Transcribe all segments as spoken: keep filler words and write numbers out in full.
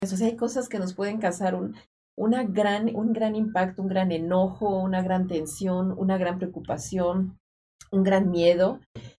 O sea, hay cosas que nos pueden causar un, una gran, un gran impacto, un gran enojo, una gran tensión, una gran preocupación, un gran miedo.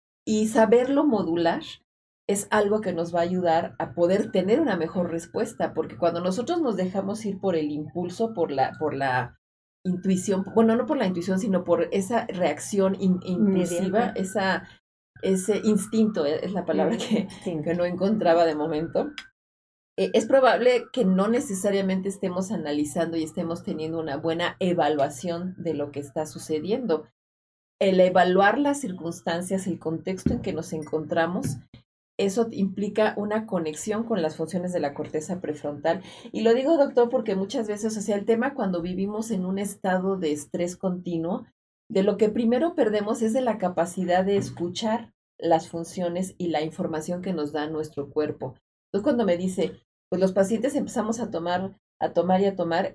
Y saberlo modular es algo que nos va a ayudar a poder tener una mejor respuesta, porque cuando nosotros nos dejamos ir por el impulso, por la, por la intuición, bueno, no por la intuición, sino por esa reacción in, impulsiva, esa, ese instinto, es la palabra que, que no encontraba de momento, eh, es probable que no necesariamente estemos analizando y estemos teniendo una buena evaluación de lo que está sucediendo. El evaluar las circunstancias, el contexto en que nos encontramos, eso implica una conexión con las funciones de la corteza prefrontal. Y lo digo, doctor, porque muchas veces, o sea, el tema cuando vivimos en un estado de estrés continuo, de lo que primero perdemos es de la capacidad de escuchar las funciones y la información que nos da nuestro cuerpo. Entonces, cuando me dice, pues los pacientes empezamos a tomar, a tomar y a tomar,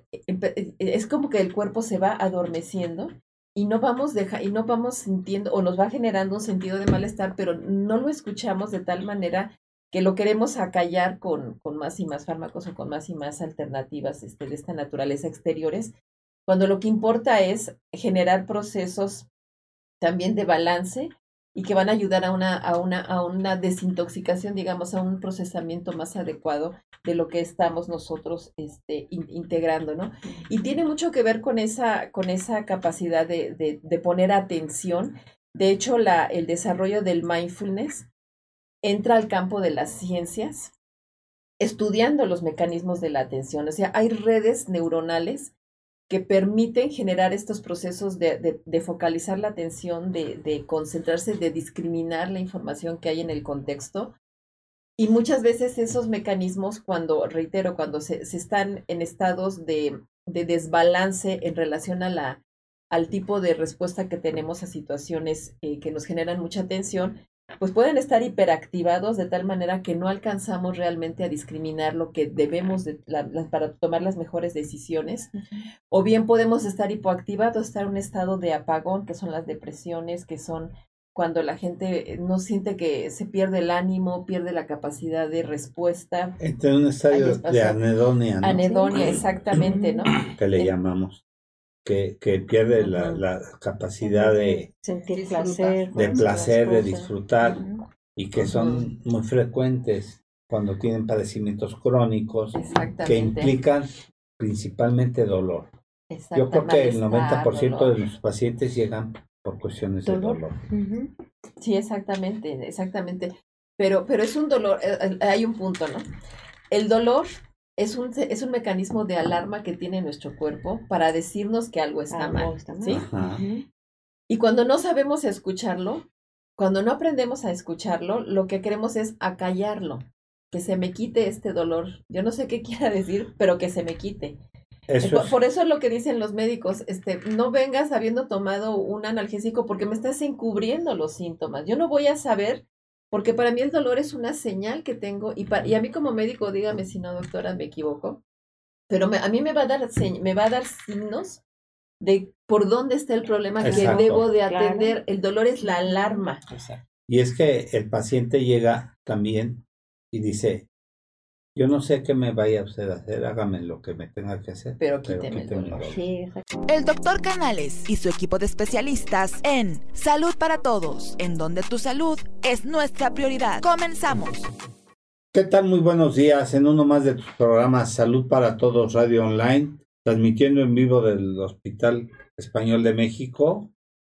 es como que el cuerpo se va adormeciendo y no vamos deja, y no vamos sintiendo o nos va generando un sentido de malestar, pero no lo escuchamos de tal manera que lo queremos acallar con, con más y más fármacos o con más y más alternativas este, de esta naturaleza exteriores, cuando lo que importa es generar procesos también de balance y que van a ayudar a una, a una, a una desintoxicación, digamos, a un procesamiento más adecuado de lo que estamos nosotros este, in, integrando, ¿no? Y tiene mucho que ver con esa, con esa capacidad de, de, de poner atención. De hecho, la, el desarrollo del mindfulness entra al campo de las ciencias, estudiando los mecanismos de la atención. O sea, hay redes neuronales que permiten generar estos procesos de, de, de focalizar la atención, de, de concentrarse, de discriminar la información que hay en el contexto. Y muchas veces esos mecanismos, cuando, reitero, cuando se, se están en estados de, de desbalance en relación a la, al tipo de respuesta que tenemos a situaciones eh, que nos generan mucha tensión, pues pueden estar hiperactivados de tal manera que no alcanzamos realmente a discriminar lo que debemos de, la, la, para tomar las mejores decisiones. Uh-huh. O bien podemos estar hipoactivados, estar en un estado de apagón, que son las depresiones, que son cuando la gente no siente que se pierde el ánimo, pierde la capacidad de respuesta. Entra en un estadio de anedonia, ¿no? Anedonia, sí. Exactamente, ¿no? Que le llamamos. Que, que pierde uh-huh. la, la capacidad de sentir placer, de placer, de disfrutar, uh-huh. y que son uh-huh. muy frecuentes cuando tienen padecimientos crónicos que implican principalmente dolor. Yo creo que el noventa por ciento dolor. De los pacientes llegan por cuestiones ¿Dolor? de dolor. Uh-huh. Sí, exactamente, exactamente. Pero, pero es un dolor, eh, hay un punto, ¿no? El dolor es un, es un mecanismo de alarma que tiene nuestro cuerpo para decirnos que algo está, algo mal, está mal, ¿sí? Ajá. Y cuando no sabemos escucharlo, cuando no aprendemos a escucharlo, lo que queremos es acallarlo, que se me quite este dolor. Yo no sé qué quiera decir, pero que se me quite. Eso por, es... por eso es lo que dicen los médicos, este, no vengas habiendo tomado un analgésico porque me estás encubriendo los síntomas. Yo no voy a saber, porque para mí el dolor es una señal que tengo, y, para, y a mí como médico, dígame si no, doctora, me equivoco, pero me, a mí me va a dar, me va a dar signos de por dónde está el problema. Exacto. Que debo de atender. Claro. El dolor es la alarma. Exacto. Y es que el paciente llega también y dice, yo no sé qué me vaya usted a hacer, hágame lo que me tenga que hacer. Pero quíteme, pero quíteme el dolor. Sí, exacto. El doctor Canales y su equipo de especialistas en Salud para Todos, en donde tu salud es nuestra prioridad. Comenzamos. ¿Qué tal? Muy buenos días en uno más de tus programas Salud para Todos Radio Online, transmitiendo en vivo del Hospital Español de México.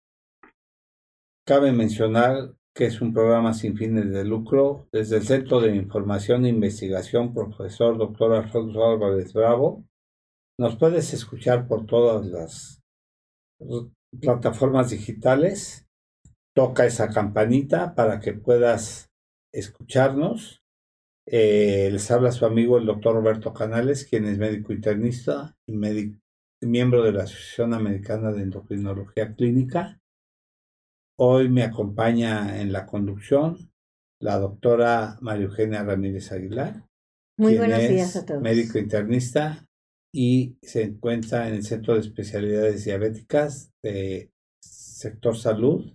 Cabe mencionar que es un programa sin fines de lucro desde el Centro de Información e Investigación Profesor Doctor Alfonso Álvarez Bravo. Nos puedes escuchar por todas las plataformas digitales. Toca esa campanita para que puedas escucharnos. Eh, les habla su amigo el doctor Roberto Canales, quien es médico internista y médico, miembro de la Asociación Americana de Endocrinología Clínica. Hoy me acompaña en la conducción la doctora María Eugenia Ramírez Aguilar. Muy buenos días a todos. Médico internista y se encuentra en el Centro de Especialidades Diabéticas de Sector Salud.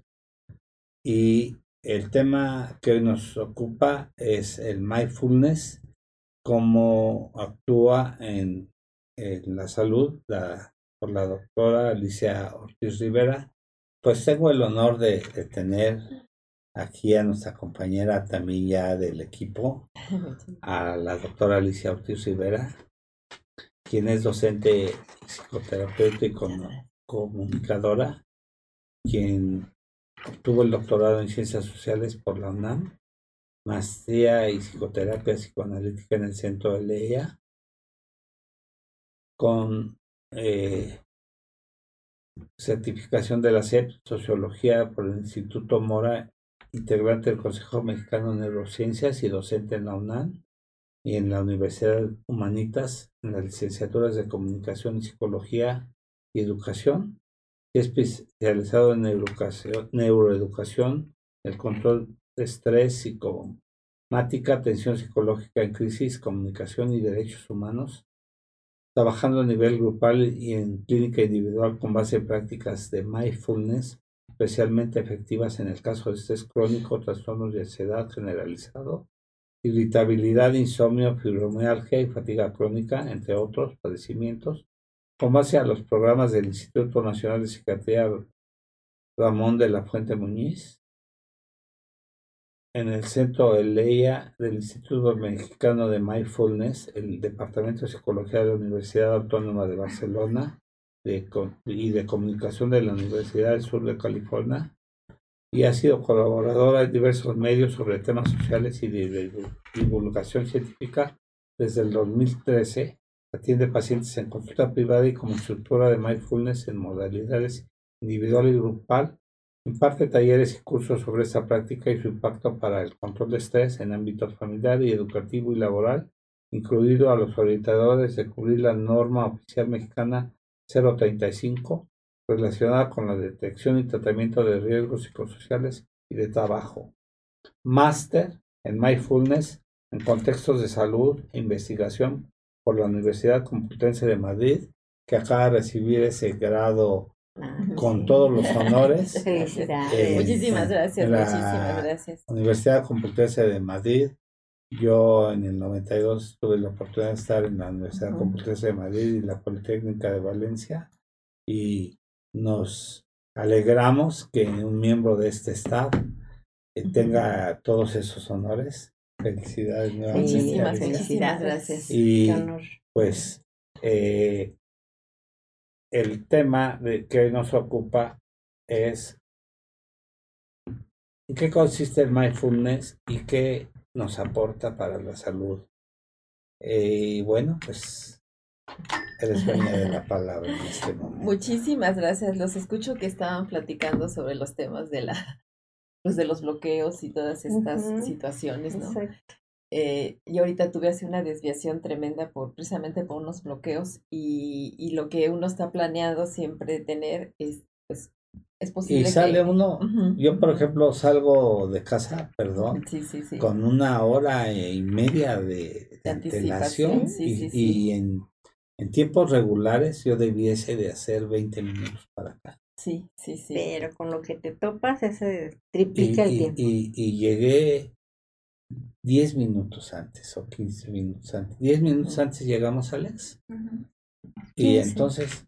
Y el tema que hoy nos ocupa es el mindfulness, cómo actúa en, en la salud la, por la doctora Alicia Ortiz Rivera. Pues tengo el honor de, de tener aquí a nuestra compañera también ya del equipo, a la doctora Alicia Ortiz Rivera, quien es docente psicoterapeuta y comunicadora, quien obtuvo el doctorado en Ciencias Sociales por la UNAM, maestría y psicoterapia psicoanalítica en el Centro L E A, con eh, certificación de la S E P, Sociología por el Instituto Mora, integrante del Consejo Mexicano de Neurociencias y docente en la UNAM y en la Universidad Humanitas, en las licenciaturas de Comunicación y Psicología y Educación, especializado en neuroeducación, neuroeducación, el control de estrés, psicomática, atención psicológica en crisis, comunicación y derechos humanos, trabajando a nivel grupal y en clínica individual con base en prácticas de mindfulness, especialmente efectivas en el caso de estrés crónico, trastornos de ansiedad generalizado, irritabilidad, insomnio, fibromialgia y fatiga crónica, entre otros padecimientos, con base a los programas del Instituto Nacional de Psiquiatría Ramón de la Fuente Muñiz, en el Centro L E A del Instituto Mexicano de Mindfulness, el Departamento de Psicología de la Universidad Autónoma de Barcelona de, y de Comunicación de la Universidad del Sur de California, y ha sido colaboradora en diversos medios sobre temas sociales y de divulgación científica desde el dos mil trece. Atiende pacientes en consulta privada y como instructora de mindfulness en modalidades individual y grupal. Imparte talleres y cursos sobre esta práctica y su impacto para el control de estrés en ámbitos familiar y educativo y laboral, incluido a los orientadores de cubrir la norma oficial mexicana cero treinta y cinco, relacionada con la detección y tratamiento de riesgos psicosociales y de trabajo. Máster en Mindfulness en contextos de salud e investigación por la Universidad Complutense de Madrid, que acaba de recibir ese grado ah, con sí. todos los honores. Felicidades. Eh, muchísimas gracias, muchísimas gracias. Universidad Complutense de Madrid. Yo en el noventa y dos tuve la oportunidad de estar en la Universidad uh-huh. Complutense de Madrid y la Politécnica de Valencia, y nos alegramos que un miembro de este staff eh, tenga todos esos honores. Felicidades nuevamente. Muchísimas felicidades, gracias. Y pues eh, el tema de que hoy nos ocupa es en qué consiste el mindfulness y qué nos aporta para la salud. Eh, y bueno, pues eres dueña de la palabra en este momento. Muchísimas gracias. Los escucho que estaban platicando sobre los temas de la pues de los bloqueos y todas estas uh-huh. situaciones, ¿no? Eh, y ahorita tuve así una desviación tremenda por precisamente por unos bloqueos y, y lo que uno está planeado siempre tener es pues es posible y sale que... uno, uh-huh. yo por ejemplo salgo de casa, perdón, sí, sí, sí. con una hora y media de, de antelación sí, y, sí, sí. y en, en tiempos regulares yo debiese de hacer veinte minutos para acá. Sí, sí, sí. Pero con lo que te topas, ese triplica y, el y, tiempo. Y, y llegué diez minutos antes o quince minutos antes. diez minutos uh-huh. antes llegamos, Alex. Uh-huh. Y sí, entonces, sí.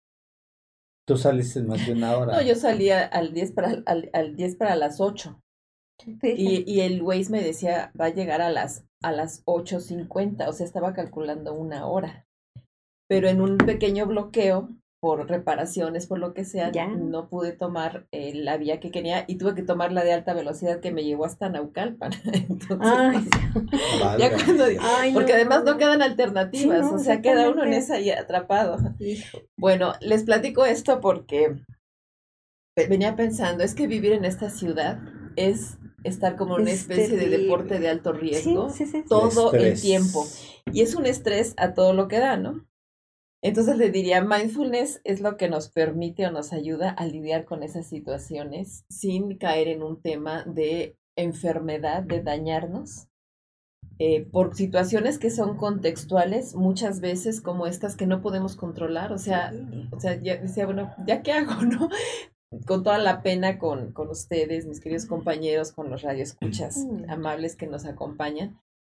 tú saliste más de una hora. No, yo salía al diez para, al, al diez para las ocho. Sí. Y, y el Waze me decía, va a llegar a las, a las ocho cincuenta, o sea, estaba calculando una hora. Pero en un pequeño bloqueo, por reparaciones, por lo que sea, ¿ya? No pude tomar eh, la vía que quería y tuve que tomar la de alta velocidad que me llevó hasta Naucalpan. Entonces, Ay, ya cuando, Ay, porque no, además no quedan alternativas, sí, no, o sea, queda uno en esa y atrapado. Hijo. Bueno, les platico esto porque venía pensando, es que vivir en esta ciudad es estar como una especie de deporte de alto riesgo, sí, sí, sí, todo el, el tiempo. Y es un estrés a todo lo que da, ¿no? Entonces le diría, mindfulness es lo que nos permite o nos ayuda a lidiar con esas situaciones sin caer en un tema de enfermedad, de dañarnos, eh, por situaciones que son contextuales, muchas veces como estas que no podemos controlar. O sea, o sea ya decía, bueno, ¿ya qué hago, no? Con toda la pena con, con ustedes, mis queridos compañeros, con los radioescuchas amables que nos acompañan.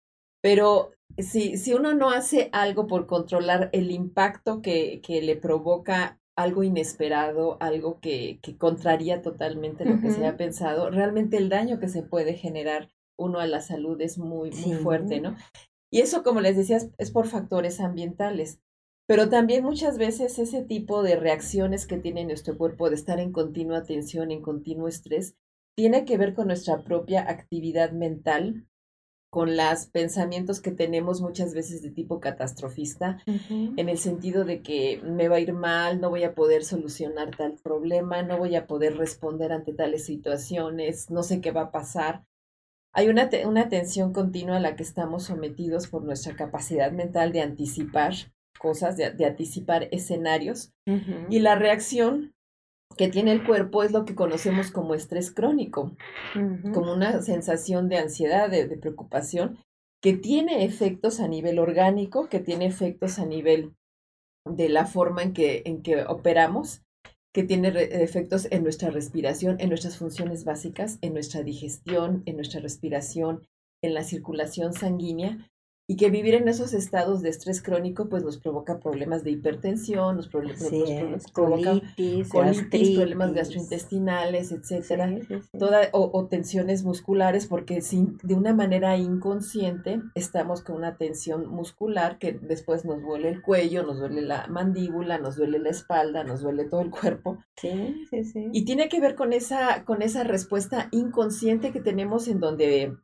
Pero si, si uno no hace algo por controlar el impacto que, que le provoca algo inesperado, algo que, que contraría totalmente lo que se ha Ujú. pensado, realmente el daño que se puede generar uno a la salud es muy, muy Sí. fuerte, ¿no? Y eso, como les decía, es, es por factores ambientales. Pero también muchas veces ese tipo de reacciones que tiene nuestro cuerpo de estar en continua tensión, en continuo estrés, tiene que ver con nuestra propia actividad mental, con los pensamientos que tenemos muchas veces de tipo catastrofista, Ujú. en el sentido de que me va a ir mal, no voy a poder solucionar tal problema, no voy a poder responder ante tales situaciones, no sé qué va a pasar. Hay una, te- una tensión continua a la que estamos sometidos por nuestra capacidad mental de anticipar cosas, de, de anticipar escenarios. Y Ujú. la reacción que tiene el cuerpo es lo que conocemos como estrés crónico, Ujú. como una sensación de ansiedad, de, de preocupación, que tiene efectos a nivel orgánico, que tiene efectos a nivel de la forma en que, en que operamos, que tiene re- efectos en nuestra respiración, en nuestras funciones básicas, en nuestra digestión, en nuestra respiración, en la circulación sanguínea, y que vivir en esos estados de estrés crónico pues nos provoca problemas de hipertensión, nos, proble- pro- Así nos pro- es, provoca colitis, colitis, problemas gastritis. gastrointestinales, Sí, etcétera, sí, sí. toda, o, o tensiones musculares, porque sin, de una manera inconsciente estamos con una tensión muscular que después nos duele el cuello, nos duele la mandíbula, nos duele la espalda, nos duele todo el cuerpo. Sí, sí, sí. Y tiene que ver con esa, con esa respuesta inconsciente que tenemos en donde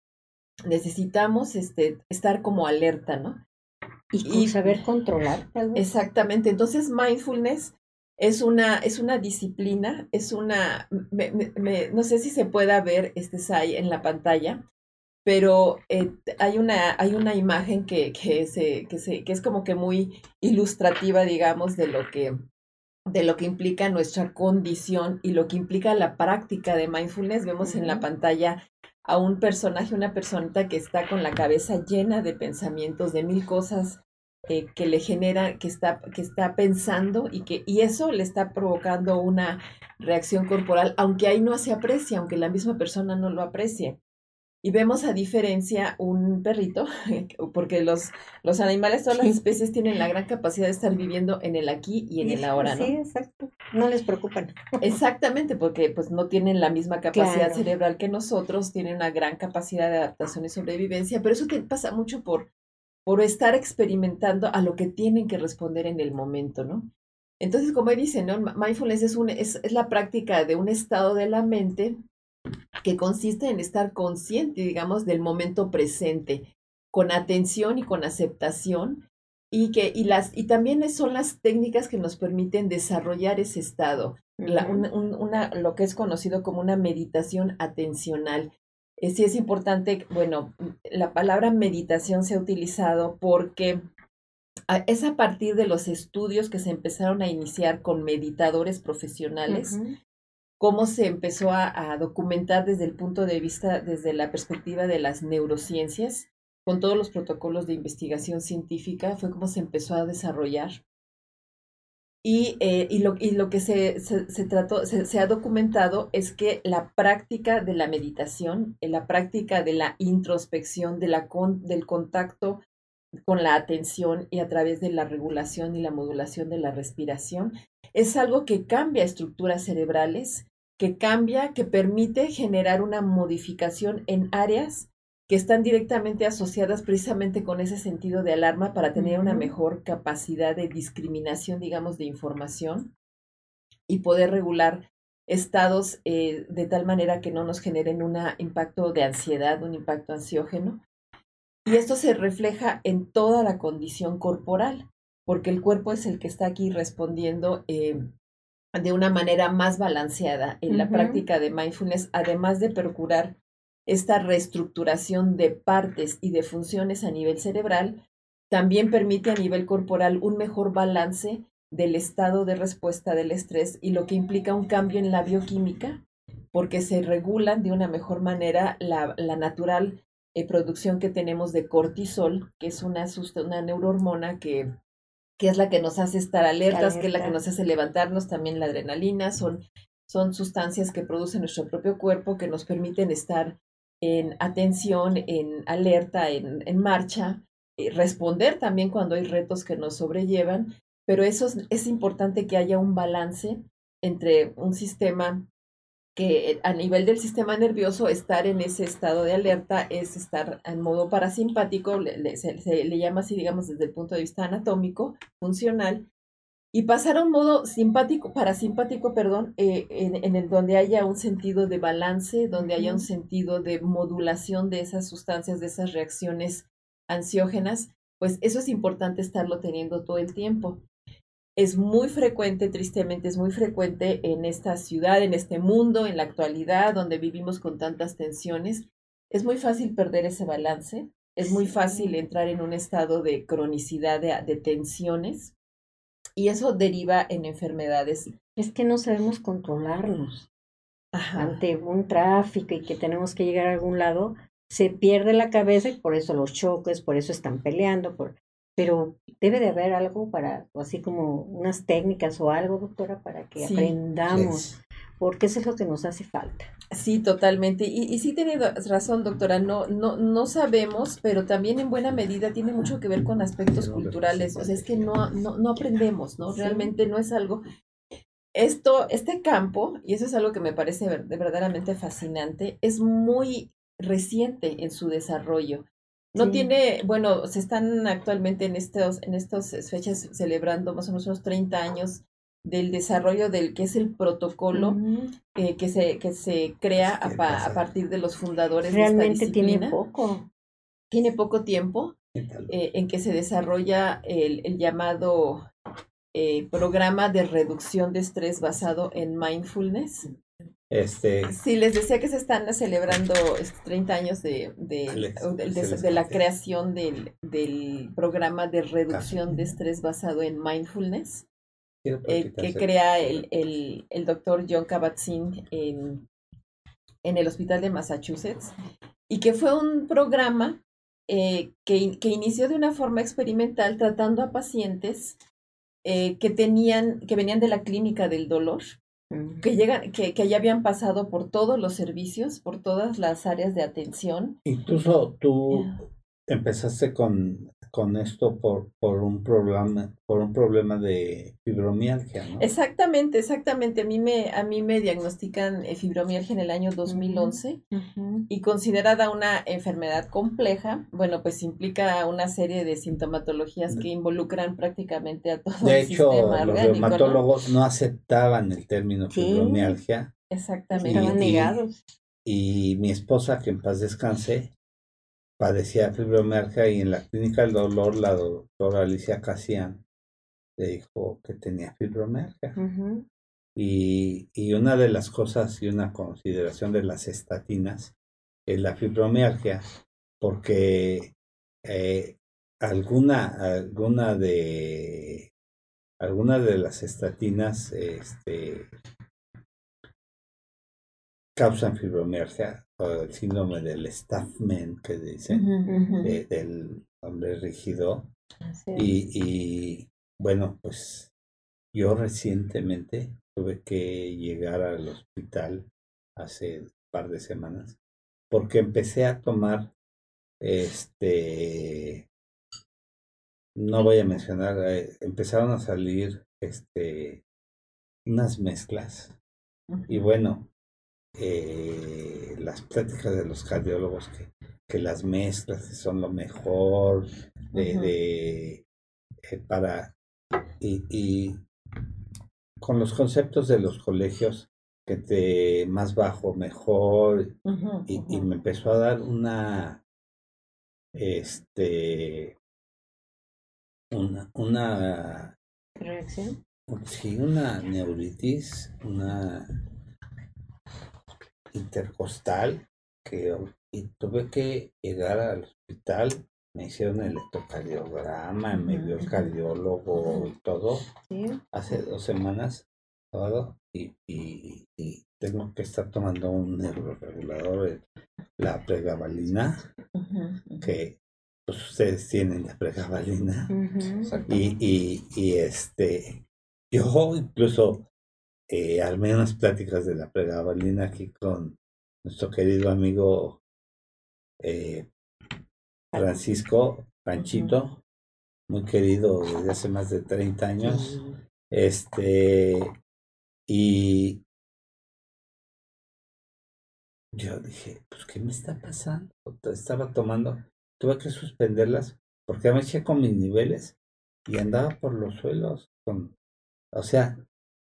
necesitamos este, estar como alerta, ¿no? Y con Y saber controlar, tal vez. exactamente, entonces mindfulness es una, es una disciplina, es una, me- me- me- no sé si se pueda ver este Sai en la pantalla, pero eh, hay una, hay una imagen que, que, se, que, se, que es como que muy ilustrativa, digamos, de lo que, de lo que implica nuestra condición y lo que implica la práctica de mindfulness. Vemos en la Ujú. pantalla a un personaje, una personita que está con la cabeza llena de pensamientos, de mil cosas eh, que le generan, que está, que está pensando y que y eso le está provocando una reacción corporal, aunque ahí no se aprecia, aunque la misma persona no lo aprecie. Y vemos a diferencia un perrito, porque los, los animales, todas las Sí. especies tienen la gran capacidad de estar viviendo en el aquí y en Y el sí, ahora, sí, ¿no? exacto. No les preocupan. Exactamente, porque pues no tienen la misma capacidad Claro. cerebral que nosotros, tienen una gran capacidad de adaptación y sobrevivencia, pero eso te pasa mucho por, por estar experimentando a lo que tienen que responder en el momento, ¿no? Entonces, como dicen, ¿no? Mindfulness es, un, es, es la práctica de un estado de la mente que consiste en estar consciente, digamos, del momento presente, con atención y con aceptación, y que y las y también son las técnicas que nos permiten desarrollar ese estado, la, un, Ujú. un, una, lo que es conocido como una meditación atencional. Eh, sí es importante, bueno, la palabra meditación se ha utilizado porque a- es a partir de los estudios que se empezaron a iniciar con meditadores profesionales Ujú. cómo se empezó a, a documentar desde el punto de vista, desde la perspectiva de las neurociencias, con todos los protocolos de investigación científica, fue como se empezó a desarrollar. Y, eh, y, lo, y lo que se, se, se trató, se, se ha documentado es que la práctica de la meditación, eh, la práctica de la introspección, de la con, del contacto con la atención y a través de la regulación y la modulación de la respiración, es algo que cambia estructuras cerebrales, que cambia, que permite generar una modificación en áreas que están directamente asociadas precisamente con ese sentido de alarma para tener una Ujú. mejor capacidad de discriminación, digamos, de información y poder regular estados eh, de tal manera que no nos generen un impacto de ansiedad, un impacto ansiógeno. Y esto se refleja en toda la condición corporal, porque el cuerpo es el que está aquí respondiendo eh, de una manera más balanceada en la Ujú. práctica de mindfulness, además de procurar esta reestructuración de partes y de funciones a nivel cerebral, también permite a nivel corporal un mejor balance del estado de respuesta del estrés y lo que implica un cambio en la bioquímica, porque se regulan de una mejor manera la, la natural eh, producción que tenemos de cortisol, que es una, una neurohormona que que es la que nos hace estar alertas, que es la que Alerta. nos hace levantarnos, también la adrenalina, son, son sustancias que produce nuestro propio cuerpo que nos permiten estar en atención, en alerta, en, en marcha, eh, responder también cuando hay retos que nos sobrellevan, pero eso es, es importante que haya un balance entre un sistema que a nivel del sistema nervioso, estar en ese estado de alerta es estar en modo parasimpático, le, le, se, se le llama así, digamos, desde el punto de vista anatómico, funcional, y pasar a un modo simpático, parasimpático, perdón, eh, en, en el donde haya un sentido de balance, donde haya un sentido de modulación de esas sustancias, de esas reacciones ansiógenas, pues eso es importante estarlo teniendo todo el tiempo. Es muy frecuente, tristemente, es muy frecuente en esta ciudad, en este mundo, en la actualidad, donde vivimos con tantas tensiones. Es muy fácil perder ese balance, es muy fácil entrar en un estado de cronicidad, de, de tensiones, y eso deriva en enfermedades. Es que no sabemos controlarnos. Ajá. Ante un tráfico y que tenemos que llegar a algún lado, se pierde la cabeza y por eso los choques, por eso están peleando, por... pero debe de haber algo para, así como unas técnicas o algo, doctora, para que sí, aprendamos, sí. Porque eso es lo que nos hace falta. Sí, totalmente. Y, y sí tiene razón, doctora, no, no, no sabemos, pero también en buena medida tiene mucho que ver con aspectos culturales. O sea, es que no, no, no aprendemos, ¿no? Realmente sí. No es algo... Esto, este campo, y eso es algo que me parece verdaderamente fascinante, es muy reciente en su desarrollo. No sí. Tiene, bueno, se están actualmente en estos, en estas fechas celebrando más o menos unos treinta años del desarrollo del que es el protocolo uh-huh. eh, que se que se crea a, pa, a partir de los fundadores realmente de esta disciplina. Tiene poco. Tiene poco tiempo eh, en que se desarrolla el, el llamado eh, programa de reducción de estrés basado en mindfulness. Este, sí, les decía que se están celebrando treinta años de, de, Alex, de, de, de la creación del, del programa de reducción de estrés basado en mindfulness, eh, que crea el, el, el doctor John Kabat-Zinn en, en el hospital de Massachusetts, y que fue un programa eh, que, que inició de una forma experimental tratando a pacientes eh, que, tenían, que venían de la clínica del dolor, que llegan, que, que ya habían pasado por todos los servicios, por todas las áreas de atención. Incluso tú yeah. empezaste con, con esto por, por un problema, por un problema de fibromialgia, ¿no? Exactamente, exactamente. A mí me, a mí me diagnostican fibromialgia en el año dos mil once uh-huh. y considerada una enfermedad compleja, bueno, pues implica una serie de sintomatologías que involucran prácticamente a todo de el hecho, sistema orgánico. De hecho, los reumatólogos ¿no? no aceptaban el término sí. fibromialgia. Exactamente. Estaban negados. Y, y mi esposa, que en paz descanse, padecía fibromialgia y en la clínica del dolor la doctora Alicia Casian le dijo que tenía fibromialgia. Uh-huh. Y, y una de las cosas y una consideración de las estatinas es la fibromialgia, porque eh, alguna, alguna de alguna de las estatinas este, causan fibromialgia, o el síndrome del Staffman que dicen, uh-huh, uh-huh. de, del hombre rígido. Y, y bueno, pues yo recientemente tuve que llegar al hospital hace un par de semanas porque empecé a tomar este no voy a mencionar, eh, empezaron a salir este unas mezclas uh-huh. y bueno, eh, las pláticas de los cardiólogos que, que las mezclas son lo mejor de, uh-huh. de eh, para y, y con los conceptos de los colegios que te más bajo mejor uh-huh, y, uh-huh. y me empezó a dar una este una una reacción sí una neuritis, una intercostal que y tuve que llegar al hospital, me hicieron el electrocardiograma, uh-huh. me vio el cardiólogo uh-huh. y todo ¿sí? Hace dos semanas todo y, y, y tengo que estar tomando un neuroregulador, la pregabalina, uh-huh. que pues ustedes tienen la pregabalina uh-huh. y, y, y este yo incluso eh, armé unas pláticas de la pregabalina aquí con nuestro querido amigo eh, Francisco Panchito, uh-huh. muy querido desde hace más de treinta años, uh-huh. este, y yo dije, pues, ¿qué me está pasando? Estaba tomando, tuve que suspenderlas, porque me eché con mis niveles y andaba por los suelos, con, o sea,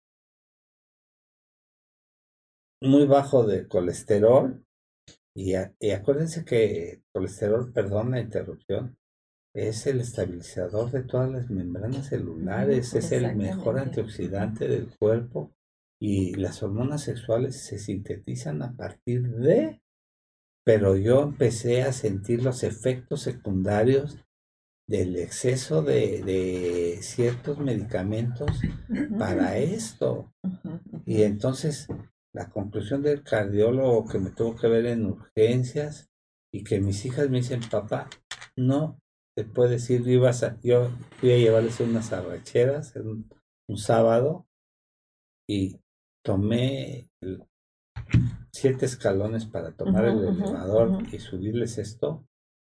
muy bajo de colesterol, y, a, y acuérdense que colesterol, perdón la interrupción, es el estabilizador de todas las membranas celulares, es el mejor antioxidante del cuerpo, y las hormonas sexuales se sintetizan a partir de, pero yo empecé a sentir los efectos secundarios del exceso de, de ciertos medicamentos para esto. Y entonces la conclusión del cardiólogo que me tuvo que ver en urgencias y que mis hijas me dicen, papá, no te puedes ir, ibas a, yo fui a llevarles unas arracheras un, un sábado y tomé el, siete escalones para tomar uh-huh, el elevador uh-huh. y subirles esto.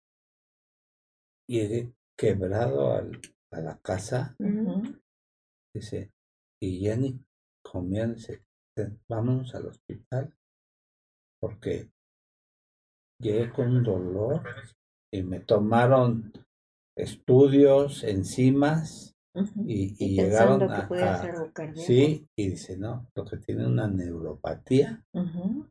Y llegué quebrado al, a la casa, uh-huh. dice, y ya ni comía, dice, vámonos al hospital, porque llegué con un dolor y me tomaron estudios, enzimas, uh-huh. y, y, y llegaron a, a sí, y dice, no, lo que tiene una neuropatía uh-huh.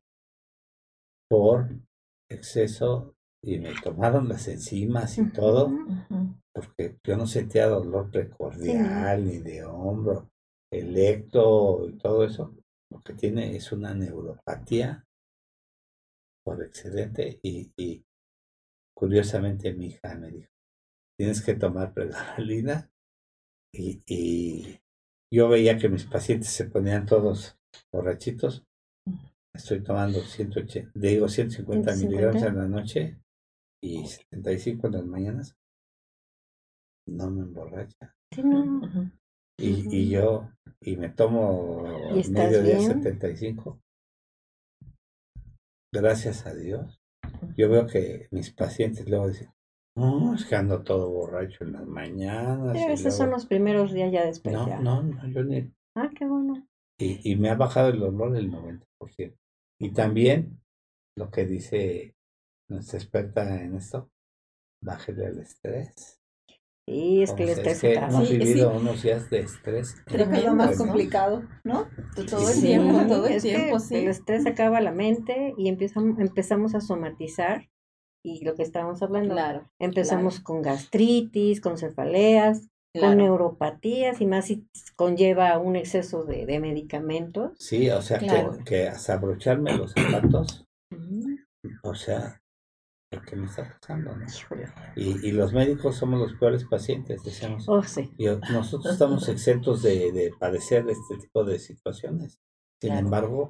por exceso, y me tomaron las enzimas y uh-huh. todo, uh-huh. porque yo no sentía dolor precordial, sí. ni de hombro, electo y todo eso. Lo que tiene es una neuropatía por excedente, y, y curiosamente mi hija me dijo, tienes que tomar pregabalina, y, y yo veía que mis pacientes se ponían todos borrachitos. Estoy tomando ciento ochenta, digo ciento cincuenta miligramos en la noche y setenta y cinco en las mañanas. No me emborracha. Sí, no. Y, uh-huh. y yo, y me tomo medio día setenta y cinco. Gracias a Dios. Yo veo que mis pacientes luego dicen, no, es que ando todo borracho en las mañanas. Sí, a veces luego... son los primeros días ya después. No, ya. no, no, yo ni... Ah, qué bueno. Y, y me ha bajado el dolor el noventa por ciento. Y también lo que dice nuestra experta en esto, bájale al estrés. Sí, es que el estrés es que acaba. hemos Sí, vivido sí. unos días de estrés. Creo que es lo más complicado, ¿no? Todo el sí, tiempo, todo el es tiempo, que sí. El estrés acaba la mente y empezamos, empezamos a somatizar, y lo que estábamos hablando, claro, empezamos claro. con gastritis, con cefaleas, claro. con neuropatías, y más si conlleva un exceso de, de medicamentos. Sí, o sea, claro. que, que hasta abrocharme los zapatos, uh-huh. o sea, ¿qué me está pasando? ¿No? Y, y los médicos somos los peores pacientes, decíamos. Oh, sí. Y nosotros estamos exentos de, de padecer este tipo de situaciones. Sin claro. embargo,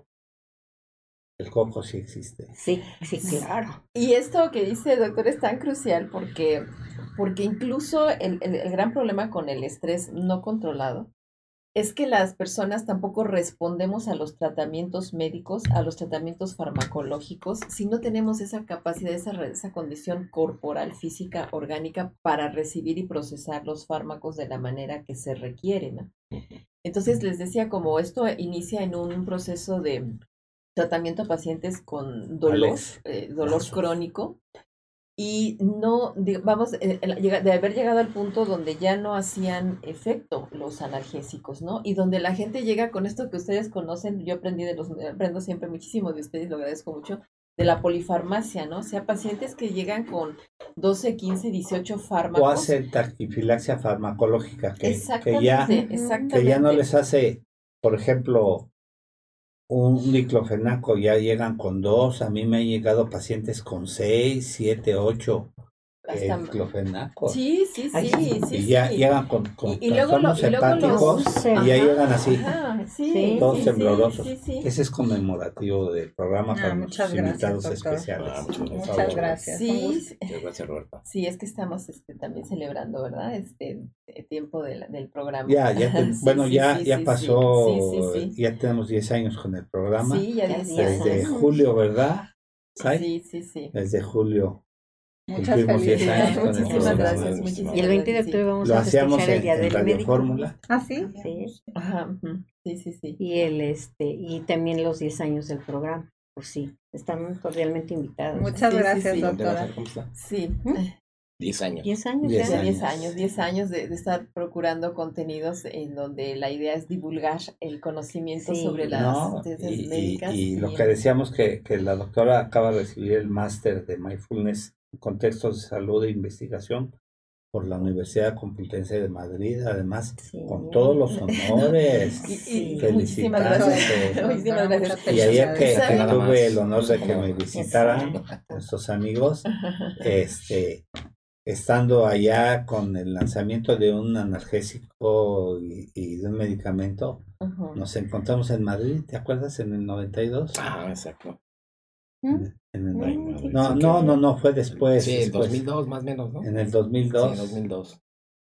el coco sí existe. Sí, sí, claro. Y esto que dice, doctor, es tan crucial porque, porque incluso el, el, el gran problema con el estrés no controlado es que las personas tampoco respondemos a los tratamientos médicos, a los tratamientos farmacológicos, si no tenemos esa capacidad, esa, esa condición corporal, física, orgánica, para recibir y procesar los fármacos de la manera que se requiere, ¿no? Entonces, les decía, como esto inicia en un proceso de tratamiento a pacientes con dolor, eh, dolor crónico, y no, vamos, eh, de haber llegado al punto donde ya no hacían efecto los analgésicos, ¿no? Y donde la gente llega con esto que ustedes conocen, yo aprendí de los, aprendo siempre muchísimo de ustedes, lo agradezco mucho, de la polifarmacia, ¿no? O sea, pacientes que llegan con doce, quince, dieciocho fármacos. O hacen taquifilaxia farmacológica, que, exactamente, que, ya, exactamente. que ya no les hace, por ejemplo, un diclofenaco, ya llegan con dos. A mí me han llegado pacientes con seis, siete, ocho eh, diclofenacos. Sí, sí, sí, sí. Y sí, ya sí. llegan con, con y, y luego lo, hepáticos, y, y ya llegan así, ajá, sí, todos sí, temblorosos. Sí, sí, sí. Ese es conmemorativo del programa ah, para muchas nuestros invitados gracias, especiales. Ah, muchas, muchas gracias. Sí, muchas gracias, Roberto. Sí, es que estamos este, también celebrando, ¿verdad? Este tiempo del, del programa. Ya, ya te, sí, bueno, sí, ya, sí, ya sí, pasó, sí, sí, sí, sí. ya tenemos diez años con el programa. Sí, ya diez años. Desde julio, ¿verdad? Sí, sí, sí. Desde julio Muchas felicidades. Muchísimas gracias. Muchísimas y el veinte de octubre vamos a festejar el Día del Médico. Fórmula. ¿Ah, sí? Sí. Ajá. Sí, sí, sí. Y el este y también los diez años del programa. Pues sí, están cordialmente invitados. Muchas sí, gracias, sí, sí. doctora. Sí. Diez años. Diez años Diez ya. Diez años, diez años de, de estar procurando contenidos en donde la idea es divulgar el conocimiento Sí. sobre las No, ciencias y, médicas. y, y lo que decíamos que, que la doctora acaba de recibir el máster de Mindfulness en contextos de salud e investigación por la Universidad Complutense de Madrid, además Sí. con todos los honores. Y, y Sí. muchísimas gracias. Felicitarte. Muchísimas gracias. Y ayer que, que ¿Saben? tuve el honor de que Como- me visitaran nuestros amigos, este, estando allá con el lanzamiento de un analgésico y, y de un medicamento, Ujú. nos encontramos en Madrid, ¿te acuerdas? En el noventa y dos. Ah, exacto. ¿Mm? En el- Mm, no, no, no, no, fue después. Sí, después. dos mil dos más o menos, ¿no? En el dos mil dos. Sí, dos mil dos.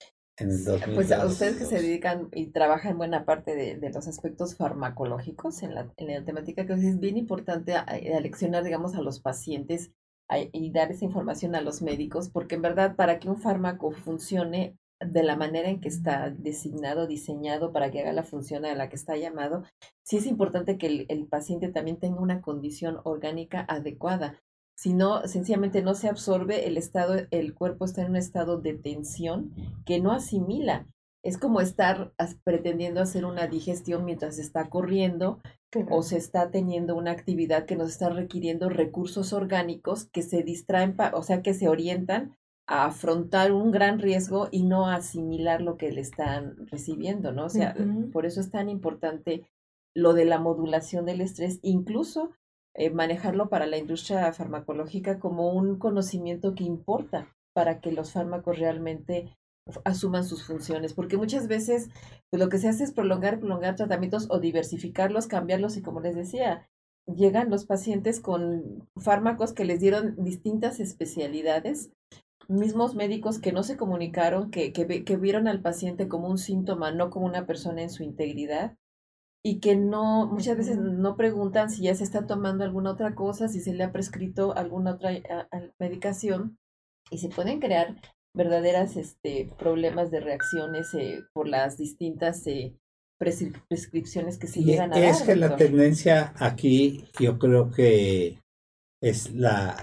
En el dos mil dos. Pues a ustedes que se dedican y trabajan buena parte de, de los aspectos farmacológicos en la, en la temática, que es bien importante a- a aleccionar, digamos, a los pacientes a- y dar esa información a los médicos, porque en verdad para que un fármaco funcione de la manera en que está designado, diseñado para que haga la función a la que está llamado, sí es importante que el, el paciente también tenga una condición orgánica adecuada. Si no, sencillamente no se absorbe, el estado, el cuerpo está en un estado de tensión que no asimila. Es como estar as- pretendiendo hacer una digestión mientras está corriendo o se está teniendo una actividad que nos está requiriendo recursos orgánicos que se distraen, pa- o sea, que se orientan a afrontar un gran riesgo y no a asimilar lo que le están recibiendo, ¿no? O sea, Ujú. por eso es tan importante lo de la modulación del estrés, incluso eh, manejarlo para la industria farmacológica como un conocimiento que importa para que los fármacos realmente f- asuman sus funciones, porque muchas veces pues, lo que se hace es prolongar, prolongar tratamientos o diversificarlos, cambiarlos y como les decía, llegan los pacientes con fármacos que les dieron distintas especialidades, mismos médicos que no se comunicaron, que, que, ve- que vieron al paciente como un síntoma, no como una persona en su integridad, y que no, muchas veces Ujú. no preguntan si ya se está tomando alguna otra cosa, si se le ha prescrito alguna otra a- a- medicación, y se pueden crear verdaderas este, problemas de reacciones eh, por las distintas eh, prescri- prescripciones que se Y llegan a es dar, que la doctor. tendencia aquí, yo creo que es la,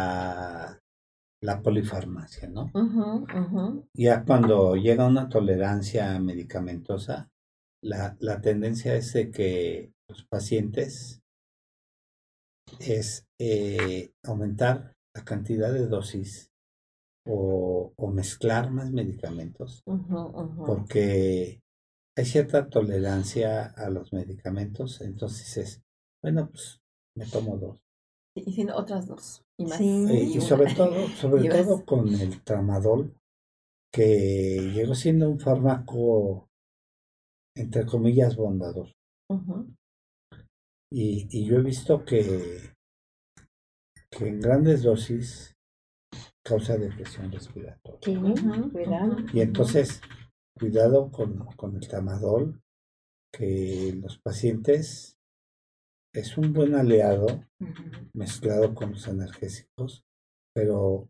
la, la polifarmacia, ¿no? Ujú, ujú. Ya cuando llega una tolerancia medicamentosa, la, la tendencia es de que los pacientes es eh, aumentar la cantidad de dosis o, o mezclar más medicamentos, Ujú, ujú. porque hay cierta tolerancia a los medicamentos, entonces es, bueno, pues me tomo dos. Y sin otras dos. Y más. Sí. Eh, y una. sobre todo, sobre Y más. todo con el tramadol, que llegó siendo un fármaco, entre comillas, bondadoso. Ujú. Y, y yo he visto que, que en grandes dosis causa depresión respiratoria. Sí, Ujú, cuidado. ujú, Y entonces, cuidado con, con el tramadol, que los pacientes es un buen aliado Ujú. mezclado con los analgésicos, pero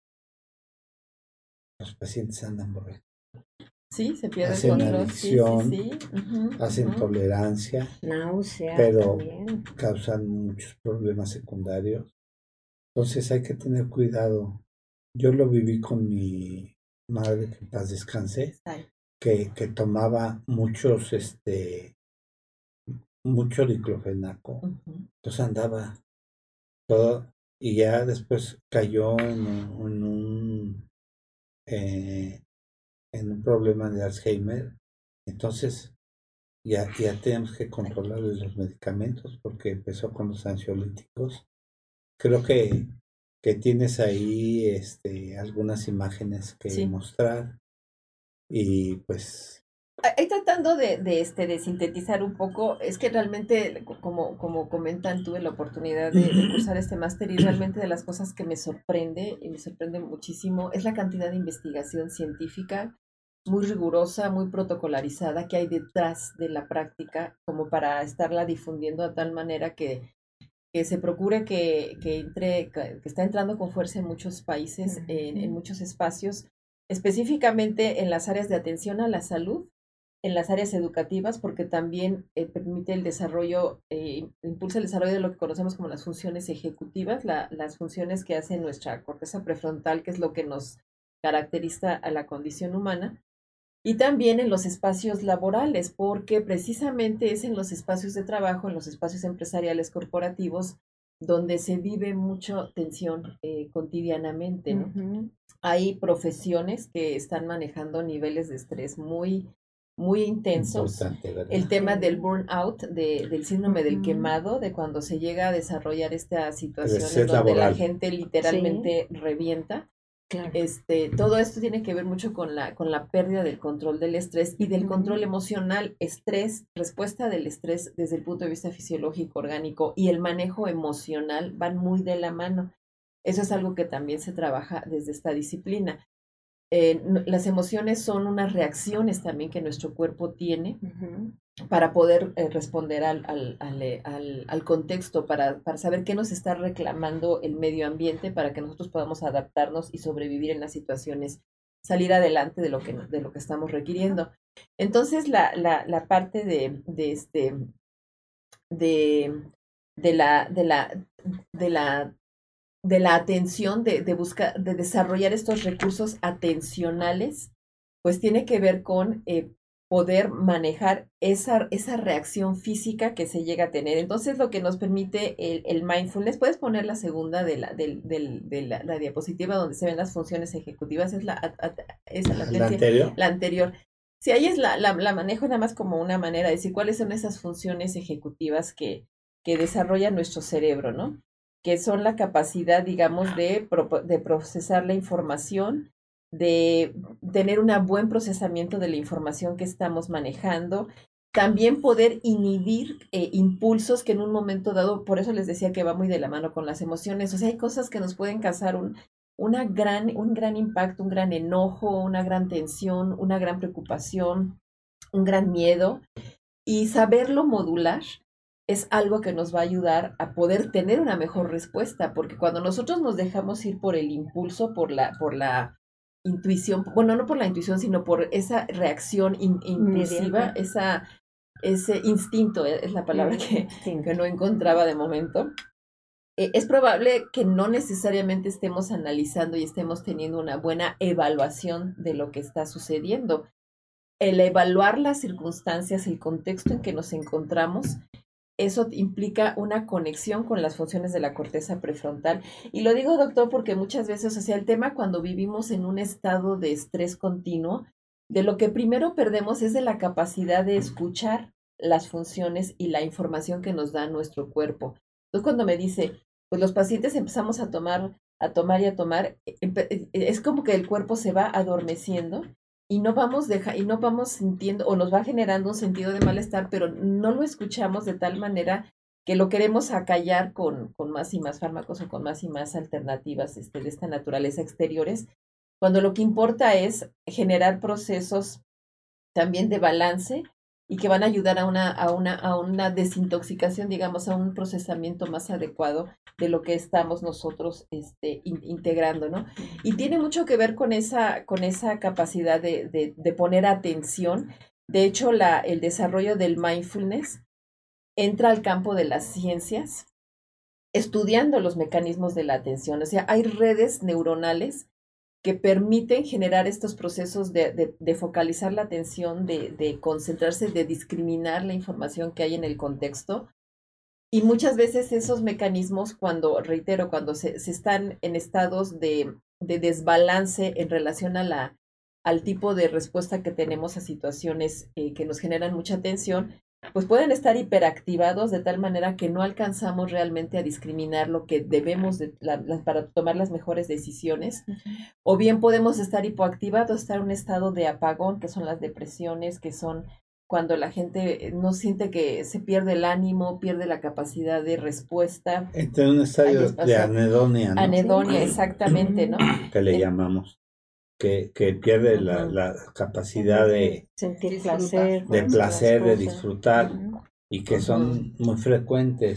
los pacientes andan borrachos, Sí, se pierde el hacen control. Sí, adicción, sí, sí. Ujú, hacen ujú. tolerancia, Náusea Pero- también. causan muchos problemas secundarios. Entonces hay que tener cuidado. Yo lo viví con mi madre, que en paz descanse, Ay, que, que tomaba muchos, este, mucho diclofenaco. ujú. Entonces andaba todo, y ya después cayó en un, en un, eh, en un problema de Alzheimer. Entonces ya, ya tenemos que controlarle los medicamentos porque empezó con los ansiolíticos. Creo que, que tienes ahí este, algunas imágenes que Sí. mostrar y pues Ahí tratando de, de, este, de sintetizar un poco, es que realmente, co- como, como comentan, tuve la oportunidad de, de cursar este máster y realmente de las cosas que me sorprende, y me sorprende muchísimo, es la cantidad de investigación científica muy rigurosa, muy protocolarizada que hay detrás de la práctica, como para estarla difundiendo de tal manera que que se procure que, que entre, que está entrando con fuerza en muchos países, uh-huh. en, en muchos espacios, específicamente en las áreas de atención a la salud, en las áreas educativas, porque también eh, permite el desarrollo, eh, impulsa el desarrollo de lo que conocemos como las funciones ejecutivas, la, las funciones que hace nuestra corteza prefrontal, que es lo que nos caracteriza a la condición humana, y también en los espacios laborales, porque precisamente es en los espacios de trabajo, en los espacios empresariales corporativos, donde se vive mucha tensión eh, cotidianamente, ¿no? Uh-huh. Hay profesiones que están manejando niveles de estrés muy muy intensos. El tema del burnout, de, del síndrome uh-huh. del quemado, de cuando se llega a desarrollar estas situaciones donde laboral. La gente literalmente sí. revienta. Claro. Este, todo esto tiene que ver mucho con la, con la pérdida del control del estrés y del uh-huh. control emocional, estrés, respuesta del estrés desde el punto de vista fisiológico, orgánico, y el manejo emocional van muy de la mano. Eso es algo que también se trabaja desde esta disciplina. Eh, las emociones son unas reacciones también que nuestro cuerpo tiene uh-huh. para poder eh, responder al, al, al, al, al contexto, para, para saber qué nos está reclamando el medio ambiente, para que nosotros podamos adaptarnos y sobrevivir en las situaciones, salir adelante de lo que, de lo que estamos requiriendo. Entonces, la, la, la parte de, de, este, de, de, la, de, la, de la de la atención, de, de buscar, de desarrollar estos recursos atencionales, pues tiene que ver con eh, poder manejar esa, esa reacción física que se llega a tener. Entonces, lo que nos permite el, el mindfulness, puedes poner la segunda de la, de, de, de la, la diapositiva donde se ven las funciones ejecutivas, es la, a, a, es la, ¿La anterior? La anterior. Sí, ahí es la, la, la manejo nada más como una manera de decir cuáles son esas funciones ejecutivas que, que desarrolla nuestro cerebro, ¿no? Que son la capacidad, digamos, de, de procesar la información, de tener un buen procesamiento de la información que estamos manejando, también poder inhibir eh, impulsos que en un momento dado, por eso les decía que va muy de la mano con las emociones, o sea, hay cosas que nos pueden causar un, una gran, un gran impacto, un gran enojo, una gran tensión, una gran preocupación, un gran miedo, y saberlo modular es algo que nos va a ayudar a poder tener una mejor respuesta, porque cuando nosotros nos dejamos ir por el impulso, por la, por la intuición, bueno, no por la intuición, sino por esa reacción in, impulsiva, esa, ese instinto, es la palabra que, que no encontraba de momento, eh, es probable que no necesariamente estemos analizando y estemos teniendo una buena evaluación de lo que está sucediendo. El evaluar las circunstancias, el contexto en que nos encontramos, eso implica una conexión con las funciones de la corteza prefrontal. Y lo digo, doctor, porque muchas veces, o sea, el tema cuando vivimos en un estado de estrés continuo, de lo que primero perdemos es de la capacidad de escuchar las funciones y la información que nos da nuestro cuerpo. Entonces, cuando me dice, pues los pacientes empezamos a tomar, a tomar y a tomar, es como que el cuerpo se va adormeciendo y no vamos deja, y no vamos sintiendo, o nos va generando un sentido de malestar, pero no lo escuchamos de tal manera que lo queremos acallar con, con más y más fármacos o con más y más alternativas este, de esta naturaleza exteriores, cuando lo que importa es generar procesos también de balance y que van a ayudar a una, a una, a una desintoxicación, digamos, a un procesamiento más adecuado de lo que estamos nosotros este, in, integrando, ¿no? Y tiene mucho que ver con esa, con esa capacidad de, de, de poner atención. De hecho, la, el desarrollo del mindfulness entra al campo de las ciencias, estudiando los mecanismos de la atención. O sea, hay redes neuronales que permiten generar estos procesos de, de, de focalizar la atención, de, de concentrarse, de discriminar la información que hay en el contexto. Y muchas veces esos mecanismos, cuando, reitero, cuando se, se están en estados de, de desbalance en relación a la, al tipo de respuesta que tenemos a situaciones eh, que nos generan mucha tensión, pues pueden estar hiperactivados de tal manera que no alcanzamos realmente a discriminar lo que debemos de, la, la, para tomar las mejores decisiones. Uh-huh. O bien podemos estar hipoactivados, estar en un estado de apagón, que son las depresiones, que son cuando la gente no siente que se pierde el ánimo, pierde la capacidad de respuesta. Entra en un estadio de anedonia, ¿no? Anedonia, sí. Exactamente, ¿no? Que le llamamos. Que, que pierde uh-huh. la, la capacidad de sentir placer, de placer, de disfrutar, uh-huh. y que son muy frecuentes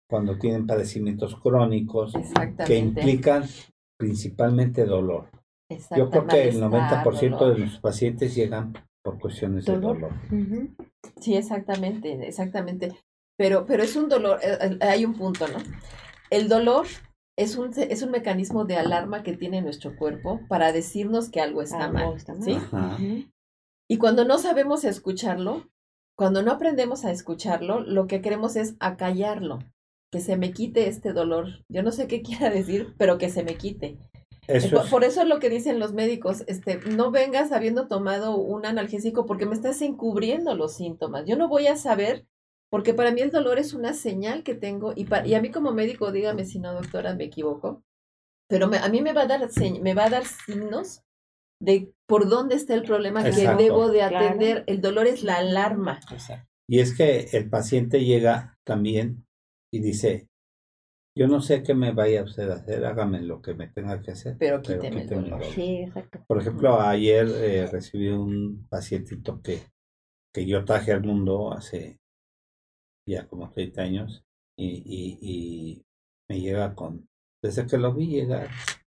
cuando tienen padecimientos crónicos que implican principalmente dolor. Yo creo que el noventa por ciento dolor. de los pacientes llegan por cuestiones ¿Dolor? de dolor. Uh-huh. Sí, exactamente, exactamente. Pero, pero es un dolor, eh, hay un punto, ¿no? El dolor es un, es un mecanismo de alarma que tiene nuestro cuerpo para decirnos que algo está algo mal, está mal. ¿Sí? Uh-huh. Y cuando no sabemos escucharlo, cuando no aprendemos a escucharlo, lo que queremos es acallarlo, que se me quite este dolor. Yo no sé qué quiera decir, pero que se me quite. Eso por, es... por eso es lo que dicen los médicos, este, no vengas habiendo tomado un analgésico porque me estás encubriendo los síntomas. Yo no voy a saber, porque para mí el dolor es una señal que tengo, y, para, y a mí como médico, dígame si no, doctora, me equivoco, pero me, a mí me va a dar, me va a dar signos de por dónde está el problema Exacto. que debo de atender. Claro. El dolor es la alarma. Exacto. Y es que el paciente llega también y dice, yo no sé qué me vaya usted a hacer, hágame lo que me tenga que hacer. Pero quíteme, pero quíteme el dolor. Sí, exacto. Por ejemplo, ayer eh, recibí un pacientito que, que yo traje al mundo hace ya como treinta años y, y, y me llega con, desde que lo vi llegar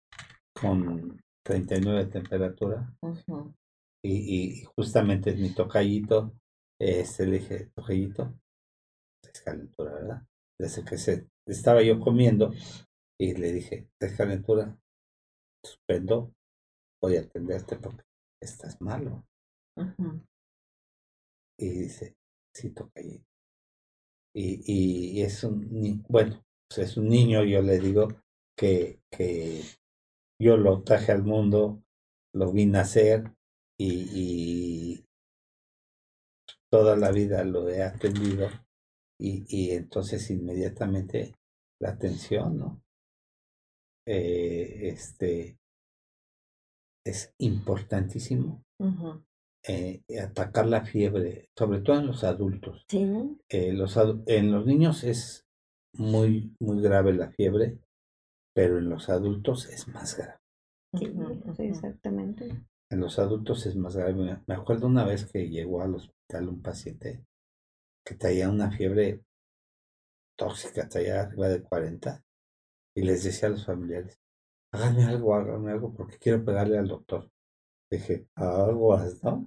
con treinta y nueve de temperatura. Uh-huh. y, y justamente es mi tocallito, este, le dije, tocallito, es calentura, ¿verdad? Desde que se estaba yo comiendo y le dije, es calentura, suspendo, voy a atenderte porque estás malo. Uh-huh. Y dice, sí, tocallito. Y, y, y es un, bueno, pues es un niño, yo le digo que, que yo lo traje al mundo, lo vi nacer y, y toda la vida lo he atendido y, y entonces inmediatamente la atención, ¿no? Eh, este es importantísimo. Uh-huh. Eh, atacar la fiebre, sobre todo en los adultos. Sí. Eh, los adu- en los niños es muy, muy grave la fiebre, pero en los adultos es más grave. Sí, uh-huh. sí, exactamente. En los adultos es más grave. Me acuerdo una vez que llegó al hospital un paciente que traía una fiebre tóxica, traía arriba de cuarenta, y les decía a los familiares, háganme algo, háganme algo, porque quiero pegarle al doctor. Dije, aguas, ¿no?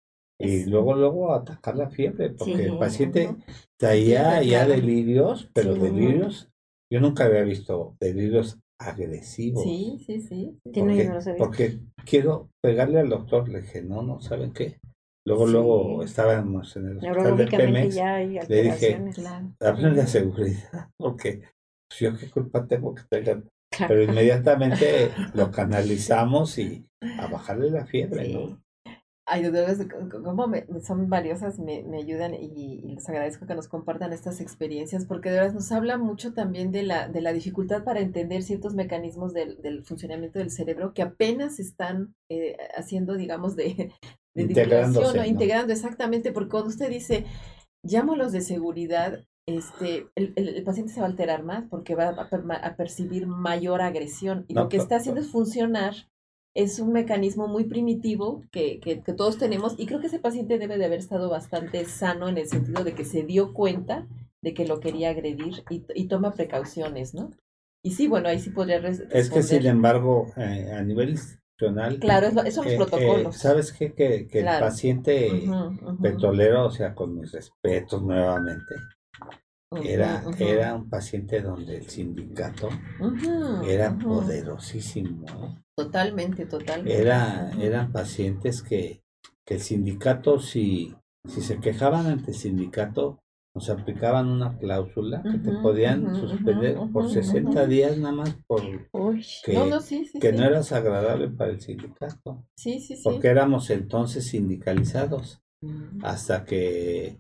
Y es... luego, luego atacar la fiebre, porque sí, el paciente uh-huh. traía sí, ya delirios, pero sí, delirios, yo nunca había visto delirios agresivos. Sí, sí, sí. Porque, no porque quiero pegarle al doctor. Le dije, no, no, ¿saben qué? Luego, sí. luego estábamos en el hospital de Pemex. Le dije, claro. Hablen de seguridad, porque pues, yo qué culpa tengo que tengan. Claro. Pero inmediatamente lo canalizamos y a bajarle la fiebre, sí. ¿no? Ay, doctores, como me, son valiosas, me, me ayudan y, y les agradezco que nos compartan estas experiencias, porque de verdad nos habla mucho también de la, de la dificultad para entender ciertos mecanismos del, del funcionamiento del cerebro que apenas están eh, haciendo, digamos, de, de integración, ¿no? Integrando, exactamente, porque cuando usted dice, llámalos de seguridad, este, el, el, el paciente se va a alterar más porque va a, per, a percibir mayor agresión, y no, lo que está haciendo no. es funcionar. Es un mecanismo muy primitivo que, que, que todos tenemos, y creo que ese paciente debe de haber estado bastante sano en el sentido de que se dio cuenta de que lo quería agredir y, y toma precauciones, ¿no? Y sí, bueno, ahí sí podría responder. Es que, sin embargo, eh, a nivel institucional... Claro, eso son los eh, protocolos. Eh, ¿Sabes qué? Que, que claro. el paciente uh-huh, uh-huh. petrolero, o sea, con mis respetos nuevamente, uh-huh, era, uh-huh. era un paciente donde el sindicato uh-huh, era uh-huh. poderosísimo, ¿eh? Totalmente, totalmente. Era, eran pacientes que, que el sindicato, si, si se quejaban ante el sindicato, nos aplicaban una cláusula uh-huh, que te podían uh-huh, suspender uh-huh, por sesenta uh-huh. días nada más por Uy, que, no, no, sí, sí, que sí. no eras agradable para el sindicato. Sí, sí, sí. Porque éramos entonces sindicalizados. Uh-huh. Hasta que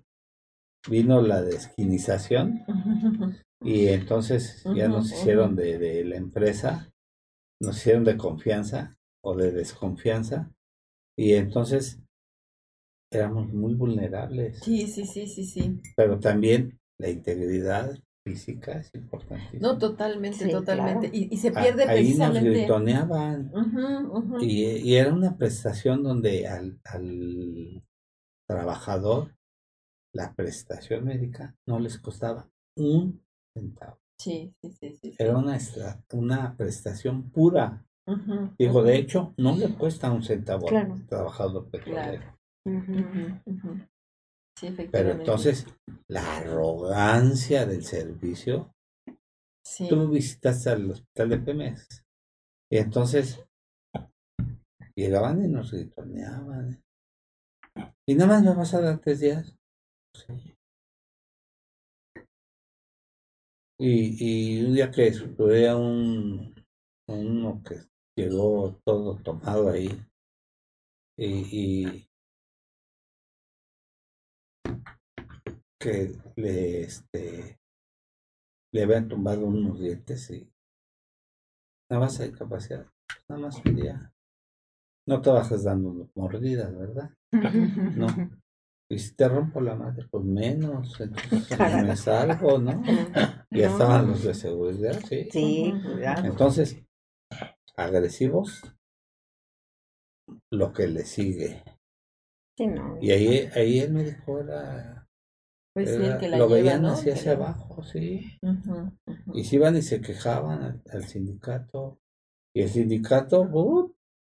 vino la desquinización uh-huh. y entonces uh-huh, ya nos hicieron uh-huh. de, de la empresa. Nos hicieron de confianza o de desconfianza, y entonces éramos muy vulnerables. Sí, sí, sí, sí, sí. Pero también la integridad física es importantísima. No, totalmente, sí, totalmente. Claro. Y, y se pierde A, precisamente. Ahí nos gritoneaban. Uh-huh, uh-huh. Y, y era una prestación donde al, al trabajador la prestación médica no les costaba un centavo. Sí, sí, sí, sí. Era una, extra, una prestación pura. Uh-huh, Digo, uh-huh. de hecho, no le cuesta un centavo claro. al trabajador petrolero. Claro. Uh-huh, uh-huh. Sí, efectivamente. Pero entonces, la arrogancia del servicio. Sí. Tú visitaste al hospital de Pemex. Y entonces, llegaban y nos gritoneaban. ¿Y nada más me vas a dar tres días? Sí. Y, y un día que estuve a un, uno que llegó todo tomado ahí y, y que le este le habían tumbado unos dientes y nada más hay capacidad, nada más un día. No te bajas dando mordidas, ¿verdad? No. Y si te rompo la madre, pues menos, entonces me salgo, ¿no? Ya No. estaban los de seguridad, sí. Sí, cuidado. Entonces, agresivos, lo que le sigue. Sí, no. Y ahí, ahí el médico era, Pues sí, era el que la lo lleva, veían ¿no? así Que hacia la- abajo, sí. Ujú, ujú. Y se iban y se quejaban al, al sindicato. Y el sindicato, uh,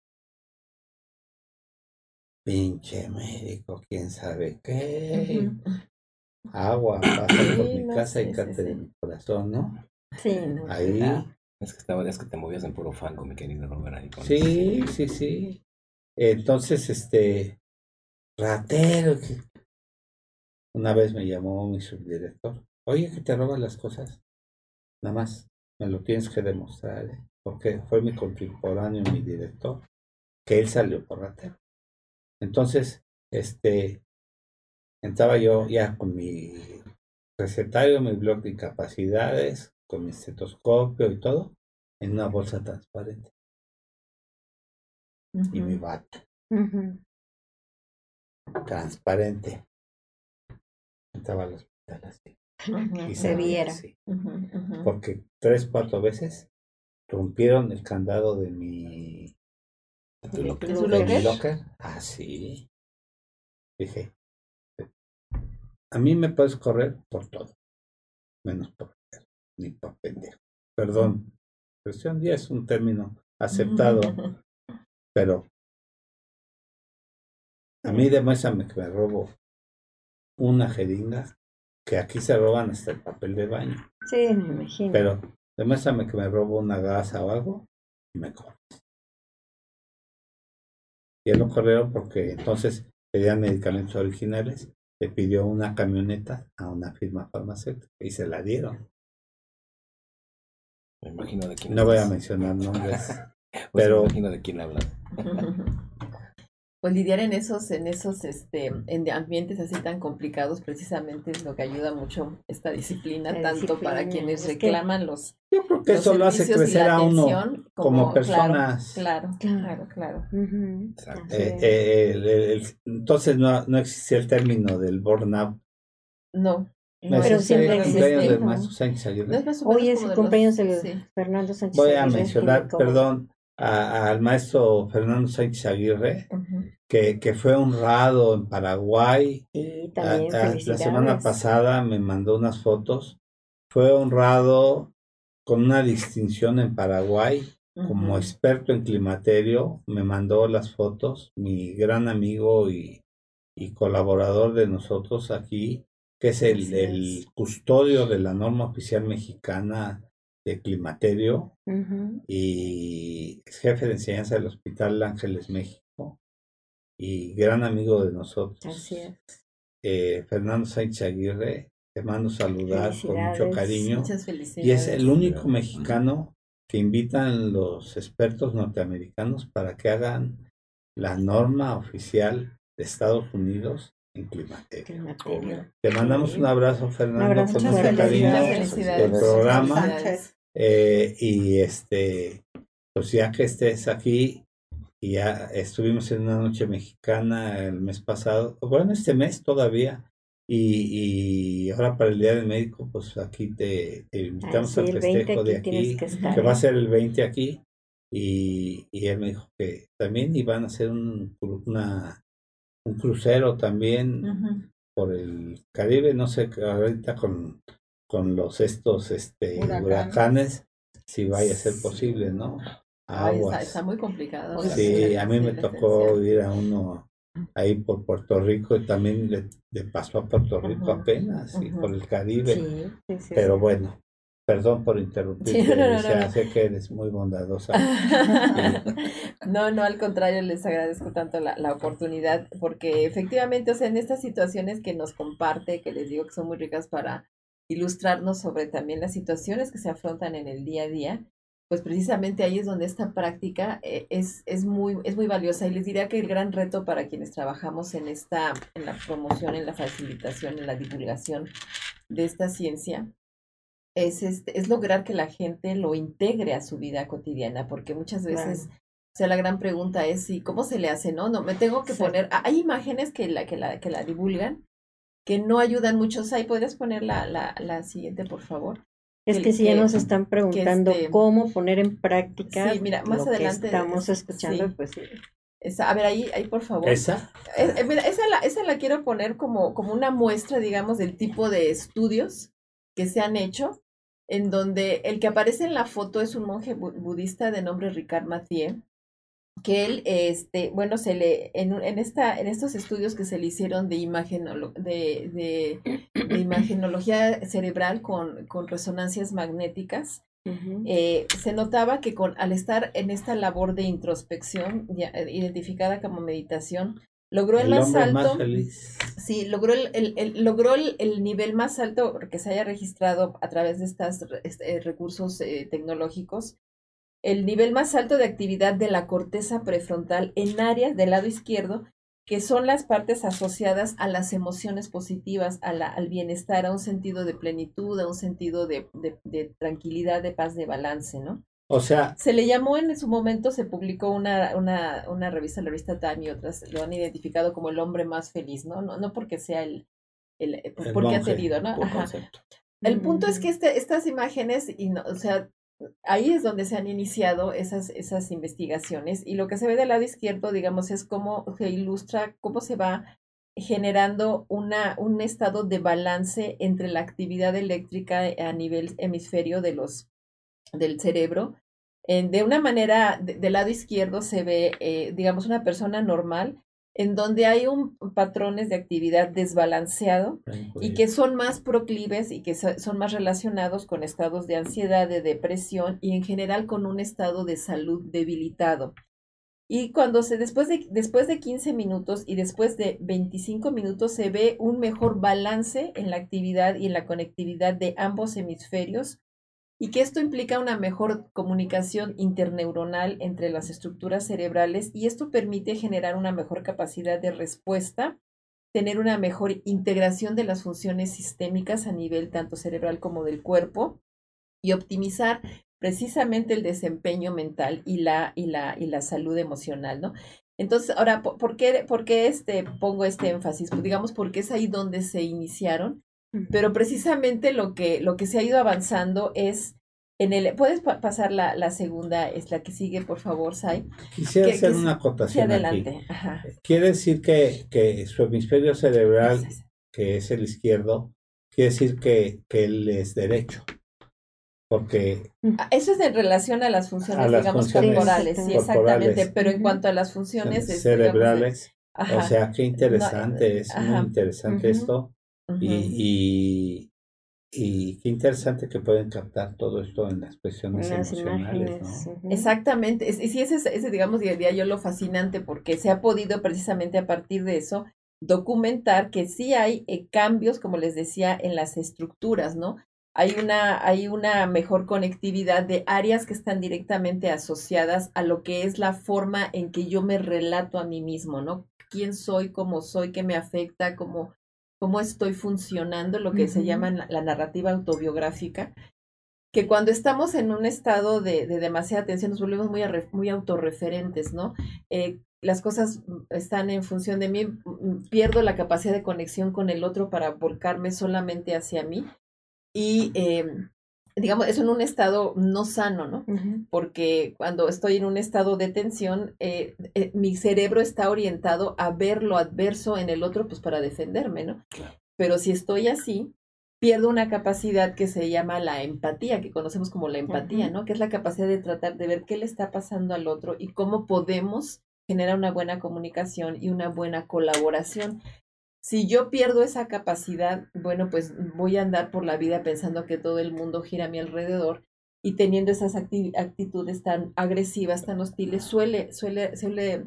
pinche médico, quién sabe qué. Ujú. Agua, pasa por Sí, mi no, casa y sí, cate sí, de sí. mi corazón, ¿no? Sí, no. Ahí, cuidado. Es que estaba, es que te movías en puro fango, mi querido Robert, ahí con sí, ese- sí, sí. Entonces, este, ratero. que- Una vez me llamó mi subdirector. Oye, que te roban las cosas. Nada más, me lo tienes que demostrar, ¿eh? Porque fue mi contemporáneo, mi director, que él salió por ratero. Entonces, este, entraba yo ya con mi recetario, mi blog de incapacidades, con mi estetoscopio y todo, en una bolsa transparente. Y mi Ujú. bata, Ujú. transparente. Entraba al hospital así. Ujú, Y Se salía viera. así. ujú, ujú. Porque tres, cuatro veces rompieron el candado de mi, de tu locker. ¿De su de mi locker? locker. Ah, sí. Dije, a mí me puedes correr por todo, menos por perro, ni por pendejo. Perdón, cuestión ya es un término aceptado, pero a mí demuéstrame que me robo una jeringa, que aquí se roban hasta el papel de baño, Sí, me imagino. pero demuéstrame que me robo una gasa o algo y me corres. Y él lo corrieron porque entonces pedían medicamentos originales, le pidió una camioneta a una firma farmacéutica y se la dieron. Me imagino de quién No voy a hablas. mencionar nombres, Pues pero- me imagino de quién hablas. Pues lidiar en esos, en esos, este, en ambientes así tan complicados, precisamente es lo que ayuda mucho esta disciplina, La tanto para disciplina, quienes es que- reclaman los, yo creo que los eso lo hace servicios y crecer la a uno atención, como claro, personas. Claro, Claro. claro, claro. Ujú. Exacto. Así Eh, es. eh, el- el- el- entonces no, no existía el término del burnout. No, Me no, Pero es siempre el cumpleaños de existió. Maestro Sánchez No Aguirre. es más o menos Hoy es como el de cumpleaños los- del sí. Fernando Sánchez Voy a Aguirre, mencionar, ginecólogo. perdón, a- al maestro Fernando Sánchez Aguirre, Ujú. que, que fue honrado en Paraguay. Y A- también a- la felicidades. semana pasada me mandó unas fotos. Fue honrado con una distinción en Paraguay como Ujú. experto en climaterio. Me mandó las fotos, mi gran amigo y, y colaborador de nosotros aquí, que es el, Así el es. custodio de la norma oficial mexicana de climaterio Ujú. y es jefe de enseñanza del Hospital Ángeles México y gran amigo de nosotros. Así es. Eh, Fernando Sánchez Aguirre, te mando saludar con mucho Felicidades. cariño. Muchas felicidades. Y es el único mexicano que invitan los expertos norteamericanos para que hagan la norma oficial de Estados Unidos en climaterio. Climaterio. Te mandamos un abrazo, Fernando, abrazo con fuerte. mucho Muchas cariño felicidades. del programa. Felicidades. Eh, y este, pues ya que estés aquí, y ya estuvimos en una noche mexicana el mes pasado, bueno, este mes todavía, y, y ahora para el Día del Médico, pues aquí te, te invitamos Así, al el veinte festejo de aquí tienes aquí, que estar, que va a ¿eh? ser el veinte aquí, y, y él me dijo que también iban a hacer un, cru- una, un crucero también Ujú. por el Caribe, no sé, ahorita con con los estos este Huracanes. huracanes, si vaya a ser posible, ¿no? Ay, Aguas. está, está muy complicado. Sí, a mí me la tocó esencia. ir a uno ahí por Puerto Rico y también le, le pasó a Puerto Rico Ujú, apenas y ujú. por el Caribe. Sí, sí, sí, Pero sí. bueno, perdón por interrumpirte, Sí, no, no, no, Alicia, no. sé que eres muy bondadosa. No, no, al contrario, les agradezco tanto la, la oportunidad, porque efectivamente, o sea, en estas situaciones que nos comparte, que les digo que son muy ricas para ilustrarnos sobre también las situaciones que se afrontan en el día a día, pues precisamente ahí es donde esta práctica eh, es, es muy, es muy valiosa. Y les diría que el gran reto para quienes trabajamos en esta, en la promoción, en la facilitación, en la divulgación de esta ciencia, es, este, es lograr que la gente lo integre a su vida cotidiana, porque muchas veces, Claro. o sea, la gran pregunta es, ¿y cómo se le hace? No, no, me tengo que Sí. poner, ah, hay imágenes que la, que la, que la divulgan, que no ayudan mucho. Sai, ¿podrías poner la, la, la siguiente, por favor? Es Que- que si ya que- nos están preguntando este, cómo poner en práctica sí, mira, más lo que adelante, estamos es- escuchando, sí. pues sí. Esa- a ver, ahí, ahí, por favor. ¿Esa? Eh, eh, mira, esa la, esa la quiero poner como, como una muestra, digamos, del tipo de estudios que se han hecho, en donde el que aparece en la foto es un monje bu- budista de nombre Ricard Mathieu, que él, este, bueno, se le, en, en esta, en estos estudios que se le hicieron de imagenolo- de, de, de imagenología cerebral con, con resonancias magnéticas, Ujú. eh, se notaba que con, al estar en esta labor de introspección, ya, eh, identificada como meditación, logró el, El más hombre alto, más feliz. sí, logró el, el, el- logró el, el nivel más alto que se haya registrado a través de estos recursos eh, tecnológicos, el nivel más alto de actividad de la corteza prefrontal en áreas del lado izquierdo, que son las partes asociadas a las emociones positivas, a la, al bienestar, a un sentido de plenitud, a un sentido de, de, de tranquilidad, de paz, de balance, ¿no? O sea, Se le llamó en su momento, se publicó una, una, una revista, la revista Time, y otras lo han identificado como el hombre más feliz, ¿no? No, no porque sea el, el, eh, El porque ha monje, tenido, ¿no? Por Ajá. concepto. El punto es que Ujú. este, estas imágenes, y no, o sea, ahí es donde se han iniciado esas, esas investigaciones, y lo que se ve del lado izquierdo, digamos, es cómo se ilustra, cómo se va generando una, un estado de balance entre la actividad eléctrica a nivel hemisferio de los, del cerebro. En, de una manera, de, del lado izquierdo se ve, eh, digamos, una persona normal, en donde hay un patrones de actividad desbalanceado y que son más proclives y que so, son más relacionados con estados de ansiedad, de depresión y en general con un estado de salud debilitado. Y cuando se, después de, después de quince minutos y después de veinticinco minutos se ve un mejor balance en la actividad y en la conectividad de ambos hemisferios, y que esto implica una mejor comunicación interneuronal entre las estructuras cerebrales, y esto permite generar una mejor capacidad de respuesta, tener una mejor integración de las funciones sistémicas a nivel tanto cerebral como del cuerpo, y optimizar precisamente el desempeño mental y la, y la, y la salud emocional, ¿no? Entonces, ahora, ¿por qué, por qué este, pongo este énfasis? Pues digamos, porque es ahí donde se iniciaron, pero precisamente lo que, lo que se ha ido avanzando es en el... ¿Puedes pa pasar la, la segunda, es la que sigue, por favor, Sai? Quisiera que, hacer que, una acotación sí, adelante. aquí. Ajá. Quiere decir que, que su hemisferio cerebral, que es el izquierdo, quiere decir que, que él es derecho. Porque eso es en relación a las funciones, a las digamos, funciones corporales, sí, exactamente, corporales, pero en cuanto a las funciones es, cerebrales, digamos, de, o sea, qué interesante, no, es ajá, muy interesante uh-huh, esto, uh-huh. y, y, y qué interesante que pueden captar todo esto en las cuestiones las emocionales, imágenes, ¿no? Uh-huh. Exactamente, y sí, ese, ese, digamos, diría yo lo fascinante, porque se ha podido precisamente a partir de eso documentar que sí hay eh, cambios, como les decía, en las estructuras, ¿no? Hay una, hay una mejor conectividad de áreas que están directamente asociadas a lo que es la forma en que yo me relato a mí mismo, ¿no? ¿Quién soy? ¿Cómo soy? ¿Qué me afecta? ¿Cómo, cómo estoy funcionando? Lo que uh-huh. se llama la, la narrativa autobiográfica. Que cuando estamos en un estado de, de demasiada tensión nos volvemos muy, muy autorreferentes, ¿no? Eh, las cosas están en función de mí, pierdo la capacidad de conexión con el otro para volcarme solamente hacia mí. Y, eh, digamos, eso en un estado no sano, ¿no? Uh-huh. Porque cuando estoy en un estado de tensión, eh, eh, mi cerebro está orientado a ver lo adverso en el otro, pues para defenderme, ¿no? Pero si estoy así, pierdo una capacidad que se llama la empatía, que conocemos como la empatía, uh-huh. ¿no? Que es la capacidad de tratar de ver qué le está pasando al otro y cómo podemos generar una buena comunicación y una buena colaboración. Si yo pierdo esa capacidad, bueno, pues voy a andar por la vida pensando que todo el mundo gira a mi alrededor y teniendo esas acti- actitudes tan agresivas, tan hostiles, suele, suele, suele,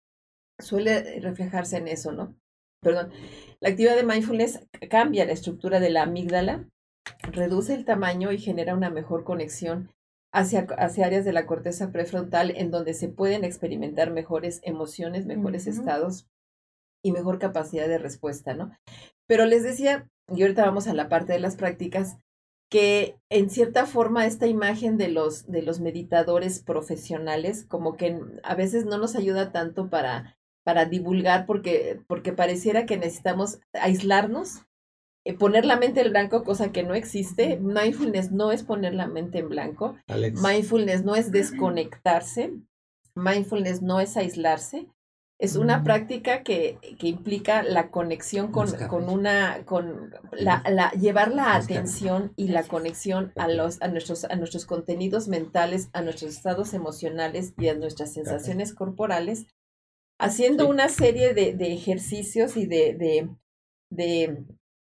suele reflejarse en eso, ¿no? Perdón. La actividad de mindfulness cambia la estructura de la amígdala, reduce el tamaño y genera una mejor conexión hacia, hacia áreas de la corteza prefrontal en donde se pueden experimentar mejores emociones, mejores uh-huh. estados y mejor capacidad de respuesta, ¿no? Pero les decía, y ahorita vamos a la parte de las prácticas, que en cierta forma esta imagen de los, de los meditadores profesionales como que a veces no nos ayuda tanto para, para divulgar porque, porque pareciera que necesitamos aislarnos, eh, poner la mente en blanco, cosa que no existe. Mindfulness no es poner la mente en blanco. Alex. Mindfulness no es desconectarse. Mindfulness no es aislarse. Es una mm. práctica que, que implica la conexión con, con una, con la, la, llevar la atención y la conexión a los, a nuestros, a nuestros contenidos mentales, a nuestros estados emocionales y a nuestras sensaciones corporales, haciendo sí. una serie de, de ejercicios y de, de, de,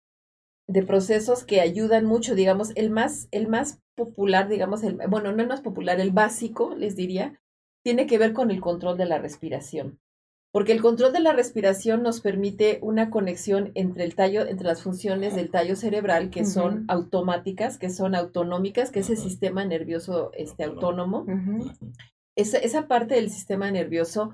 de procesos que ayudan mucho, digamos, el más, el más popular, digamos, el, bueno, no el más popular, el básico, les diría, tiene que ver con el control de la respiración. Porque el control de la respiración nos permite una conexión entre el tallo, entre las funciones del tallo cerebral que uh-huh. son automáticas, que son autonómicas, que es el sistema nervioso este, autónomo. Uh-huh. Esa, esa parte del sistema nervioso,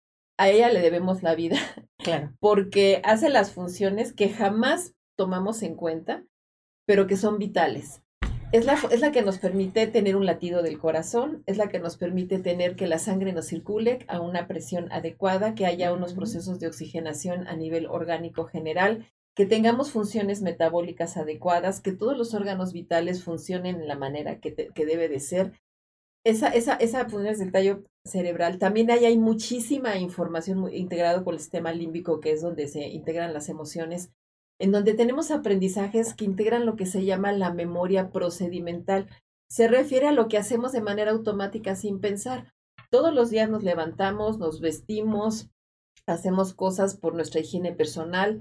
a ella le debemos la vida, claro. porque hace las funciones que jamás tomamos en cuenta, pero que son vitales. Es la, es la que nos permite tener un latido del corazón, es la que nos permite tener que la sangre nos circule a una presión adecuada, que haya unos procesos de oxigenación a nivel orgánico general, que tengamos funciones metabólicas adecuadas, que todos los órganos vitales funcionen en la manera que, te, que debe de ser. Esa, esa, esa función del tallo cerebral, también ahí hay muchísima información integrada con el sistema límbico, que es donde se integran las emociones, en donde tenemos aprendizajes que integran lo que se llama la memoria procedimental. Se refiere a lo que hacemos de manera automática sin pensar. Todos los días nos levantamos, nos vestimos, hacemos cosas por nuestra higiene personal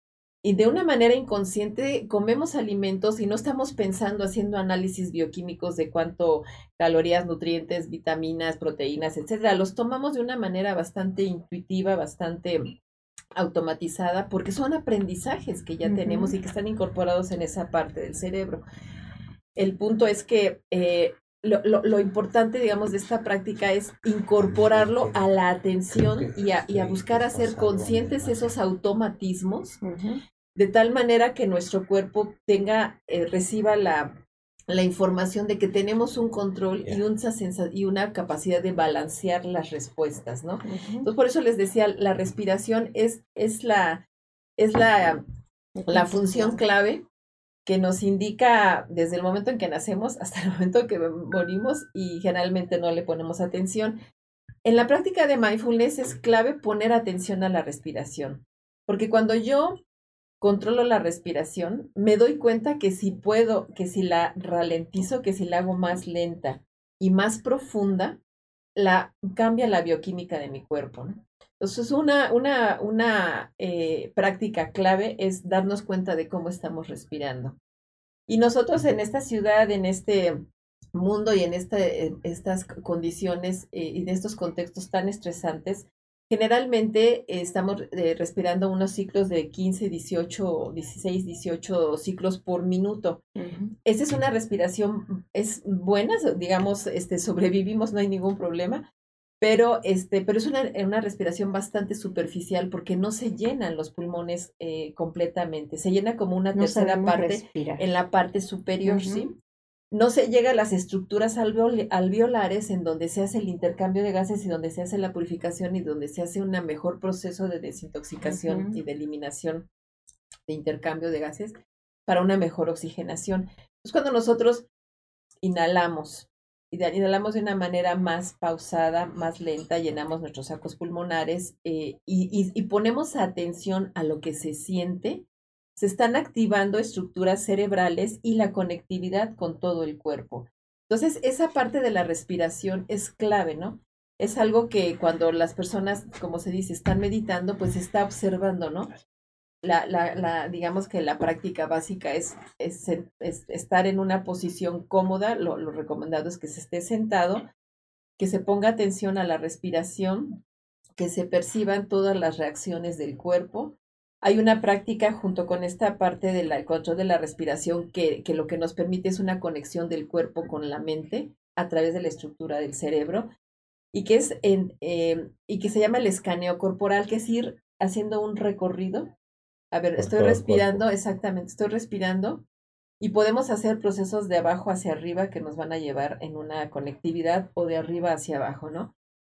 y de una manera inconsciente comemos alimentos y no estamos pensando, haciendo análisis bioquímicos de cuánto calorías, nutrientes, vitaminas, proteínas, etcétera. Los tomamos de una manera bastante intuitiva, bastante automatizada, porque son aprendizajes que ya uh-huh. tenemos y que están incorporados en esa parte del cerebro. El punto es que eh, lo, lo, lo importante, digamos, de esta práctica es incorporarlo a la atención y a, y a buscar hacer conscientes esos automatismos, uh-huh. de tal manera que nuestro cuerpo tenga, eh, reciba la, la información de que tenemos un control yeah. y, un, y una capacidad de balancear las respuestas, ¿no? Uh-huh. Entonces, por eso les decía, la respiración es, es, la, es la, la función clave que nos indica desde el momento en que nacemos hasta el momento en que morimos y generalmente no le ponemos atención. En la práctica de mindfulness es clave poner atención a la respiración, porque cuando yo controlo la respiración, me doy cuenta que si puedo, que si la ralentizo, que si la hago más lenta y más profunda, la cambia la bioquímica de mi cuerpo, ¿no? Entonces, una, una, una eh, práctica clave es darnos cuenta de cómo estamos respirando. Y nosotros en esta ciudad, en este mundo y en este, estas condiciones eh, y en estos contextos tan estresantes, generalmente eh, estamos eh, respirando unos ciclos de quince, dieciocho, dieciséis, dieciocho ciclos por minuto. Uh-huh. Esa es una respiración, es buena, digamos, este, sobrevivimos, no hay ningún problema, pero, este, pero es una, una respiración bastante superficial porque no se llenan los pulmones eh, completamente, se llena como una no tercera parte respirar. En la parte superior, uh-huh. ¿sí? No se llega a las estructuras alveolares en donde se hace el intercambio de gases y donde se hace la purificación y donde se hace un mejor proceso de desintoxicación uh-huh. y de eliminación de intercambio de gases para una mejor oxigenación. Es cuando nosotros inhalamos, inhalamos de una manera más pausada, más lenta, llenamos nuestros sacos pulmonares eh, y, y, y ponemos atención a lo que se siente se están activando estructuras cerebrales y la conectividad con todo el cuerpo. Entonces, esa parte de la respiración es clave, ¿no? Es algo que cuando las personas, como se dice, están meditando, pues se está observando, ¿no? La, la, la, digamos que la práctica básica es, es, es estar en una posición cómoda. Lo, lo recomendado es que se esté sentado, que se ponga atención a la respiración, que se perciban todas las reacciones del cuerpo. Hay una práctica junto con esta parte del control de la respiración que, que lo que nos permite es una conexión del cuerpo con la mente a través de la estructura del cerebro y que, es en, eh, y que se llama el escaneo corporal, que es ir haciendo un recorrido. A ver, estoy respirando, exactamente, estoy respirando y podemos hacer procesos de abajo hacia arriba que nos van a llevar en una conectividad o de arriba hacia abajo, ¿no?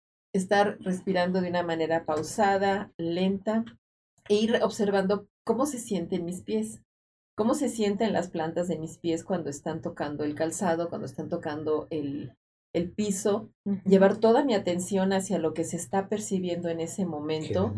Estar respirando de una manera pausada, lenta, e ir observando cómo se sienten mis pies, cómo se sienten las plantas de mis pies cuando están tocando el calzado, cuando están tocando el, el piso, uh-huh. Llevar toda mi atención hacia lo que se está percibiendo en ese momento,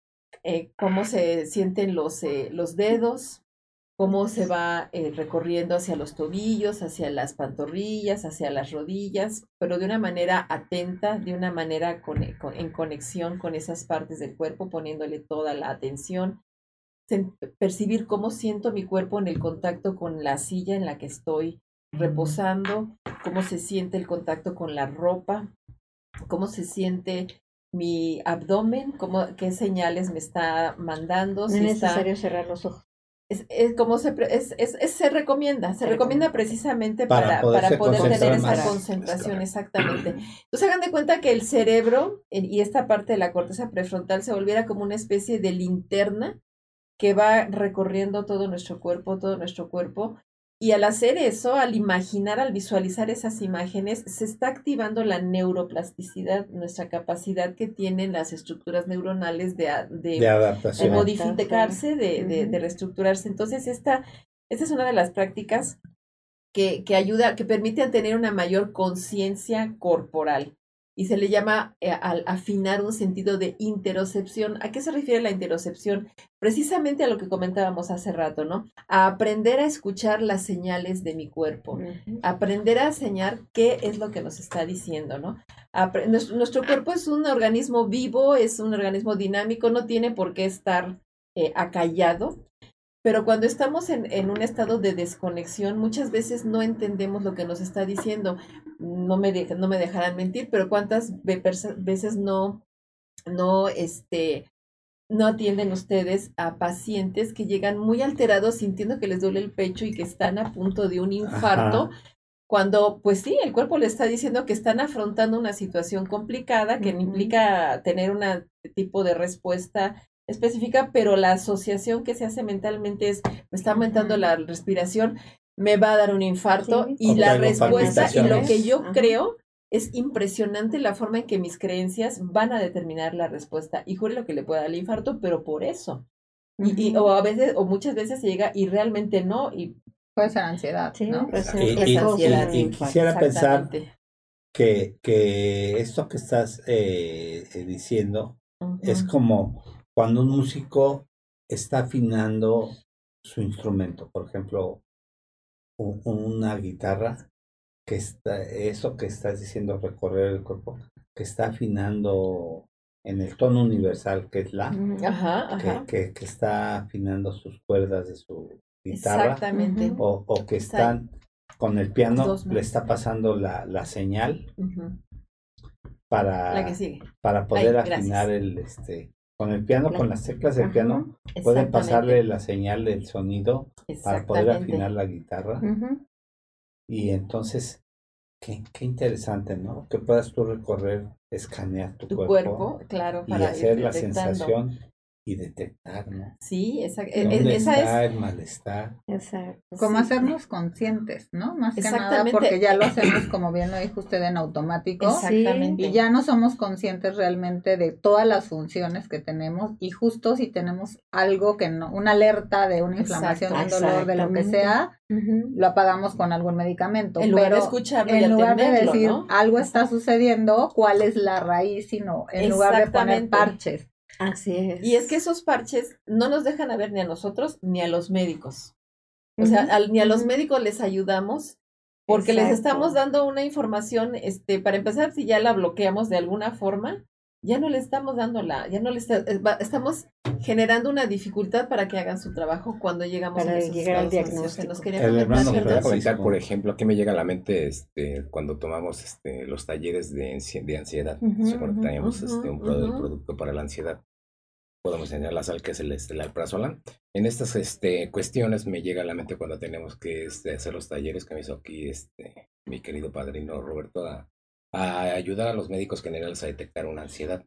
eh, cómo se sienten los, eh, los dedos, cómo se va eh, recorriendo hacia los tobillos, hacia las pantorrillas, hacia las rodillas, pero de una manera atenta, de una manera con, con, en conexión con esas partes del cuerpo, poniéndole toda la atención, Sen, percibir cómo siento mi cuerpo en el contacto con la silla en la que estoy reposando, cómo se siente el contacto con la ropa, cómo se siente mi abdomen, cómo, qué señales me está mandando. No si es necesario está, cerrar los ojos. Es, es como se, es, es, es, se recomienda, se, se recomienda, recomienda precisamente para, para, para poder tener esa más. concentración, exactamente. Entonces hagan de cuenta que el cerebro y esta parte de la corteza prefrontal se volviera como una especie de linterna que va recorriendo todo nuestro cuerpo, todo nuestro cuerpo. Y al hacer eso, al imaginar, al visualizar esas imágenes, se está activando la neuroplasticidad, nuestra capacidad que tienen las estructuras neuronales de, de, de adaptación, de modificarse, de, de, de reestructurarse. Entonces, esta, esta es una de las prácticas que, que ayuda, que permiten tener una mayor conciencia corporal. Y se le llama eh, al afinar un sentido de interocepción. ¿A qué se refiere la interocepción? Precisamente a lo que comentábamos hace rato, ¿no? A aprender a escuchar las señales de mi cuerpo, uh-huh. Aprender a enseñar qué es lo que nos está diciendo, ¿no? Apre- nuestro, nuestro cuerpo es un organismo vivo, es un organismo dinámico, no tiene por qué estar eh, acallado. Pero cuando estamos en, en un estado de desconexión, muchas veces no entendemos lo que nos está diciendo. No me, de, no me dejarán mentir, pero cuántas veces no, no, este, no atienden ustedes a pacientes que llegan muy alterados, sintiendo que les duele el pecho y que están a punto de un infarto. Ajá. Cuando, pues sí, el cuerpo le está diciendo que están afrontando una situación complicada que uh-huh. implica tener un tipo de respuesta específica, pero la asociación que se hace mentalmente es, me está aumentando la respiración, me va a dar un infarto, sí, y la respuesta y lo que yo Ajá. creo es impresionante la forma en que mis creencias van a determinar la respuesta, y jure lo que le pueda dar el infarto, pero por eso, uh-huh. y, y, o a veces, o muchas veces se llega y realmente no, y puede ser ansiedad, sí, ¿no? Puede ser, y, es y, ansiedad, y, y quisiera pensar que, que esto que estás eh, diciendo uh-huh. es como cuando un músico está afinando su instrumento, por ejemplo, un, una guitarra, que está, eso que estás diciendo, recorrer el cuerpo, que está afinando en el tono universal, que es la, ajá, ajá. Que, que, que está afinando sus cuerdas de su guitarra, exactamente, o, o que están con el piano, Dos le está pasando la, la señal uh-huh. para, la que sigue. para poder Ay, afinar gracias. el este con el piano, la, con las teclas del ajá, piano, pueden pasarle la señal del sonido para poder afinar la guitarra. Uh-huh. Y entonces, qué, qué interesante, ¿no? Que puedas tú recorrer, escanear tu, tu cuerpo, cuerpo, claro, y para hacer la sensación y detectar, ¿no? Sí, esa, ¿Dónde esa está es el malestar? Exacto. Como sí. hacernos conscientes, ¿no? Más que nada porque ya lo hacemos, como bien lo dijo usted, en automático. Exactamente. Y ya no somos conscientes realmente de todas las funciones que tenemos, y justo si tenemos algo que no, una alerta de una inflamación, Exacto. un dolor, de lo que sea, uh-huh. lo apagamos con algún medicamento. En lugar pero de escucharlo en y lugar de decir ¿no? algo está sucediendo, ¿cuál es la raíz? Sino en lugar de poner parches. Así es. Y es que esos parches no nos dejan a ver ni a nosotros ni a los médicos. O sea, al, ni a los médicos les ayudamos porque Exacto. les estamos dando una información, este, para empezar, si ya la bloqueamos de alguna forma, ya no le estamos dando la, ya no le está, estamos generando una dificultad para que hagan su trabajo cuando llegamos para a esos llegar al diagnóstico. Nos quería El hermano comentar, comentar, por ejemplo, que me llega a la mente este, cuando tomamos este, los talleres de, de ansiedad, uh-huh, o sea, cuando teníamos uh-huh, este, un uh-huh. producto para la ansiedad. Podemos enseñar la sal que es el, este, el alprazolam. En estas este, cuestiones me llega a la mente cuando tenemos que este, hacer los talleres que me hizo aquí este, mi querido padrino Roberto a, a ayudar a los médicos generales a detectar una ansiedad.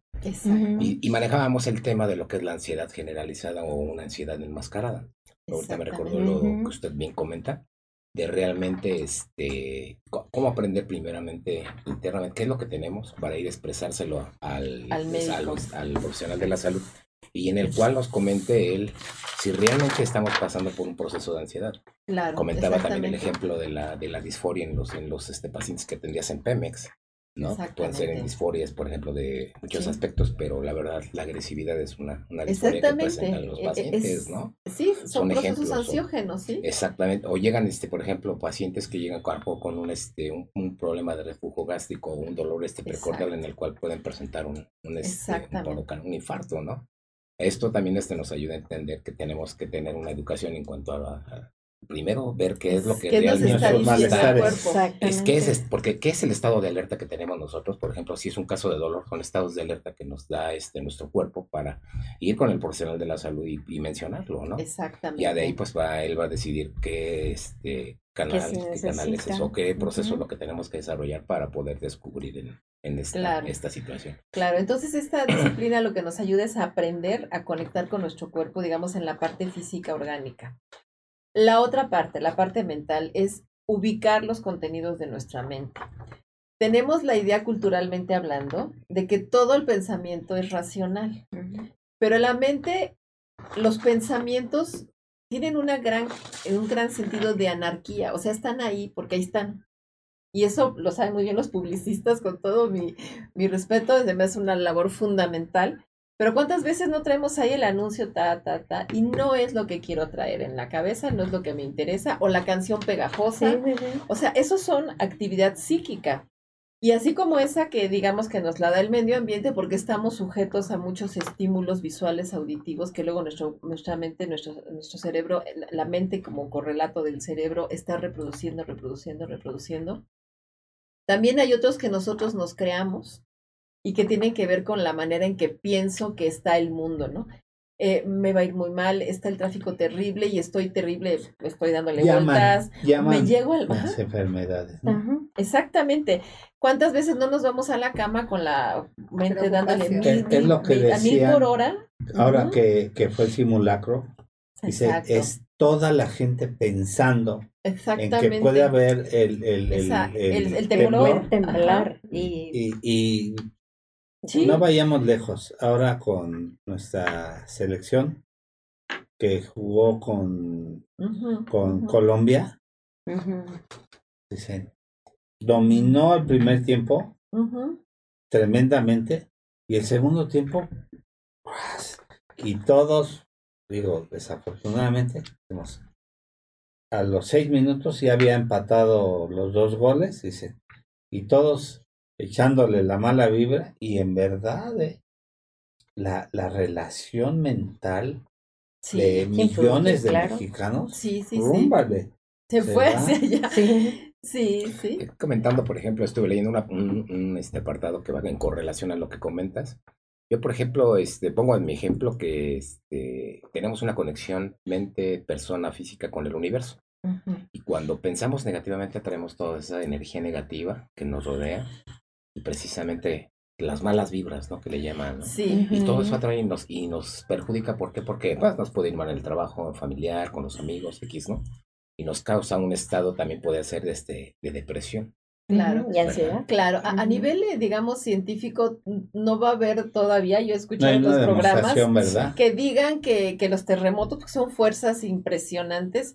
Y, y manejábamos el tema de lo que es la ansiedad generalizada o una ansiedad enmascarada. Ahorita me recordó lo que usted bien comenta, de realmente este, cómo aprender primeramente internamente qué es lo que tenemos para ir a expresárselo al, al, pues, al, al profesional de la salud. Y en el cual nos comente él si realmente estamos pasando por un proceso de ansiedad. Claro, comentaba también el ejemplo de la, de la disforia en los, en los este, pacientes que atendías en Pemex, ¿no? Pueden ser en disforias, por ejemplo, de muchos sí. aspectos, pero la verdad, la agresividad es una, una disforia que presentan los pacientes, es, ¿no? Sí, son, son procesos ejemplos, ansiógenos, ¿sí? Exactamente. O llegan, este, por ejemplo, pacientes que llegan con un, este, un, un problema de reflujo gástrico o un dolor este precordial en el cual pueden presentar un, un, este, un, un infarto, ¿no? Esto también este nos ayuda a entender que tenemos que tener una educación en cuanto a, a primero ver qué es lo que realmente está nos está, es qué es porque qué es el estado de alerta que tenemos nosotros, por ejemplo, si es un caso de dolor, son estados de alerta que nos da este nuestro cuerpo para ir con el profesional de la salud y, y mencionarlo, ¿no? Exactamente. Ya de ahí pues va él va a decidir qué este canal, qué canales es o qué proceso uh-huh. es lo que tenemos que desarrollar para poder descubrir en, en esta, claro. esta situación. Claro, entonces esta disciplina lo que nos ayuda es a aprender a conectar con nuestro cuerpo, digamos, en la parte física orgánica. La otra parte, la parte mental, es ubicar los contenidos de nuestra mente. Tenemos la idea culturalmente hablando de que todo el pensamiento es racional, uh-huh. pero la mente, los pensamientos tienen una gran, un gran sentido de anarquía, o sea, están ahí porque ahí están. Y eso lo saben muy bien los publicistas, con todo mi, mi respeto, además es una labor fundamental. Pero ¿cuántas veces no traemos ahí el anuncio ta, ta, ta? Y no es lo que quiero traer en la cabeza, no es lo que me interesa, o la canción pegajosa. Sí, sí, sí. O sea, eso son actividad psíquica. Y así como esa que digamos que nos la da el medio ambiente, porque estamos sujetos a muchos estímulos visuales, auditivos, que luego nuestro, nuestra mente, nuestro, nuestro cerebro, la mente como correlato del cerebro, está reproduciendo, reproduciendo, reproduciendo. También hay otros que nosotros nos creamos y que tienen que ver con la manera en que pienso que está el mundo, ¿no? Eh, me va a ir muy mal, está el tráfico terrible y estoy terrible, estoy dándole llaman, vueltas, llaman me llego al... las enfermedades, ¿no? Uh-huh. Exactamente. ¿Cuántas veces no nos vamos a la cama con la mente dándole mil, es, es lo que mil, decían, a mil por hora? Ahora uh-huh. que, que fue el simulacro, dice, es toda la gente pensando en que puede haber el, el, Esa, el, el, el, el temblor, temblar. Y, y, y ¿sí? No vayamos lejos. Ahora con nuestra selección que jugó con, uh-huh, con uh-huh. Colombia, uh-huh. dicen, dominó el primer tiempo uh-huh. tremendamente y el segundo tiempo y todos, digo, desafortunadamente, a los seis minutos ya había empatado los dos goles, dice, y todos echándole la mala vibra, y en verdad eh, la, la relación mental sí, de millones de claro. mexicanos, sí, sí, rúmbale, sí. se, se fue va. hacia allá. Sí, sí, sí. Comentando, por ejemplo, estuve leyendo una, un, un este apartado que va en correlación a lo que comentas. Yo, por ejemplo, este, pongo en mi ejemplo que este, tenemos una conexión mente-persona-física con el universo. Uh-huh. Y cuando pensamos negativamente atraemos toda esa energía negativa que nos rodea y precisamente las malas vibras, ¿no? Que le llaman, ¿no? Sí. Y todo eso atrae y nos, y nos perjudica. ¿Por qué? Porque pues, nos puede ir mal en el trabajo, familiar, con los amigos, X, ¿no? Y nos causa un estado, también puede ser de, este, de depresión. Claro, y ansiedad. Claro, a, a nivel, digamos, científico, no va a haber todavía, yo he escuchado no en los programas ¿verdad? que digan que, que los terremotos son fuerzas impresionantes,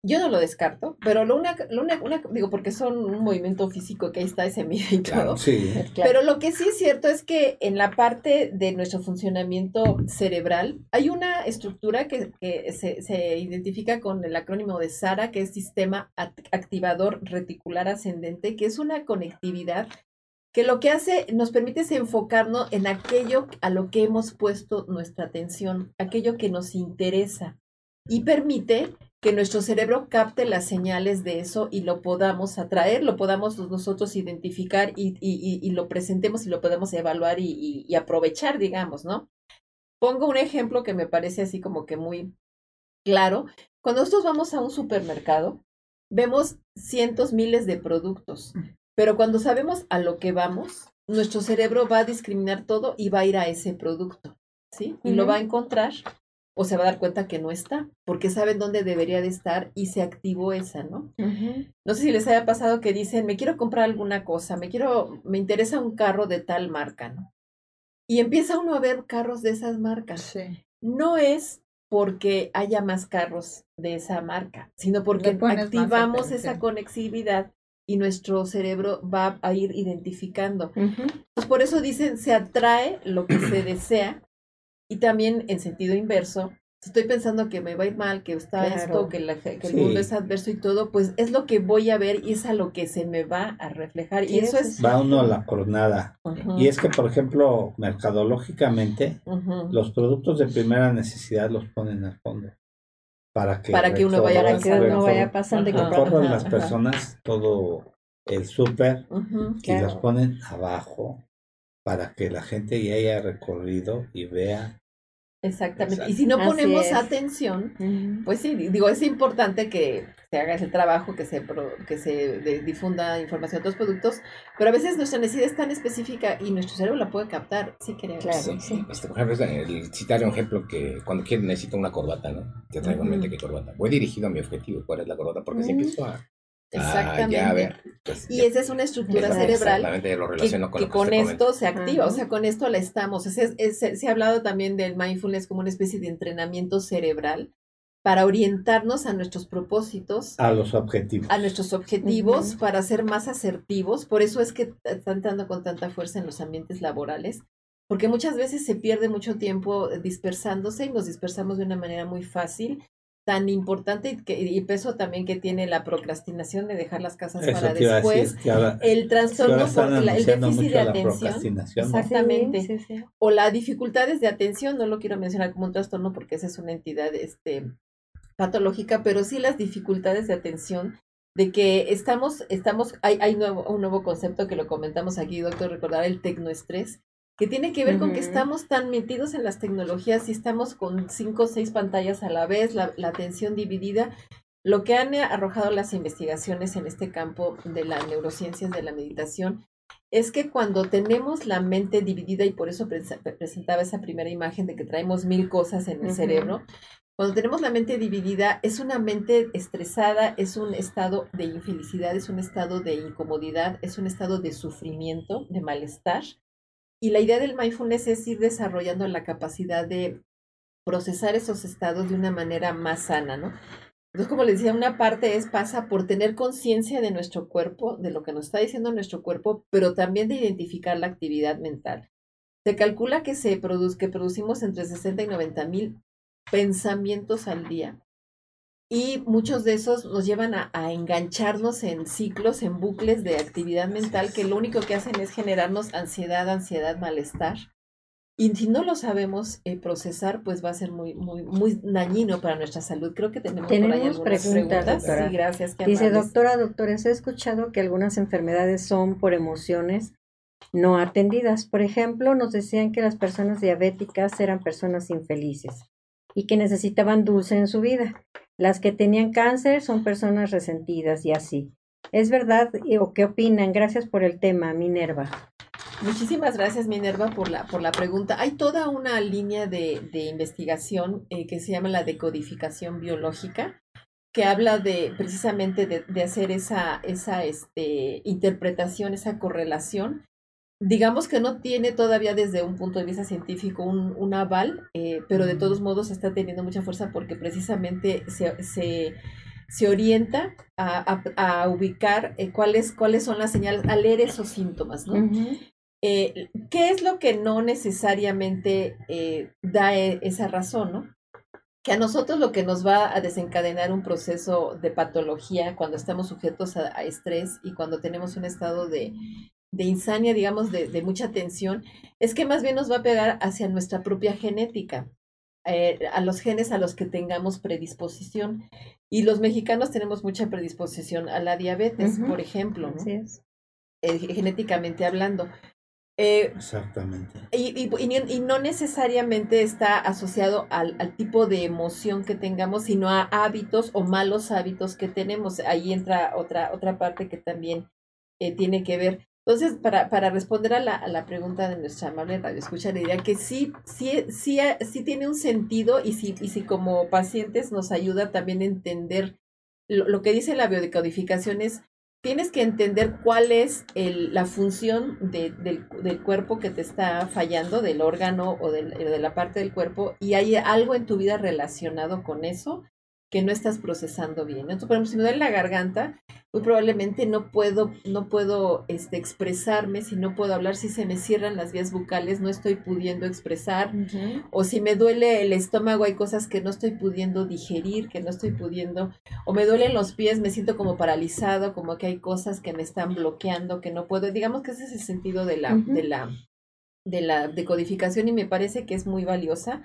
Yo no lo descarto, pero lo una, lo una, una, digo, porque son un movimiento físico que ahí está, se mide y todo. Claro, sí. Claro. Pero lo que sí es cierto es que en la parte de nuestro funcionamiento cerebral hay una estructura que, que se, se identifica con el acrónimo de SARA, que es Sistema Activador Reticular Ascendente, que es una conectividad que lo que hace, nos permite enfocarnos en aquello a lo que hemos puesto nuestra atención, aquello que nos interesa, y permite que nuestro cerebro capte las señales de eso y lo podamos atraer, lo podamos nosotros identificar y, y, y lo presentemos y lo podemos evaluar y, y, y aprovechar, digamos, ¿no? Pongo un ejemplo que me parece así como que muy claro. Cuando nosotros vamos a un supermercado, vemos cientos, miles de productos, pero cuando sabemos a lo que vamos, nuestro cerebro va a discriminar todo y va a ir a ese producto, ¿sí? Y uh-huh. lo va a encontrar, o se va a dar cuenta que no está, porque saben dónde debería de estar y se activó esa, ¿no? Uh-huh. No sé si les haya pasado que dicen, me quiero comprar alguna cosa, me quiero, me interesa un carro de tal marca, ¿no? Y empieza uno a ver carros de esas marcas. Sí. No es porque haya más carros de esa marca, sino porque activamos esa conectividad y nuestro cerebro va a ir identificando. Uh-huh. Pues por eso dicen, se atrae lo que se desea. Y también en sentido inverso, si estoy pensando que me va a ir mal, que está claro. esto, que, la, que sí. el mundo es adverso y todo, pues es lo que voy a ver y es a lo que se me va a reflejar. Y eso es... Va uno a la coronada. Uh-huh. Y es que, por ejemplo, mercadológicamente, uh-huh. los productos de primera necesidad los ponen al fondo. Para que, para que uno vaya, para que uno vaya pasando y comprando. Recorran las personas todo el súper uh-huh. y claro. los ponen abajo para que la ya haya recorrido y vea. Exactamente. Exacto. Y si no ponemos atención, uh-huh. pues sí, digo, es importante que se haga ese trabajo, que se pro, que se de, difunda información de otros productos, pero a veces nuestra necesidad es tan específica y nuestro cerebro la puede captar, sí queremos. Claro, sí. sí. Este, por ejemplo, el citar un ejemplo que cuando quiero necesito una corbata, ¿no? Te traigo uh-huh. en mente qué corbata. Voy dirigido a mi objetivo, ¿cuál es la corbata? Porque uh-huh. si empiezo a... Exactamente. Ah, ya, a ver, pues, y ya. esa es una estructura cerebral lo relaciono que, con, que con esto se activa, uh-huh. o sea, con esto la estamos. Es, es, es, se ha hablado también del mindfulness como una especie de entrenamiento cerebral para orientarnos a nuestros propósitos. A los objetivos. A nuestros objetivos, uh-huh. para ser más asertivos. Por eso es que están dando con tanta fuerza en los ambientes laborales, porque muchas veces se pierde mucho tiempo dispersándose y nos dispersamos de una manera muy fácil. Tan importante y, que, y peso también que tiene la procrastinación de dejar las cosas Eso para después, decir, ahora, el trastorno por la, el déficit de atención, exactamente, sí, sí, sí. o las dificultades de atención, no lo quiero mencionar como un trastorno porque esa es una entidad este, patológica, pero sí las dificultades de atención, de que estamos, estamos hay, hay nuevo, un nuevo concepto que lo comentamos aquí, doctor, recordar el tecnoestrés, que tiene que ver uh-huh. con que estamos tan metidos en las tecnologías y estamos con cinco o seis pantallas a la vez, la, la atención dividida. Lo que han arrojado las investigaciones en este campo de las neurociencias de la meditación es que cuando tenemos la mente dividida, y por eso pre- presentaba esa primera imagen de que traemos mil cosas en el uh-huh. cerebro, cuando tenemos la mente dividida es una mente estresada, es un estado de infelicidad, es un estado de incomodidad, es un estado de sufrimiento, de malestar. Y la idea del mindfulness es ir desarrollando la capacidad de procesar esos estados de una manera más sana, ¿no? Entonces, como les decía, una parte es pasa por tener conciencia de nuestro cuerpo, de lo que nos está diciendo nuestro cuerpo, pero también de identificar la actividad mental. Se calcula que se produce, que producimos entre sesenta y noventa mil pensamientos al día. Y muchos de esos nos llevan a, a engancharnos en ciclos, en bucles de actividad mental que lo único que hacen es generarnos ansiedad, ansiedad, malestar. Y si no lo sabemos eh, procesar, pues va a ser muy, muy, muy dañino para nuestra salud. Creo que tenemos, tenemos por ahí algunas preguntas. preguntas. Sí, gracias. Dice, doctora, doctores, he escuchado que algunas enfermedades son por emociones no atendidas. Por ejemplo, nos decían que las personas diabéticas eran personas infelices y que necesitaban dulce en su vida. Las que tenían cáncer son personas resentidas y así. ¿Es verdad o qué opinan? Gracias por el tema, Minerva. Muchísimas gracias, Minerva, por la, por la pregunta. Hay toda una línea de, de investigación eh, que se llama la decodificación biológica, que habla de precisamente de, de hacer esa, esa este, interpretación, esa correlación. Digamos que no tiene todavía desde un punto de vista científico un, un aval, eh, pero de todos modos está teniendo mucha fuerza porque precisamente se, se, se orienta a, a, a ubicar eh, cuáles, cuáles son las señales, a leer esos síntomas, ¿no? Uh-huh. Eh, ¿Qué es lo que no necesariamente eh, da e- esa razón, ¿no? Que a nosotros lo que nos va a desencadenar un proceso de patología cuando estamos sujetos a, a estrés y cuando tenemos un estado de, de insania, digamos, de, de mucha tensión, es que más bien nos va a pegar hacia nuestra propia genética, eh, a los genes a los que tengamos predisposición. Y los mexicanos tenemos mucha predisposición a la diabetes, uh-huh. por ejemplo, ¿no? Así es. Eh, genéticamente hablando. Eh, Exactamente. Y, y, y, y no necesariamente está asociado al, al tipo de emoción que tengamos, sino a hábitos o malos hábitos que tenemos. Ahí entra otra, otra parte que también eh, tiene que ver. Entonces, para, para responder a la, a la pregunta de nuestra amable radioescucha, le diría que sí, sí, sí, sí tiene un sentido y sí, y sí como pacientes nos ayuda también a entender lo, lo que dice la biodecodificación es tienes que entender cuál es el, la función de, del, del cuerpo que te está fallando, del órgano o del, de la parte del cuerpo, y hay algo en tu vida relacionado con eso que no estás procesando bien. Entonces, por ejemplo, si me duele la garganta, muy probablemente no puedo, no puedo este, expresarme, si no puedo hablar, si se me cierran las vías bucales, no estoy pudiendo expresar, uh-huh. o si me duele el estómago, hay cosas que no estoy pudiendo digerir, que no estoy pudiendo, o me duelen los pies, me siento como paralizado, como que hay cosas que me están bloqueando, que no puedo, digamos que ese es el sentido de la, uh-huh. de la, de la decodificación y me parece que es muy valiosa.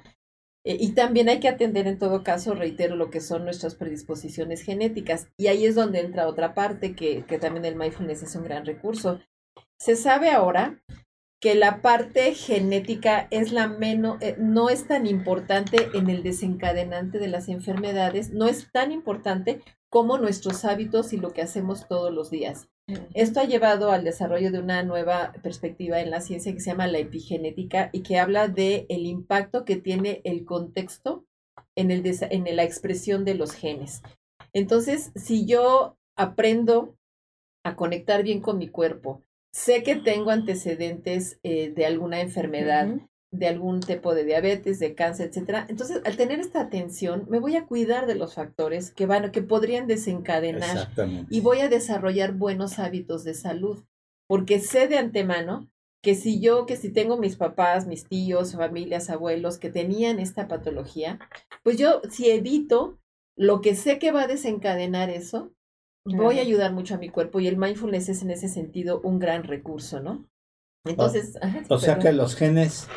Y también hay que atender en todo caso, reitero, lo que son nuestras predisposiciones genéticas. Y ahí es donde entra otra parte que, que también el mindfulness es un gran recurso. Se sabe ahora que la parte genética es la menos, eh, no es tan importante en el desencadenante de las enfermedades, no es tan importante como nuestros hábitos y lo que hacemos todos los días. Esto ha llevado al desarrollo de una nueva perspectiva en la ciencia que se llama la epigenética y que habla de el impacto que tiene el contexto en, el desa- en la expresión de los genes. Entonces, si yo aprendo a conectar bien con mi cuerpo, sé que tengo antecedentes eh, de alguna enfermedad, uh-huh. de algún tipo de diabetes, de cáncer, etcétera. Entonces, al tener esta atención, me voy a cuidar de los factores que van, que podrían desencadenar y voy a desarrollar buenos hábitos de salud, porque sé de antemano que si yo, que si tengo mis papás, mis tíos, familias, abuelos que tenían esta patología, pues yo si evito lo que sé que va a desencadenar eso, voy a ayudar mucho a mi cuerpo y el mindfulness es en ese sentido un gran recurso, ¿no? Entonces, o, ajá, o sea que los genes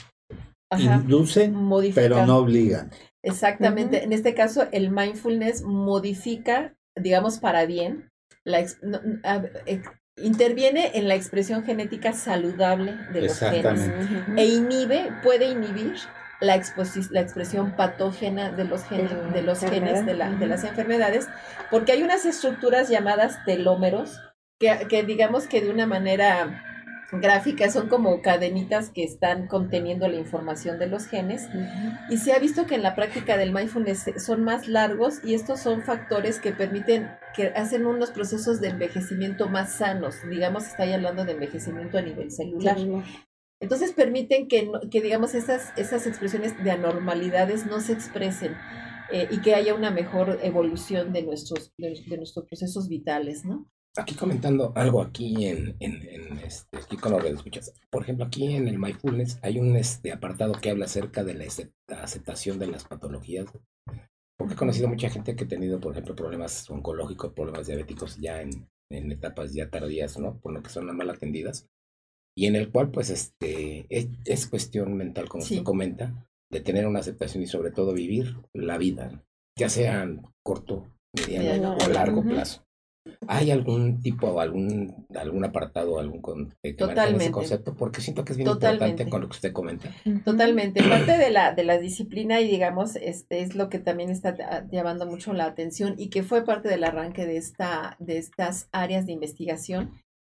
ajá, inducen, modifican, pero no obligan. Exactamente. Uh-huh. En este caso, el mindfulness modifica, digamos, para bien, la no, a, eh, interviene en la expresión genética saludable de los genes uh-huh. e inhibe, puede inhibir la, exposi- la expresión patógena de los genes, de, los genes de, la, de las enfermedades, porque hay unas estructuras llamadas telómeros que, que digamos que de una manera gráfica son como cadenitas que están conteniendo la información de los genes uh-huh. y se ha visto que en la práctica del mindfulness son más largos y estos son factores que permiten, que hacen unos procesos de envejecimiento más sanos, digamos, está ahí hablando de envejecimiento a nivel celular. Uh-huh. Entonces permiten que, que digamos, esas, esas expresiones de anormalidades no se expresen eh, y que haya una mejor evolución de nuestros, de, de nuestros procesos vitales, ¿no? Aquí comentando algo aquí en, en, en este, aquí con lo que escuchas. Por ejemplo, aquí en el mindfulness hay un este, apartado que habla acerca de la, la aceptación de las patologías. Porque he conocido mucha gente que ha tenido, por ejemplo, problemas oncológicos, problemas diabéticos ya en, en etapas ya tardías, ¿no? Por lo que son mal atendidas. Y en el cual, pues, este, es, es cuestión mental, como sí. usted comenta, de tener una aceptación y sobre todo vivir la vida, ya sea en corto, mediano o largo uh-huh. plazo. ¿Hay algún tipo o algún, algún apartado, algún con, eh, que maneje ese concepto? Porque siento que es bien Totalmente. importante con lo que usted comenta. Totalmente. Parte de la, de la disciplina y digamos, este es lo que también está llamando mucho la atención y que fue parte del arranque de, esta, de estas áreas de investigación,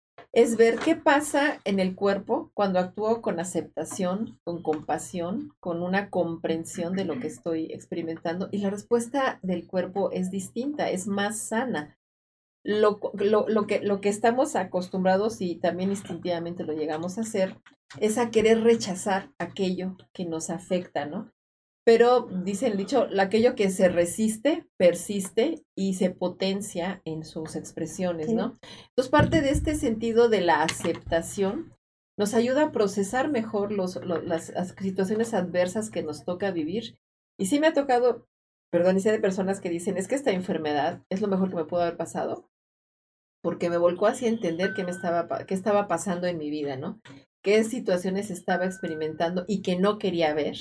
es ver qué pasa en el cuerpo cuando actúo con aceptación, con compasión, con una comprensión de lo que estoy experimentando y la respuesta del cuerpo es distinta, es más sana. Lo, lo, lo, que, lo que estamos acostumbrados y también instintivamente lo llegamos a hacer es a querer rechazar aquello que nos afecta, ¿no? pero dice el dicho, aquello que se resiste, persiste y se potencia en sus expresiones, Sí. ¿no? Entonces, parte de este sentido de la aceptación nos ayuda a procesar mejor los, los, las, las situaciones adversas que nos toca vivir. Y sí me ha tocado, perdón, y sé de personas que dicen, es que esta enfermedad es lo mejor que me pudo haber pasado, porque me volcó así a entender qué me estaba, qué estaba pasando en mi vida, ¿no? Qué situaciones estaba experimentando y que no quería ver,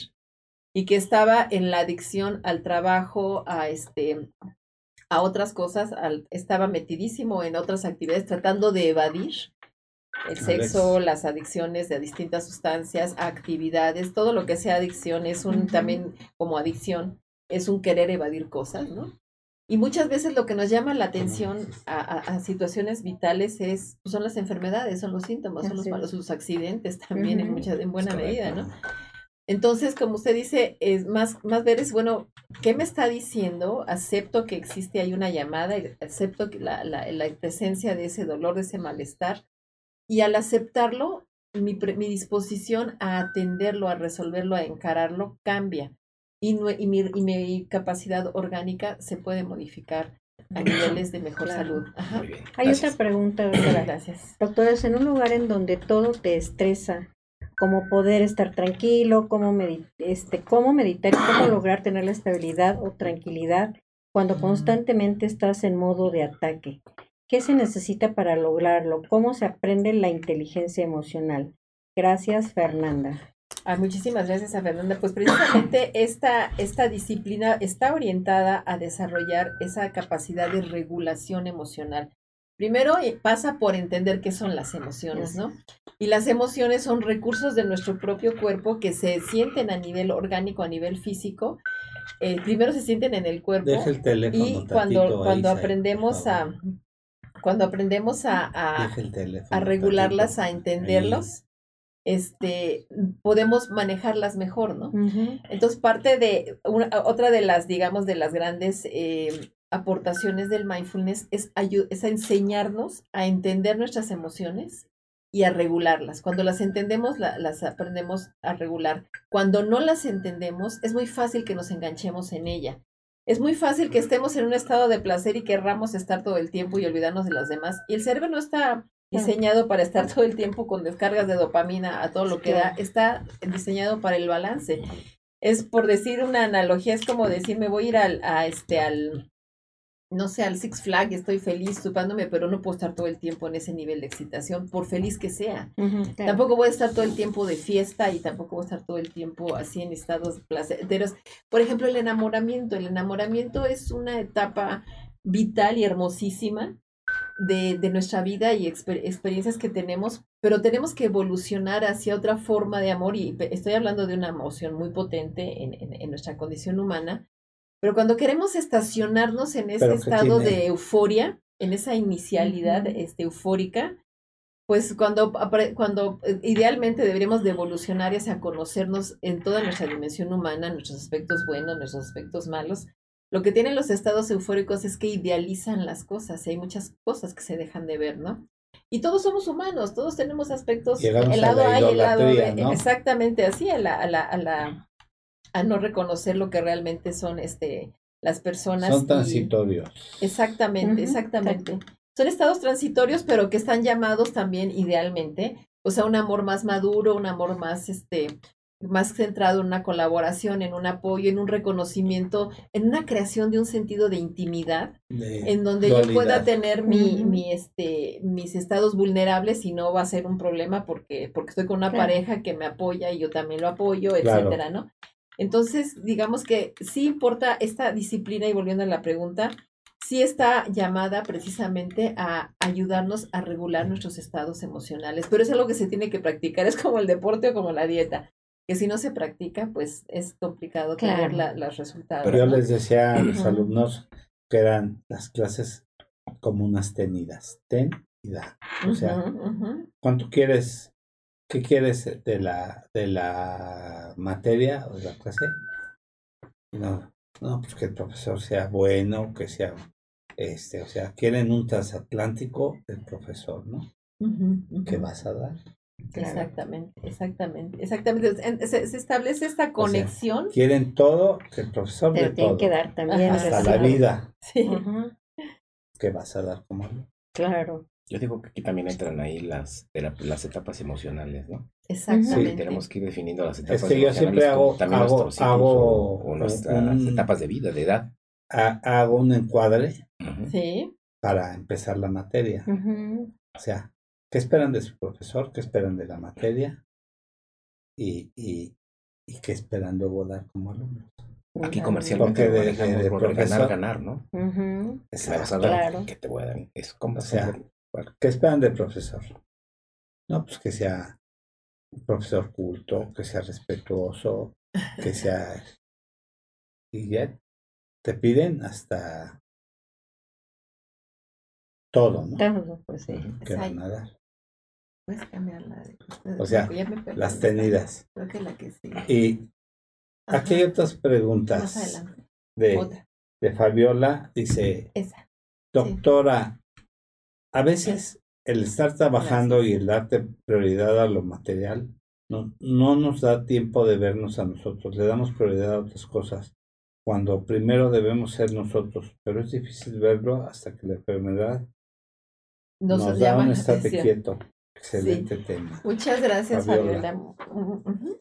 y que estaba en la adicción al trabajo, a este, a otras cosas, al, estaba metidísimo en otras actividades, tratando de evadir el sexo, Alex. Las adicciones de distintas sustancias, actividades, todo lo que sea adicción es un, uh-huh. también como adicción, es un querer evadir cosas, ¿no? Y muchas veces lo que nos llama la atención a, a, a situaciones vitales es, pues son las enfermedades, son los síntomas, son los malos, los accidentes también uh-huh. en, mucha, en buena medida, ¿no? Entonces, como usted dice, es más, más ver es, bueno, ¿qué me está diciendo? Acepto que existe ahí una llamada, acepto que la, la, la presencia de ese dolor, de ese malestar, y al aceptarlo, mi, mi disposición a atenderlo, a resolverlo, a encararlo, cambia. Y, y, mi, y mi capacidad orgánica se puede modificar a niveles de mejor claro. salud. Ajá. Muy bien. Hay Gracias. Otra pregunta, doctora. Gracias. Doctores, en un lugar en donde todo te estresa, cómo poder estar tranquilo, cómo, medit este, cómo meditar y cómo lograr tener la estabilidad o tranquilidad cuando constantemente estás en modo de ataque. ¿Qué se necesita para lograrlo? ¿Cómo se aprende la inteligencia emocional? Gracias, Fernanda. Ah, muchísimas gracias a Fernanda. Pues precisamente esta, esta disciplina está orientada a desarrollar esa capacidad de regulación emocional. Primero pasa por entender qué son las emociones, ¿no? Y las emociones son recursos de nuestro propio cuerpo que se sienten a nivel orgánico, a nivel físico. Eh, primero se sienten en el cuerpo. Deja el teléfono, y cuando, cuando ahí, aprendemos a cuando aprendemos a, a, a regularlas, tatito. A entenderlos, ahí. este podemos manejarlas mejor, ¿no? Uh-huh. Entonces parte de una, otra de las, digamos, de las grandes eh, aportaciones del mindfulness es, es a enseñarnos a entender nuestras emociones y a regularlas. Cuando las entendemos, la, las aprendemos a regular. Cuando no las entendemos, es muy fácil que nos enganchemos en ella. Es muy fácil que estemos en un estado de placer y querramos estar todo el tiempo y olvidarnos de los demás. Y el cerebro no está diseñado para estar todo el tiempo con descargas de dopamina a todo lo que da. Está diseñado para el balance. Es, por decir una analogía, es como decir, me voy a ir al, a este, al, no sé, al Six Flags, estoy feliz chupándome, pero no puedo estar todo el tiempo en ese nivel de excitación, por feliz que sea. Uh-huh, claro. Tampoco voy a estar todo el tiempo de fiesta y tampoco voy a estar todo el tiempo así en estados placenteros. Por ejemplo, el enamoramiento. El enamoramiento es una etapa vital y hermosísima de, de nuestra vida y exper- experiencias que tenemos, pero tenemos que evolucionar hacia otra forma de amor, y estoy hablando de una emoción muy potente en, en, en nuestra condición humana. Pero cuando queremos estacionarnos en ese estado tiene? de euforia, en esa inicialidad uh-huh. este, eufórica, pues cuando, cuando idealmente deberíamos de evolucionar hacia conocernos en toda nuestra dimensión humana, nuestros aspectos buenos, nuestros aspectos malos. Lo que tienen los estados eufóricos es que idealizan las cosas, y hay muchas cosas que se dejan de ver, ¿no? Y todos somos humanos, todos tenemos aspectos, Llegamos el lado A y el lado B, ¿no? Exactamente así, a la... A la, a la a no reconocer lo que realmente son este las personas. Son transitorios. Y, exactamente, uh-huh, exactamente. Exacto. Son estados transitorios, pero que están llamados también idealmente, o sea, un amor más maduro, un amor más, este, más centrado en una colaboración, en un apoyo, en un reconocimiento, en una creación de un sentido de intimidad, de en donde dualidad. Yo pueda tener mi, uh-huh. mi, este, mis estados vulnerables y no va a ser un problema porque, porque estoy con una claro. pareja que me apoya y yo también lo apoyo, etcétera, claro. ¿no? Entonces, digamos que sí importa esta disciplina, y volviendo a la pregunta, sí está llamada precisamente a ayudarnos a regular nuestros estados emocionales, pero es algo que se tiene que practicar, es como el deporte o como la dieta, que si no se practica, pues es complicado claro. tener la, los resultados. Pero yo ¿no? les decía a los uh-huh. alumnos que eran las clases como unas tenidas, ten y da, o sea, uh-huh, uh-huh. ¿cuánto quieres? ¿Qué quieres de la de la materia o de la clase? No, no, pues que el profesor sea bueno, que sea, este, o sea, quieren un transatlántico del profesor, ¿no? Uh-huh, uh-huh. ¿Qué vas a dar? Claro. Exactamente, exactamente, exactamente. Se, se establece esta conexión. O sea, quieren todo, que el profesor Pero de tienen todo. que dar también. Hasta la vida. Sí. Uh-huh. ¿Qué vas a dar como alumno? Claro. Yo digo que aquí también entran ahí las, las etapas emocionales, ¿no? Exactamente. Sí, tenemos que ir definiendo las etapas es que yo siempre hago, también hago, nuestros ciclos hago o, o nuestras un, etapas de vida, de edad. A, hago un encuadre Uh-huh. Sí. para empezar la materia. Uh-huh. O sea, ¿qué esperan de su profesor? ¿Qué esperan de la materia? Y, y, y ¿qué esperan luego dar como alumnos? Aquí comercialmente de, manejamos de, de por ganar, ganar, ¿no? Uh-huh. Me vas a dar, claro. ¿Qué te voy a dar? Es como, o sea, ¿qué esperan del profesor? No, pues que sea un profesor culto, que sea respetuoso, que sea... Y ya te piden hasta todo, ¿no? Todo, pues sí. Que van a dar. Puedes cambiarla. O sea, las tenidas. Creo que la que sí. Y Ajá. Aquí hay otras preguntas. Más adelante. De, Otra. de Fabiola. Dice, Esa. doctora, sí. A veces el estar trabajando Gracias. Y el darte prioridad a lo material no, no nos da tiempo de vernos a nosotros. Le damos prioridad a otras cosas. Cuando primero debemos ser nosotros. Pero es difícil verlo hasta que la enfermedad nos, nos da un estate quieto. Excelente sí. tema. Muchas gracias, Fabiola. Fabiola. Uh-huh.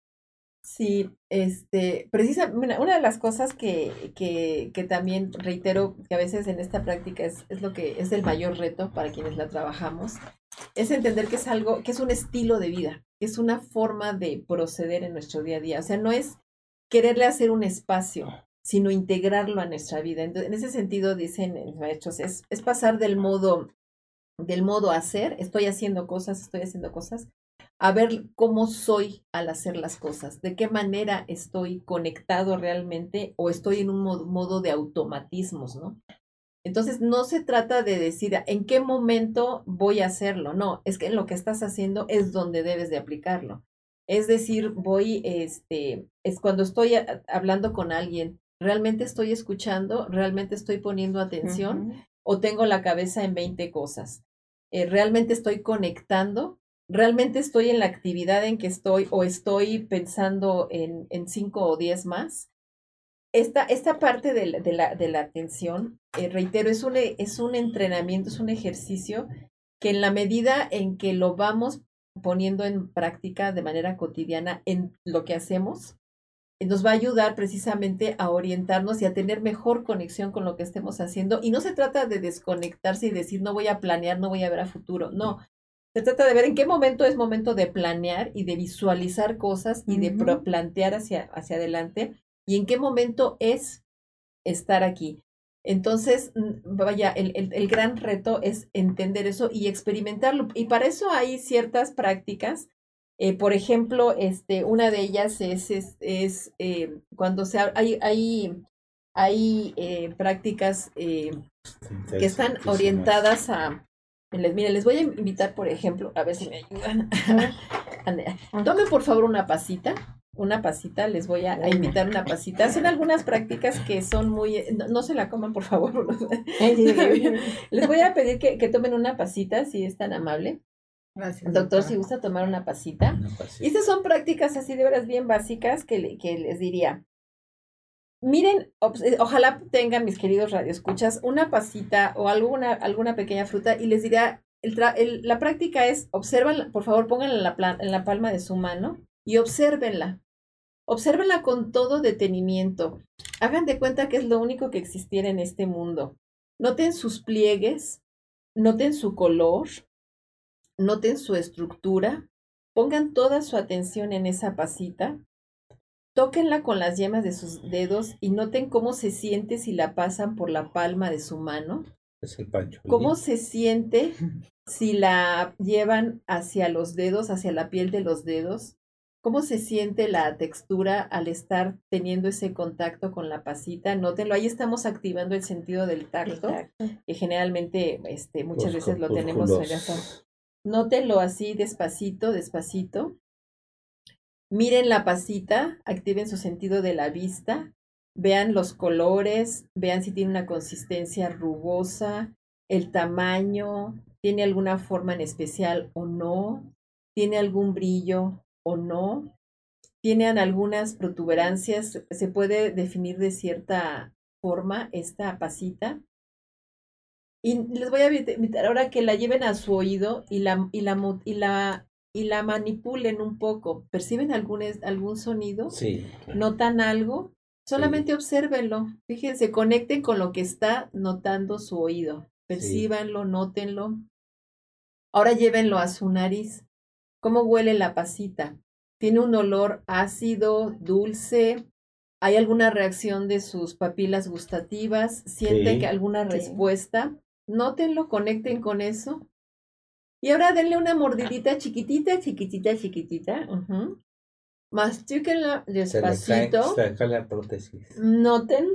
Sí, este, precisamente, una de las cosas que, que, que también reitero que a veces en esta práctica es, es lo que es el mayor reto para quienes la trabajamos, es entender que es algo, que es un estilo de vida, que es una forma de proceder en nuestro día a día. O sea, no es quererle hacer un espacio, sino integrarlo a nuestra vida. Entonces, en ese sentido, dicen los maestros, es, es pasar del modo del modo hacer, estoy haciendo cosas, estoy haciendo cosas, a ver cómo soy al hacer las cosas, de qué manera estoy conectado realmente o estoy en un modo, modo de automatismos, ¿no? Entonces, no se trata de decir en qué momento voy a hacerlo, no, es que en lo que estás haciendo es donde debes de aplicarlo. Es decir, voy, este, es cuando estoy a, hablando con alguien, ¿realmente estoy escuchando? ¿Realmente estoy poniendo atención? Uh-huh. ¿O tengo la cabeza en veinte cosas? Eh, ¿Realmente estoy conectando? ¿Realmente estoy en la actividad en que estoy o estoy pensando en, en cinco o diez más? Esta, esta parte de la, de la, de la atención, eh, reitero, es un, es un entrenamiento, es un ejercicio que en la medida en que lo vamos poniendo en práctica de manera cotidiana en lo que hacemos, nos va a ayudar precisamente a orientarnos y a tener mejor conexión con lo que estemos haciendo. Y no se trata de desconectarse y decir, no voy a planear, no voy a ver a futuro. No, se trata de ver en qué momento es momento de planear y de visualizar cosas y uh-huh. de plantear hacia, hacia adelante y en qué momento es estar aquí. Entonces, vaya, el, el, el gran reto es entender eso y experimentarlo. Y para eso hay ciertas prácticas. Eh, por ejemplo, este, una de ellas es, es, es eh, cuando se hay, hay, hay eh, prácticas eh, que están orientadas a... Les, mire, les voy a invitar, por ejemplo, a ver si me ayudan. Tomen, por favor, una pasita. Una pasita, les voy a, a invitar una pasita. Son algunas prácticas que son muy... No, no se la coman, por favor. Les voy a pedir que, que tomen una pasita, si es tan amable. Gracias, doctor, doctora. Si gusta tomar una pasita. una pasita. Y estas son prácticas así de veras bien básicas que, le, que les diría. Miren, ojalá tengan, mis queridos radioescuchas, una pasita o alguna, alguna pequeña fruta y les diría, el tra- el, la práctica es, observan, por favor, pónganla en la, plan- en la palma de su mano y obsérvenla. Obsérvenla con todo detenimiento. Hagan de cuenta que es lo único que existiera en este mundo. Noten sus pliegues, noten su color, noten su estructura, pongan toda su atención en esa pasita, tóquenla con las yemas de sus dedos y noten cómo se siente si la pasan por la palma de su mano. Es el pancho. Cómo se siente si la llevan hacia los dedos, hacia la piel de los dedos. Cómo se siente la textura al estar teniendo ese contacto con la pasita. Nótenlo, ahí estamos activando el sentido del tacto, Exacto. que generalmente este, muchas los veces lo tenemos regresado. Nótenlo así despacito, despacito. Miren la pasita, activen su sentido de la vista, vean los colores, vean si tiene una consistencia rugosa, el tamaño, tiene alguna forma en especial o no. tiene algún brillo o no, tienen algunas protuberancias, se puede definir de cierta forma esta pasita. Y les voy a invitar ahora que la lleven a su oído y la, y la, y la, y la manipulen un poco. ¿Perciben algún, algún sonido? Sí. ¿Notan algo? Solamente sí. obsérvenlo. Fíjense, conecten con lo que está notando su oído. Percíbanlo, sí. Nótenlo. Ahora llévenlo a su nariz. ¿Cómo huele la pasita? ¿Tiene un olor ácido, dulce? ¿Hay alguna reacción de sus papilas gustativas? ¿Sienten sí. que alguna respuesta? Sí. Nótenlo, conecten con eso. Y ahora denle una mordidita chiquitita, chiquitita, chiquitita. Uh-huh. Mastíquenla despacito. Se le cae la prótesis. Noten.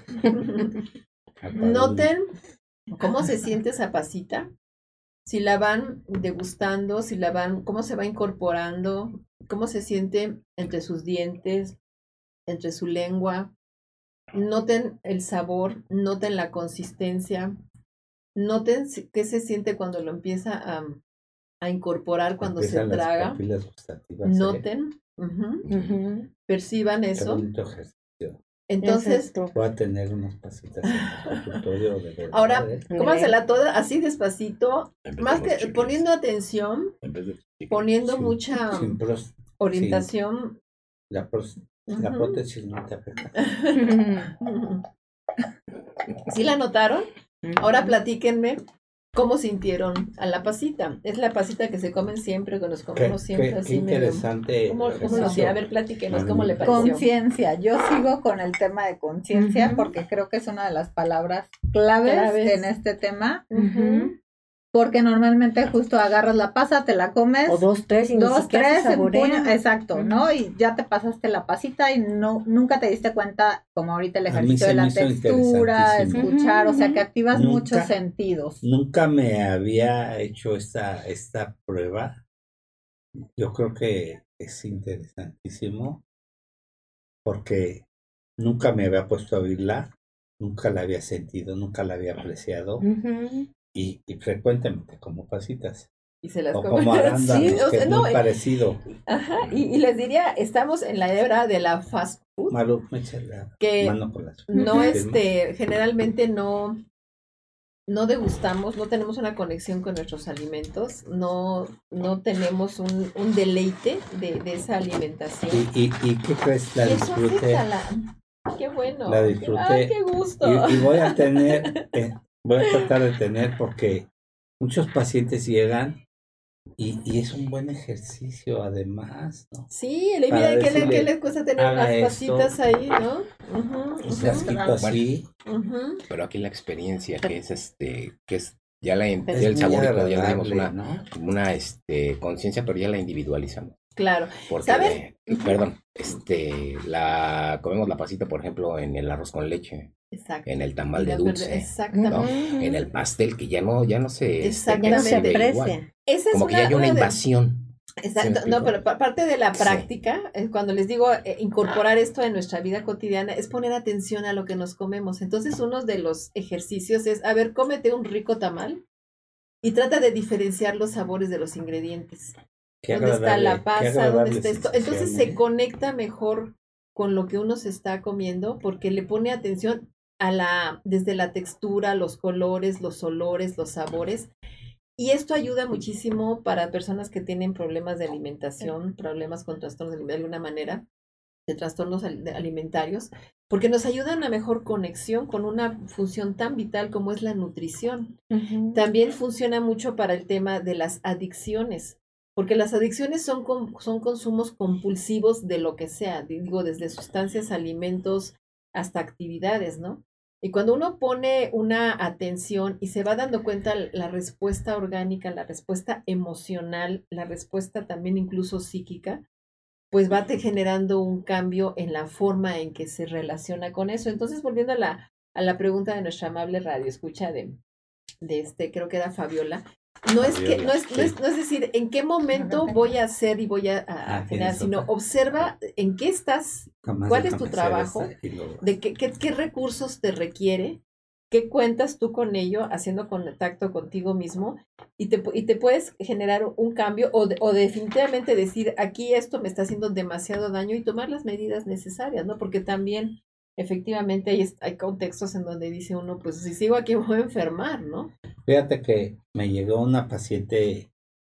Noten cómo se siente esa pasita. Si la van degustando, si la van, cómo se va incorporando, cómo se siente entre sus dientes, entre su lengua. Noten el sabor, noten la consistencia. Noten qué se siente cuando lo empieza a, a incorporar, cuando Empiezan se traga. Las papilas gustativas, Noten, ¿eh? uh-huh, uh-huh. Perciban eso. Qué bonito ejercicio. Entonces, voy a tener unas pasitas en el consultorio de verdad. Ahora, ¿eh? cómansela toda así despacito, más que chiquis. Poniendo atención, poniendo sí, mucha sin pros, orientación. Sin, la, pros, uh-huh. la prótesis no te afecta. ¿Sí la notaron? Ahora platíquenme cómo sintieron a la pasita. Es la pasita que se comen siempre, que nos comemos qué, siempre qué, así. Qué interesante. Medio, ¿cómo, cómo lo hacía? A ver, platíquenos, ¿cómo le pareció? Conciencia. Yo sigo con el tema de conciencia uh-huh. porque creo que es una de las palabras claves, claves. en este tema. Uh-huh. Porque normalmente justo agarras la pasa, te la comes. O dos, tres, y dos, tres en puño, exacto, uh-huh. ¿no? Y ya te pasaste la pasita y no nunca te diste cuenta, como ahorita el ejercicio de la textura, escuchar, uh-huh. o sea que activas nunca, muchos sentidos. Nunca me había hecho esta, esta prueba. Yo creo que es interesantísimo porque nunca me había puesto a oírla, nunca la había sentido, nunca la había apreciado. Uh-huh. Y, y frecuentemente como pasitas. Y se las o como arándanos, sí, o sea, que es no, muy parecido. Ajá, y, y les diría, estamos en la era de la fast food. Maru, me echa la que mano con las no, este, generalmente no, no degustamos, no tenemos una conexión con nuestros alimentos, no, no tenemos un, un deleite de, de esa alimentación. ¿Y, y, y qué crees? La disfruté. La, qué bueno. La disfruté. Ay, qué gusto. Y, y voy a tener... Eh, Voy a tratar de tener porque muchos pacientes llegan y, y es un buen ejercicio además, ¿no? Sí, mira, ¿qué, le, ¿qué les cuesta tener unas pasitas ahí, no? Uh-huh, uh-huh. así. Uh-huh. Pero aquí la experiencia que es este, que es ya la es el sabor, ya tenemos una, ¿no? una este conciencia, pero ya la individualizamos. Claro. Porque, ¿saben? Eh, perdón, este, la comemos la pasita, por ejemplo, en el arroz con leche. Exacto. En el tamal de dulce, exactamente. ¿no? En el pastel que ya no, ya no se, exactamente. Este, no se aprecia. Esa es como una, que ya hay una una invasión. De... Exacto, no, pero parte de la práctica, sí. cuando les digo eh, incorporar esto en nuestra vida cotidiana, es poner atención a lo que nos comemos. Entonces, uno de los ejercicios es, a ver, cómete un rico tamal y trata de diferenciar los sabores de los ingredientes. Qué ¿Dónde está la pasa? ¿Dónde está esto? sensación, Entonces ¿eh? se conecta mejor con lo que uno se está comiendo porque le pone atención a la, desde la textura, los colores, los olores, los sabores. Y esto ayuda muchísimo para personas que tienen problemas de alimentación, problemas con trastornos de, de alguna manera, de trastornos alimentarios, porque nos ayuda a una mejor conexión con una función tan vital como es la nutrición. Uh-huh. También funciona mucho para el tema de las adicciones, porque las adicciones son, son consumos compulsivos de lo que sea, digo, desde sustancias, alimentos, hasta actividades, ¿no? Y cuando uno pone una atención y se va dando cuenta la respuesta orgánica, la respuesta emocional, la respuesta también incluso psíquica, pues va te generando un cambio en la forma en que se relaciona con eso. Entonces, volviendo a la, a la pregunta de nuestra amable radio escucha de, de este, creo que era Fabiola, no es que, no es, no es, no es decir, en qué momento voy a hacer y voy a, a, a generar, sino observa en qué estás, cuál es tu trabajo, de qué, qué, qué recursos te requiere, ¿qué cuentas tú con ello, haciendo contacto contigo mismo? Y te, y te puedes generar un cambio o, de, o definitivamente decir, aquí esto me está haciendo demasiado daño y tomar las medidas necesarias, ¿no? Porque también efectivamente hay, hay contextos en donde dice uno, pues si sigo aquí me voy a enfermar, ¿no? Fíjate que me llegó una paciente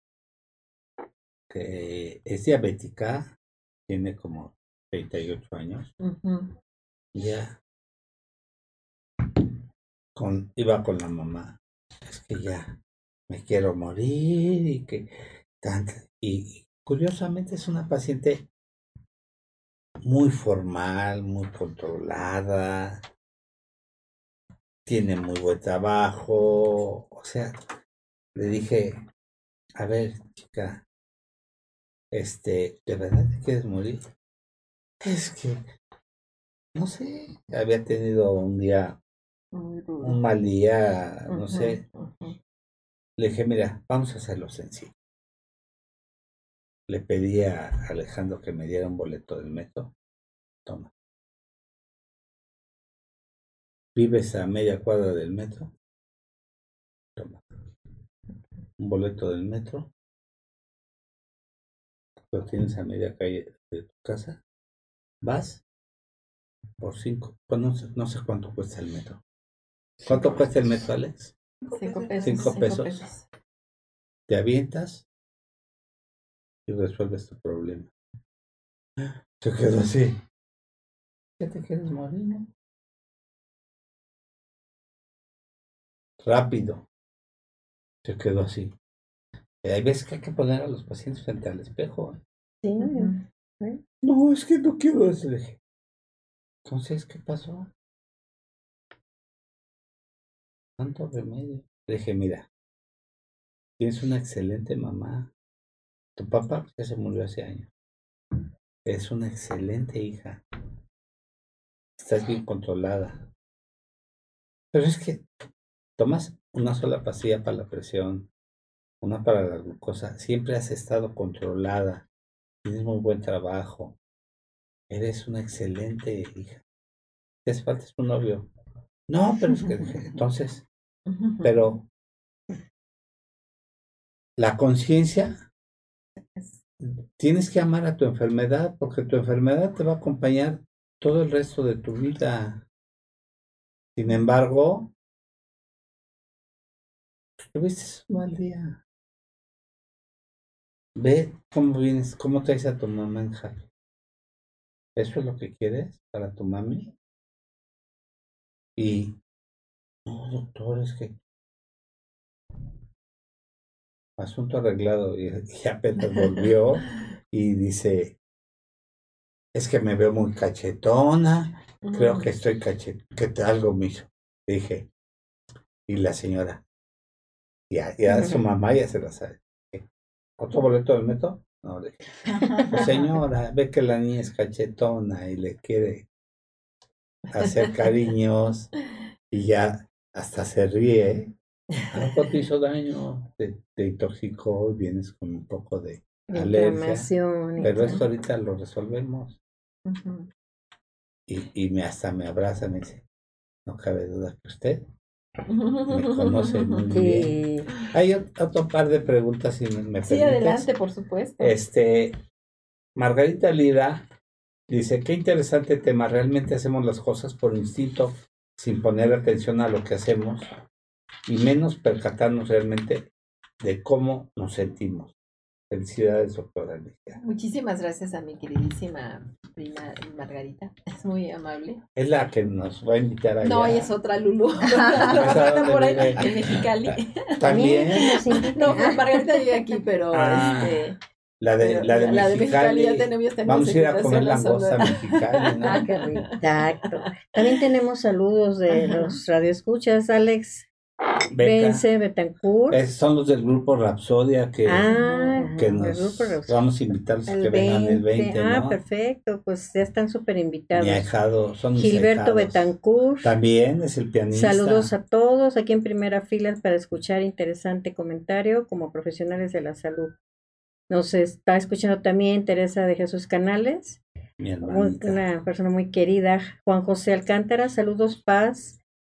que es diabética, tiene como treinta y ocho años, uh-huh. Ya con, iba con la mamá, es que ya me quiero morir y que tanto, y curiosamente es una paciente muy formal, muy controlada, tiene muy buen trabajo, o sea, le dije, a ver, chica, este, ¿de verdad te quieres morir? Es que, no sé, había tenido un día, un mal día, no uh-huh, sé. Uh-huh. Le dije, mira, vamos a hacerlo sencillo. Le pedí a Alejandro que me diera un boleto del metro. Toma. ¿Vives a media cuadra del metro? Toma. Un boleto del metro. Lo tienes a media calle de tu casa. Vas por cinco. Pues no sé, no sé cuánto cuesta el metro. ¿Cuánto cinco cuesta pesos. El metro, Alex? Cinco pesos. Cinco pesos. Cinco pesos. Te avientas y resuelves tu problema. Se quedó así. ¿Qué te quieres morir, no? Rápido. Se quedó así. Hay veces que hay que poner a los pacientes frente al espejo. Sí. Uh-huh. ¿Eh? No, es que no quiero eso. Entonces, ¿qué pasó? Tanto remedio. Le dije, mira, tienes una excelente mamá. Tu papá ya se murió hace años. Es una excelente hija. Estás bien controlada. Pero es que tomas una sola pastilla para la presión, una para la glucosa. Siempre has estado controlada. Tienes muy buen trabajo. Eres una excelente hija. Te hace falta tu novio. No, pero es que entonces, pero la conciencia, tienes que amar a tu enfermedad porque tu enfermedad te va a acompañar todo el resto de tu vida. Sin embargo, tuviste un mal día. Ve cómo vienes, cómo traes a tu mamá en jaque. ¿Eso es lo que quieres para tu mami? Y, no, doctor, es que asunto arreglado. Y, y apenas volvió y dice, es que me veo muy cachetona, uh-huh. Creo que estoy cachetona, que te, algo me hizo. Dije, y la señora, ya, ya uh-huh. Su mamá ya se la sabe. ¿Otro boleto del metro? No, le dije, pues, señora, ve que la niña es cachetona y le quiere hacer cariños y ya hasta se ríe. Algo te hizo daño, te, te intoxicó, vienes con un poco de alergia, pero esto ahorita lo resolvemos. Uh-huh. Y, y me hasta me abraza, me dice, no cabe duda que usted me conoce muy sí. bien. Hay otro par de preguntas, si me permites. Sí, adelante, por supuesto. Este, Margarita Lira dice, qué interesante tema, realmente hacemos las cosas por instinto, sin poner atención a lo que hacemos, y menos percatarnos realmente de cómo nos sentimos. Felicidades, doctora Alicia. Muchísimas gracias a mi queridísima prima Margarita. Es muy amable. Es la que nos va a invitar allá. No, ella es otra Lulu. Está por ahí, en Mexicali. También. No, Margarita vive aquí, pero ah, este. La de, pero, la de la Mexicali. De Mexicali ya tenemos, tenemos vamos a ir a comer langosta a Mexicali, ¿no? Ah, qué rico. Exacto. También tenemos saludos de Ajá. los radioescuchas, Alex. Vence Betancourt. Es, son los del grupo Rapsodia que, ah, que nos vamos a invitarlos a que vengan el veinte. Ah, ¿no? Perfecto, pues ya están súper invitados. Mi ahijado, son mis Gilberto ahijados. Betancourt. También es el pianista. Saludos a todos aquí en primera fila para escuchar interesante comentario como profesionales de la salud. Nos está escuchando también Teresa de Jesús Canales. Mi hermanita. Una persona muy querida. Juan José Alcántara, saludos, paz.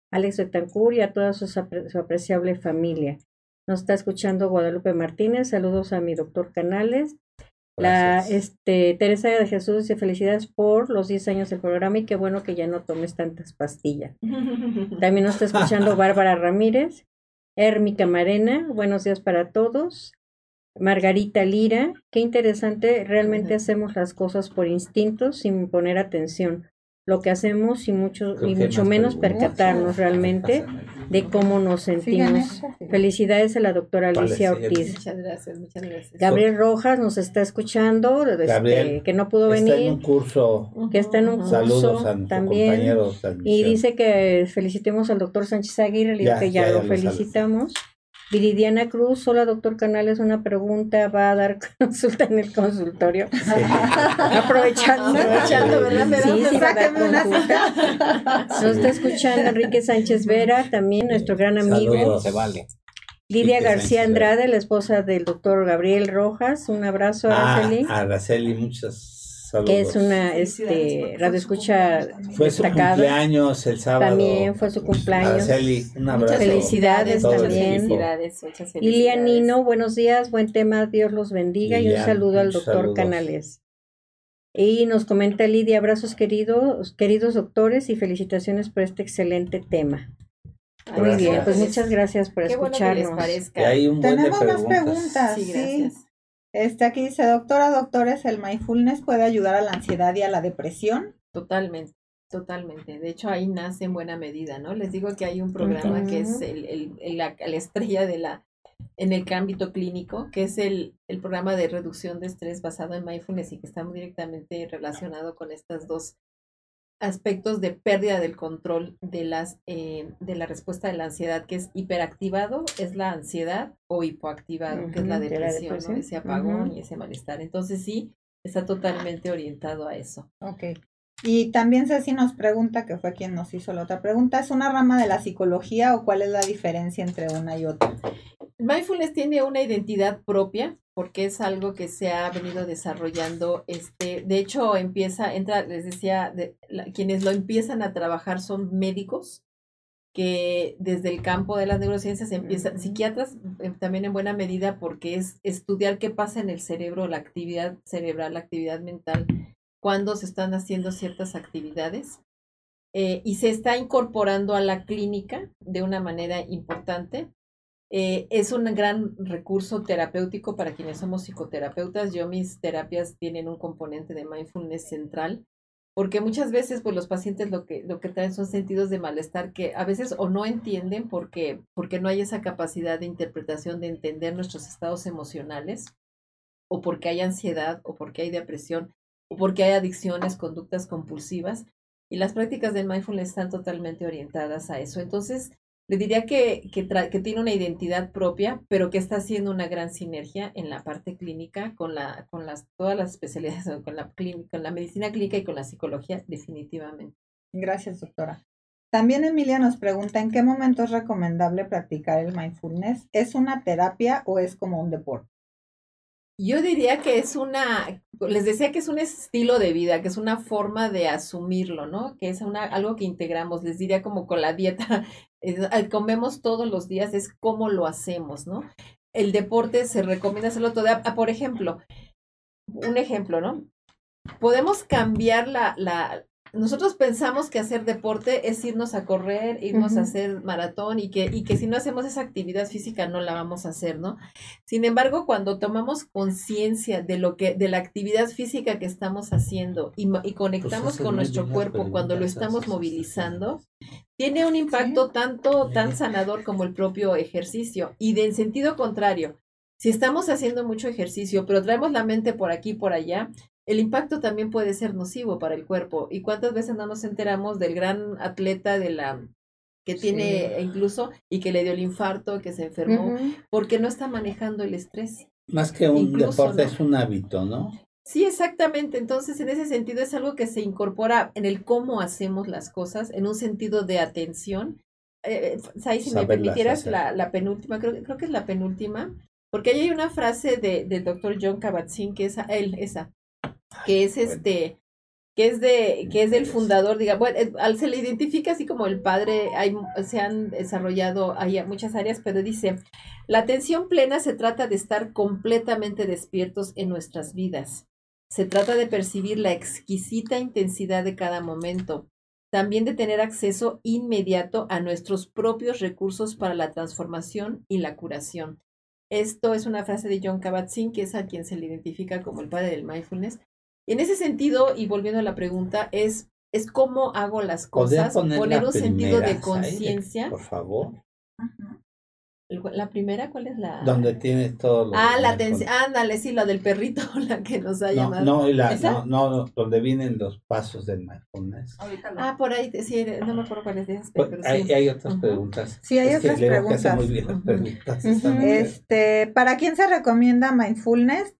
Alex Betancourt y a toda su, su apreciable familia. Nos está escuchando Guadalupe Martínez, saludos a mi doctor Canales. La este, Teresa de Jesús dice felicidades por los diez años del programa y qué bueno que ya no tomes tantas pastillas. También nos está escuchando Bárbara Ramírez, Hermi Camarena, buenos días para todos. Margarita Lira, qué interesante, realmente hacemos las cosas por instinto sin poner atención. Lo que hacemos y mucho, y mucho menos percatarnos realmente de cómo nos sentimos. Felicidades a la doctora Alicia Ortiz. Muchas gracias, muchas gracias. Gabriel Rojas nos está escuchando, Gabriel, este, que no pudo está venir. En un curso. Que está en un curso. Saludos a también. Y dice que felicitemos al doctor Sánchez Aguirre, le digo que ya, ya lo felicitamos. Saludos. Viridiana Cruz, hola doctor Canales, una pregunta, ¿va a dar consulta en el consultorio? Sí. Aprovechando, aprovechando, ¿verdad? Me sí, sí, va a dar consulta. Nos está escuchando Enrique Sánchez Vera, también nuestro gran amigo. Saludos, se vale. Lidia Enrique García Sánchez Andrade, la esposa del doctor Gabriel Rojas, un abrazo a Araceli. Ah, Araceli, muchas saludos. Que es una este, radioescucha Fue destacada. Su cumpleaños el sábado. También fue su cumpleaños. Araceli, un abrazo. Muchas felicidades también. Felicidades, muchas felicidades. Ilian Nino, buenos días, buen tema, Dios los bendiga. Ilian, y un saludo al doctor saludos. Canales. Y nos comenta Lidia, abrazos queridos, queridos doctores y felicitaciones por este excelente tema. Muy gracias. Bien, pues muchas gracias por Qué escucharnos. Bueno que les parezca. Y hay un buen Tenemos de más preguntas. preguntas. Sí, gracias. Sí. Este aquí dice, doctora, doctores, ¿el mindfulness puede ayudar a la ansiedad y a la depresión? Totalmente, totalmente. De hecho, ahí nace en buena medida, ¿no? Les digo que hay un programa uh-huh. que es el, el, el, la, la estrella de la en el ámbito clínico, que es el, el programa de reducción de estrés basado en mindfulness y que está muy directamente relacionado con estas dos aspectos de pérdida del control de las eh, de la respuesta de la ansiedad, que es hiperactivado, es la ansiedad, o hipoactivado, uh-huh, que es la depresión, la depresión. ¿no? Ese apagón uh-huh. y ese malestar. Entonces sí, está totalmente orientado a eso. Ok. Y también Ceci nos pregunta, que fue quien nos hizo la otra pregunta, ¿es una rama de la psicología o cuál es la diferencia entre una y otra? Mindfulness tiene una identidad propia porque es algo que se ha venido desarrollando. Este, de hecho, empieza, entra, les decía, de, la, quienes lo empiezan a trabajar son médicos que desde el campo de las neurociencias empiezan, uh-huh. psiquiatras eh, también en buena medida porque es estudiar qué pasa en el cerebro, la actividad cerebral, la actividad mental, cuando se están haciendo ciertas actividades. Eh, y se está incorporando a la clínica de una manera importante. Eh, es un gran recurso terapéutico para quienes somos psicoterapeutas. Yo mis terapias tienen un componente de mindfulness central, porque muchas veces pues los pacientes lo que, lo que traen son sentidos de malestar que a veces o no entienden porque, porque no hay esa capacidad de interpretación de entender nuestros estados emocionales, o porque hay ansiedad, o porque hay depresión, o porque hay adicciones, conductas compulsivas, y las prácticas del mindfulness están totalmente orientadas a eso. Entonces, le diría que, que, tra- que tiene una identidad propia, pero que está haciendo una gran sinergia en la parte clínica con, la, con las, todas las especialidades, con la, clínica, con la medicina clínica y con la psicología, definitivamente. Gracias, doctora. También Emilia nos pregunta, ¿en qué momento es recomendable practicar el mindfulness? ¿Es una terapia o es como un deporte? Yo diría que es una, les decía que es un estilo de vida, que es una forma de asumirlo, ¿no? Que es una, algo que integramos, les diría como con la dieta, eh, comemos todos los días, es cómo lo hacemos, ¿no? El deporte se recomienda hacerlo todo. Ah, por ejemplo, un ejemplo, ¿no? Podemos cambiar la, la, nosotros pensamos que hacer deporte es irnos a correr, irnos uh-huh. a hacer maratón y que, y que si no hacemos esa actividad física no la vamos a hacer, ¿no? Sin embargo, cuando tomamos conciencia de lo que, de la actividad física que estamos haciendo y, y conectamos pues con nuestro cuerpo cuando lo estamos movilizando, tiene un impacto ¿sí? tanto, tan sanador como el propio ejercicio. Y de en sentido contrario, si estamos haciendo mucho ejercicio, pero traemos la mente por aquí, por allá, el impacto también puede ser nocivo para el cuerpo. ¿Y cuántas veces no nos enteramos del gran atleta de la que tiene sí. incluso y que le dio el infarto, que se enfermó, uh-huh. porque no está manejando el estrés? Más que un incluso, deporte, ¿no? Es un hábito, ¿no? Sí, exactamente. Entonces, en ese sentido es algo que se incorpora en el cómo hacemos las cosas, en un sentido de atención. Eh, Sai, si me permitieras la, la penúltima, creo, creo que es la penúltima, porque ahí hay una frase de, del doctor John Kabat-Zinn, que es él, esa, que es este, que es de que es del fundador, digamos, bueno, al se le identifica así como el padre, hay, se han desarrollado hay muchas áreas, pero dice, la atención plena se trata de estar completamente despiertos en nuestras vidas. Se trata de percibir la exquisita intensidad de cada momento, también de tener acceso inmediato a nuestros propios recursos para la transformación y la curación. Esto es una frase de Jon Kabat-Zinn, que es a quien se le identifica como el padre del mindfulness. En ese sentido, y volviendo a la pregunta, es, es cómo hago las cosas, poner un sentido de conciencia. Por favor. Uh-huh. ¿La primera cuál es la? Donde tienes todo lo Ah, la atención, ándale, sí, la del perrito, la que nos ha no, llamado. No, y la, no, no, no, donde vienen los pasos del mindfulness. Ah, por ahí, sí, no me acuerdo cuáles de esas. Pues, hay, sí. hay otras uh-huh. preguntas. Sí, hay es otras que preguntas. Que hace muy bien las preguntas. Uh-huh. Este, ¿para quién se recomienda mindfulness?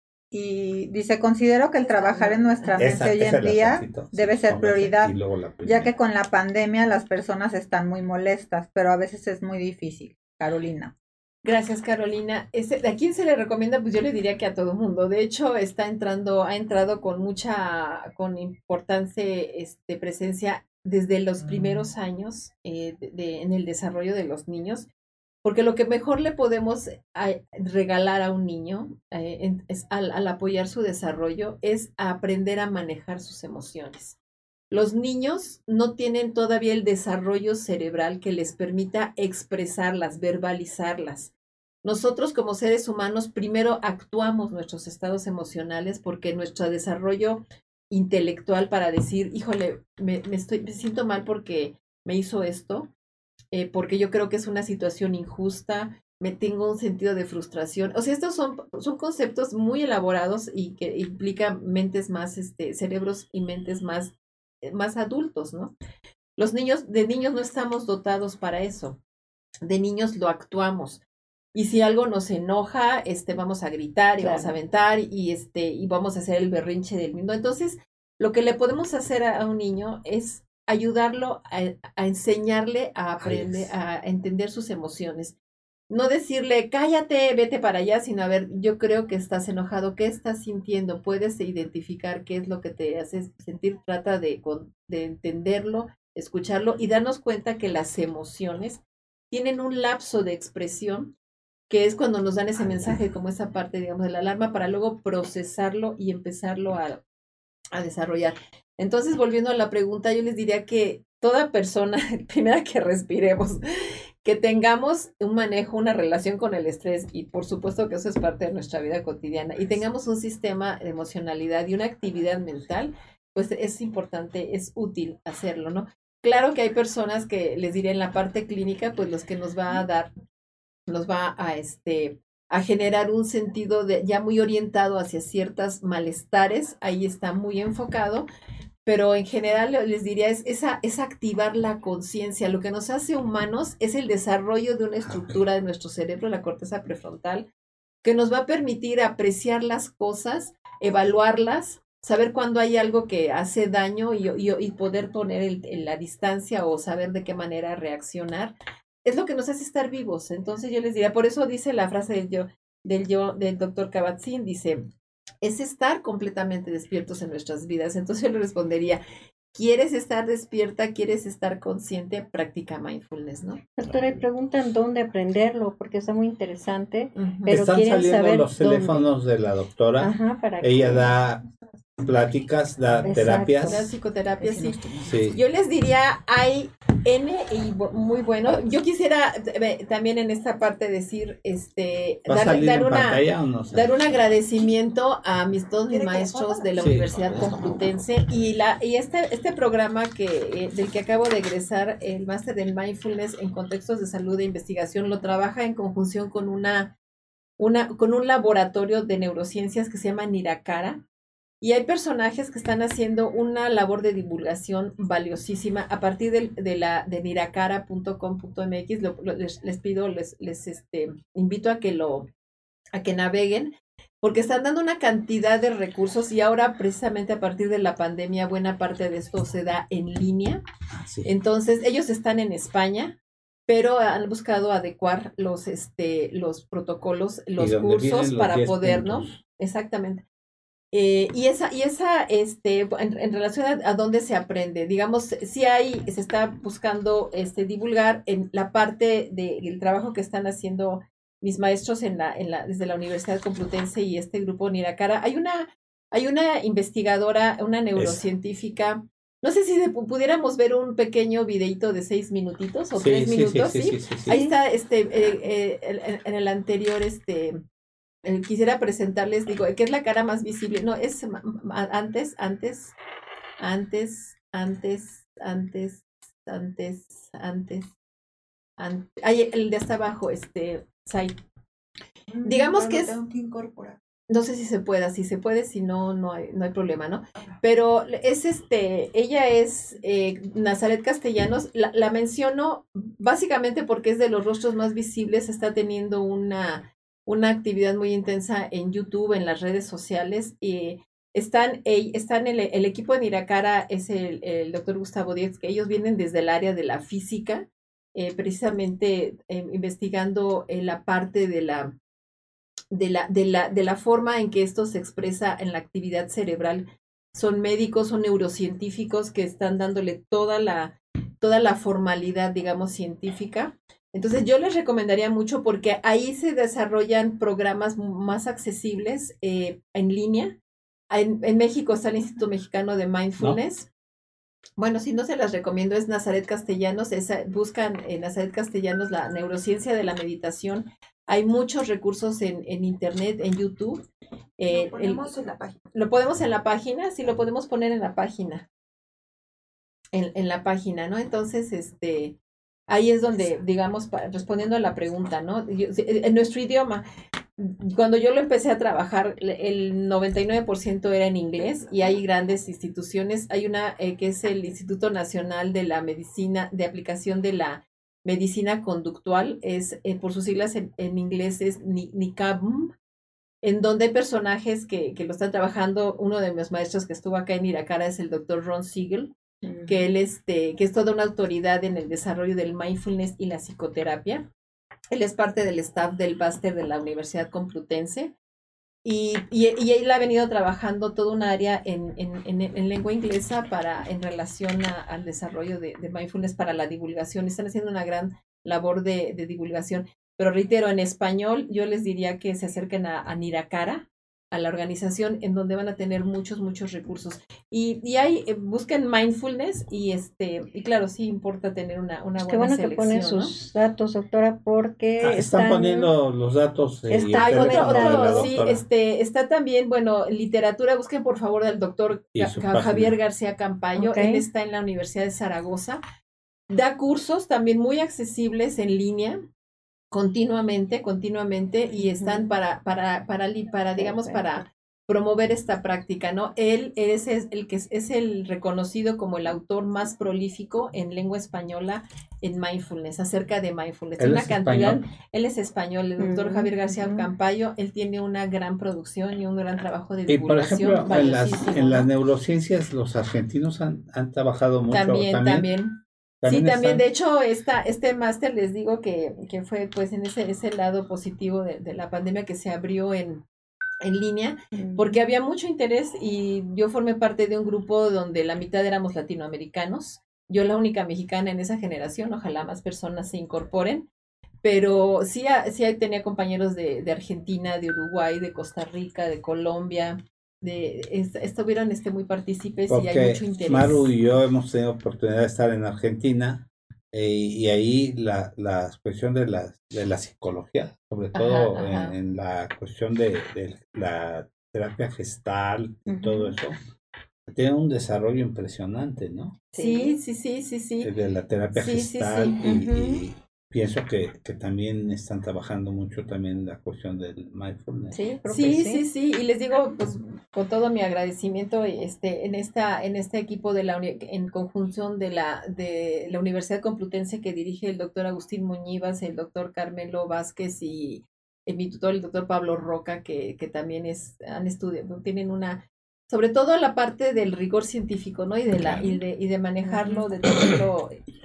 Y dice, considero que el trabajar en nuestra mente esa, hoy en día tantito, debe sí, ser prioridad, ya que con la pandemia las personas están muy molestas, pero a veces es muy difícil. Carolina. Gracias, Carolina. Este, ¿a quién se le recomienda? Pues yo le diría que a todo mundo. De hecho, está entrando, ha entrado con mucha, con importante este, presencia desde los primeros años eh, de, de, en el desarrollo de los niños, porque lo que mejor le podemos a, regalar a un niño eh, en, es, al, al apoyar su desarrollo es a aprender a manejar sus emociones. Los niños no tienen todavía el desarrollo cerebral que les permita expresarlas, verbalizarlas. Nosotros como seres humanos primero actuamos nuestros estados emocionales porque nuestro desarrollo intelectual para decir, híjole, me, me, estoy, me siento mal porque me hizo esto, eh, porque yo creo que es una situación injusta, me tengo un sentido de frustración. O sea, estos son, son conceptos muy elaborados y que implican mentes más, este, cerebros y mentes más más adultos, ¿no? Los niños, de niños no estamos dotados para eso, de niños lo actuamos, y si algo nos enoja, este, vamos a gritar y claro. vamos a aventar y, este, y vamos a hacer el berrinche del mundo. Entonces, lo que le podemos hacer a, a un niño es ayudarlo a, a enseñarle a aprender, a entender sus emociones. No decirle, cállate, vete para allá, sino a ver, yo creo que estás enojado, ¿qué estás sintiendo? Puedes identificar qué es lo que te hace sentir, trata de, de entenderlo, escucharlo y darnos cuenta que las emociones tienen un lapso de expresión, que es cuando nos dan ese mensaje, como esa parte, digamos, de la alarma, para luego procesarlo y empezarlo a, a desarrollar. Entonces, volviendo a la pregunta, yo les diría que toda persona, primero que respiremos, que tengamos un manejo, una relación con el estrés, y por supuesto que eso es parte de nuestra vida cotidiana, y tengamos un sistema de emocionalidad y una actividad mental, pues es importante, es útil hacerlo, ¿no? Claro que hay personas que les diré en la parte clínica, pues los que nos va a dar, nos va a este a generar un sentido de ya muy orientado hacia ciertas malestares, ahí está muy enfocado. Pero en general les diría es, es, a, es activar la conciencia. Lo que nos hace humanos es el desarrollo de una estructura de nuestro cerebro, la corteza prefrontal, que nos va a permitir apreciar las cosas, evaluarlas, saber cuándo hay algo que hace daño y, y, y poder poner el, en la distancia o saber de qué manera reaccionar. Es lo que nos hace estar vivos. Entonces yo les diría, por eso dice la frase del yo, del yo, del doctor Kabat-Zinn, dice, es estar completamente despiertos en nuestras vidas. Entonces yo le respondería, ¿quieres estar despierta? ¿Quieres estar consciente? Practica mindfulness, ¿no? Doctora, y preguntan dónde aprenderlo, porque está muy interesante, uh-huh. pero Están quieren saliendo saber los dónde. Teléfonos de la doctora. Ajá, para Ella que... da pláticas, da Exacto. terapias. Da psicoterapia, sí. sí. Yo les diría, hay N y muy bueno. Yo quisiera también en esta parte decir, este, ¿Va dar, a salir dar en una, pantalla o no sé? dar un agradecimiento a mis todos mis maestros de la sí. Universidad Complutense y la y este este programa que eh, del que acabo de egresar, el máster del mindfulness en contextos de salud e investigación, lo trabaja en conjunción con una una con un laboratorio de neurociencias que se llama Niracara. Y hay personajes que están haciendo una labor de divulgación valiosísima a partir de, de la de niracara punto com punto m x. Lo, lo, les, les pido, les, les este, invito a que lo a que naveguen, porque están dando una cantidad de recursos y ahora precisamente a partir de la pandemia buena parte de esto se da en línea. Sí. Entonces ellos están en España, pero han buscado adecuar los este los protocolos, los cursos los para poder, puntos. ¿no? Exactamente. Eh, y esa, y esa, este, en, en relación a, a dónde se aprende, digamos, si hay, se está buscando este, divulgar en la parte de, del trabajo que están haciendo mis maestros en la, en la, desde la Universidad Complutense y este grupo Niracara. Hay una, hay una investigadora, una neurocientífica. No sé si de, pudiéramos ver un pequeño videito de seis minutitos o sí, tres sí, minutos, sí, sí, ¿sí? Sí, sí, sí. Ahí está, este, eh, eh, en, en el anterior, este, eh, quisiera presentarles, digo, que es la cara más visible. No, es antes, antes, antes, antes, antes, antes, antes, antes. Ahí, el de hasta abajo, este, side. Mm, Digamos que es... Tengo que incorporar. No sé si se pueda, si se puede, si no, no hay, no hay problema, ¿no? Pero es este, ella es eh, Nazaret Castellanos, la, la menciono básicamente porque es de los rostros más visibles, está teniendo una, una actividad muy intensa en YouTube, en las redes sociales, y están, están el, el equipo de Niracara, es el, el doctor Gustavo Díez, que ellos vienen desde el área de la física, eh, precisamente eh, investigando eh, la parte de la De la, de, la, de la forma en que esto se expresa en la actividad cerebral. Son médicos, son neurocientíficos que están dándole toda la, toda la formalidad, digamos, científica. Entonces yo les recomendaría mucho porque ahí se desarrollan programas más accesibles eh, en línea. En, en México está el Instituto Mexicano de Mindfulness. ¿No? Bueno, si no se las recomiendo, es Nazaret Castellanos. Esa, buscan en Nazaret Castellanos la neurociencia de la meditación. Hay muchos recursos en, en internet, en YouTube. Eh, lo ponemos el, en la página. Lo podemos en la página, sí, lo podemos poner en la página. En, en la página, ¿no? Entonces, este, ahí es donde, digamos, pa, respondiendo a la pregunta, ¿no? Yo, en nuestro idioma, cuando yo lo empecé a trabajar, el noventa y nueve por ciento era en inglés y hay grandes instituciones. Hay una eh, que es el Instituto Nacional de la Medicina, de Aplicación de la Medicina Conductual, es eh, por sus siglas en, en inglés es N I C A B M, en donde hay personajes que, que lo están trabajando. Uno de mis maestros que estuvo acá en Niracara es el doctor Ron Siegel, uh-huh. que él este, que es toda una autoridad en el desarrollo del mindfulness y la psicoterapia. Él es parte del staff del máster de la Universidad Complutense y, y, y él ha venido trabajando toda un área en, en, en, en lengua inglesa para, en relación a, al desarrollo de, de mindfulness para la divulgación. Están haciendo una gran labor de, de divulgación. Pero reitero, en español yo les diría que se acerquen a, a Niracara, a la organización, en donde van a tener muchos, muchos recursos. Y, y hay, eh, busquen mindfulness y este, y claro, sí importa tener una, una buena Qué bueno selección, que ponen sus ¿no? datos, doctora, porque ah, están, están poniendo los datos. Eh, está y otro, otro, sí, este, está también, bueno, literatura, busquen por favor al doctor Javier García Campayo, okay. Él está en la Universidad de Zaragoza, da cursos también muy accesibles en línea, continuamente, continuamente, y están para, para, para, para, digamos, para promover esta práctica, ¿no? Él es el que es, es el reconocido como el autor más prolífico en lengua española en mindfulness, acerca de mindfulness. ¿Él una es cantidad, español? Él es español, el doctor mm, Javier García uh-huh. Campayo, él tiene una gran producción y un gran trabajo de divulgación. Y por ejemplo, en las, en las neurociencias, los argentinos han, han trabajado mucho. También, también. también. ¿También sí, también, están? de hecho, esta, este máster les digo que, que fue pues en ese, ese lado positivo de, de la pandemia que se abrió en, en línea, porque había mucho interés y yo formé parte de un grupo donde la mitad éramos latinoamericanos, yo la única mexicana en esa generación, ojalá más personas se incorporen, pero sí, sí tenía compañeros de, de Argentina, de Uruguay, de Costa Rica, de Colombia, de est estuvieron este muy partícipes y hay mucho interés. Maru y yo hemos tenido oportunidad de estar en Argentina eh, y ahí la, la cuestión de la, de la psicología, sobre todo ajá, ajá. En, en la cuestión de, de la terapia gestal y uh-huh. todo eso, tiene un desarrollo impresionante, ¿no? Sí, sí, sí, sí, sí. De la terapia sí, gestal sí, sí. Y, uh-huh. y pienso que, que también están trabajando mucho también la cuestión del mindfulness. Sí, sí, sí, sí, y les digo, pues, con todo mi agradecimiento, este, en esta, en este equipo de la uni en conjunción de la, de la Universidad Complutense que dirige el doctor Agustín Muñivas, el doctor Carmelo Vázquez y el, mi tutor, el doctor Pablo Roca, que, que también es, han estudiado, tienen una, sobre todo la parte del rigor científico, ¿no? Y de la, y de, y de manejarlo, de tenerlo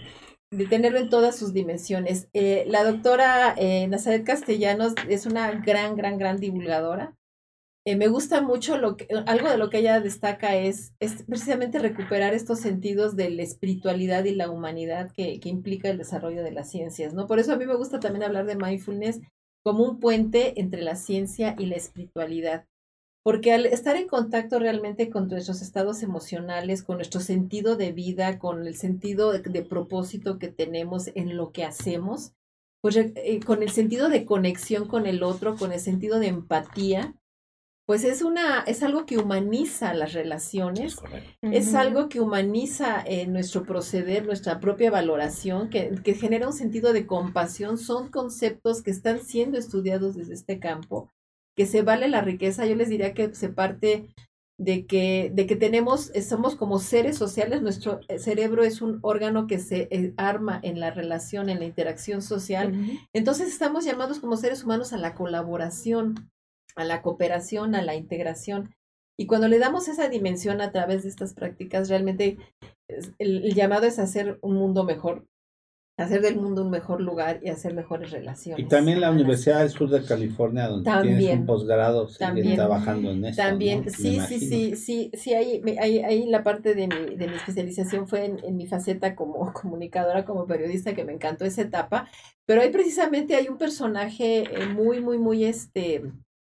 de tenerlo en todas sus dimensiones. Eh, la doctora eh, Nazaret Castellanos es una gran, gran, gran divulgadora. Eh, me gusta mucho lo que, algo de lo que ella destaca es, es precisamente recuperar estos sentidos de la espiritualidad y la humanidad que, que implica el desarrollo de las ciencias, ¿no? Por eso a mí me gusta también hablar de mindfulness como un puente entre la ciencia y la espiritualidad. Porque al estar en contacto realmente con nuestros estados emocionales, con nuestro sentido de vida, con el sentido de, de propósito que tenemos en lo que hacemos, pues eh, con el sentido de conexión con el otro, con el sentido de empatía, pues es una, es algo que humaniza las relaciones, es, es algo que humaniza eh, nuestro proceder, nuestra propia valoración, que, que genera un sentido de compasión. Son conceptos que están siendo estudiados desde este campo, que se vale la riqueza. Yo les diría que se parte de que, de que tenemos, somos como seres sociales, nuestro cerebro es un órgano que se eh, arma en la relación, en la interacción social. Uh-huh. Entonces estamos llamados como seres humanos a la colaboración, a la cooperación, a la integración. Y cuando le damos esa dimensión a través de estas prácticas, realmente el, el llamado es hacer un mundo mejor, hacer del mundo un mejor lugar y hacer mejores relaciones. Y también la Universidad del Sur de California, donde también, tienes un posgrado, sigue trabajando en eso. También, ¿no? sí, sí, sí, sí, sí, ahí, ahí, ahí la parte de mi, de mi especialización fue en, en mi faceta como comunicadora, como periodista, que me encantó esa etapa, pero ahí precisamente hay un personaje eh, muy, muy, muy, este,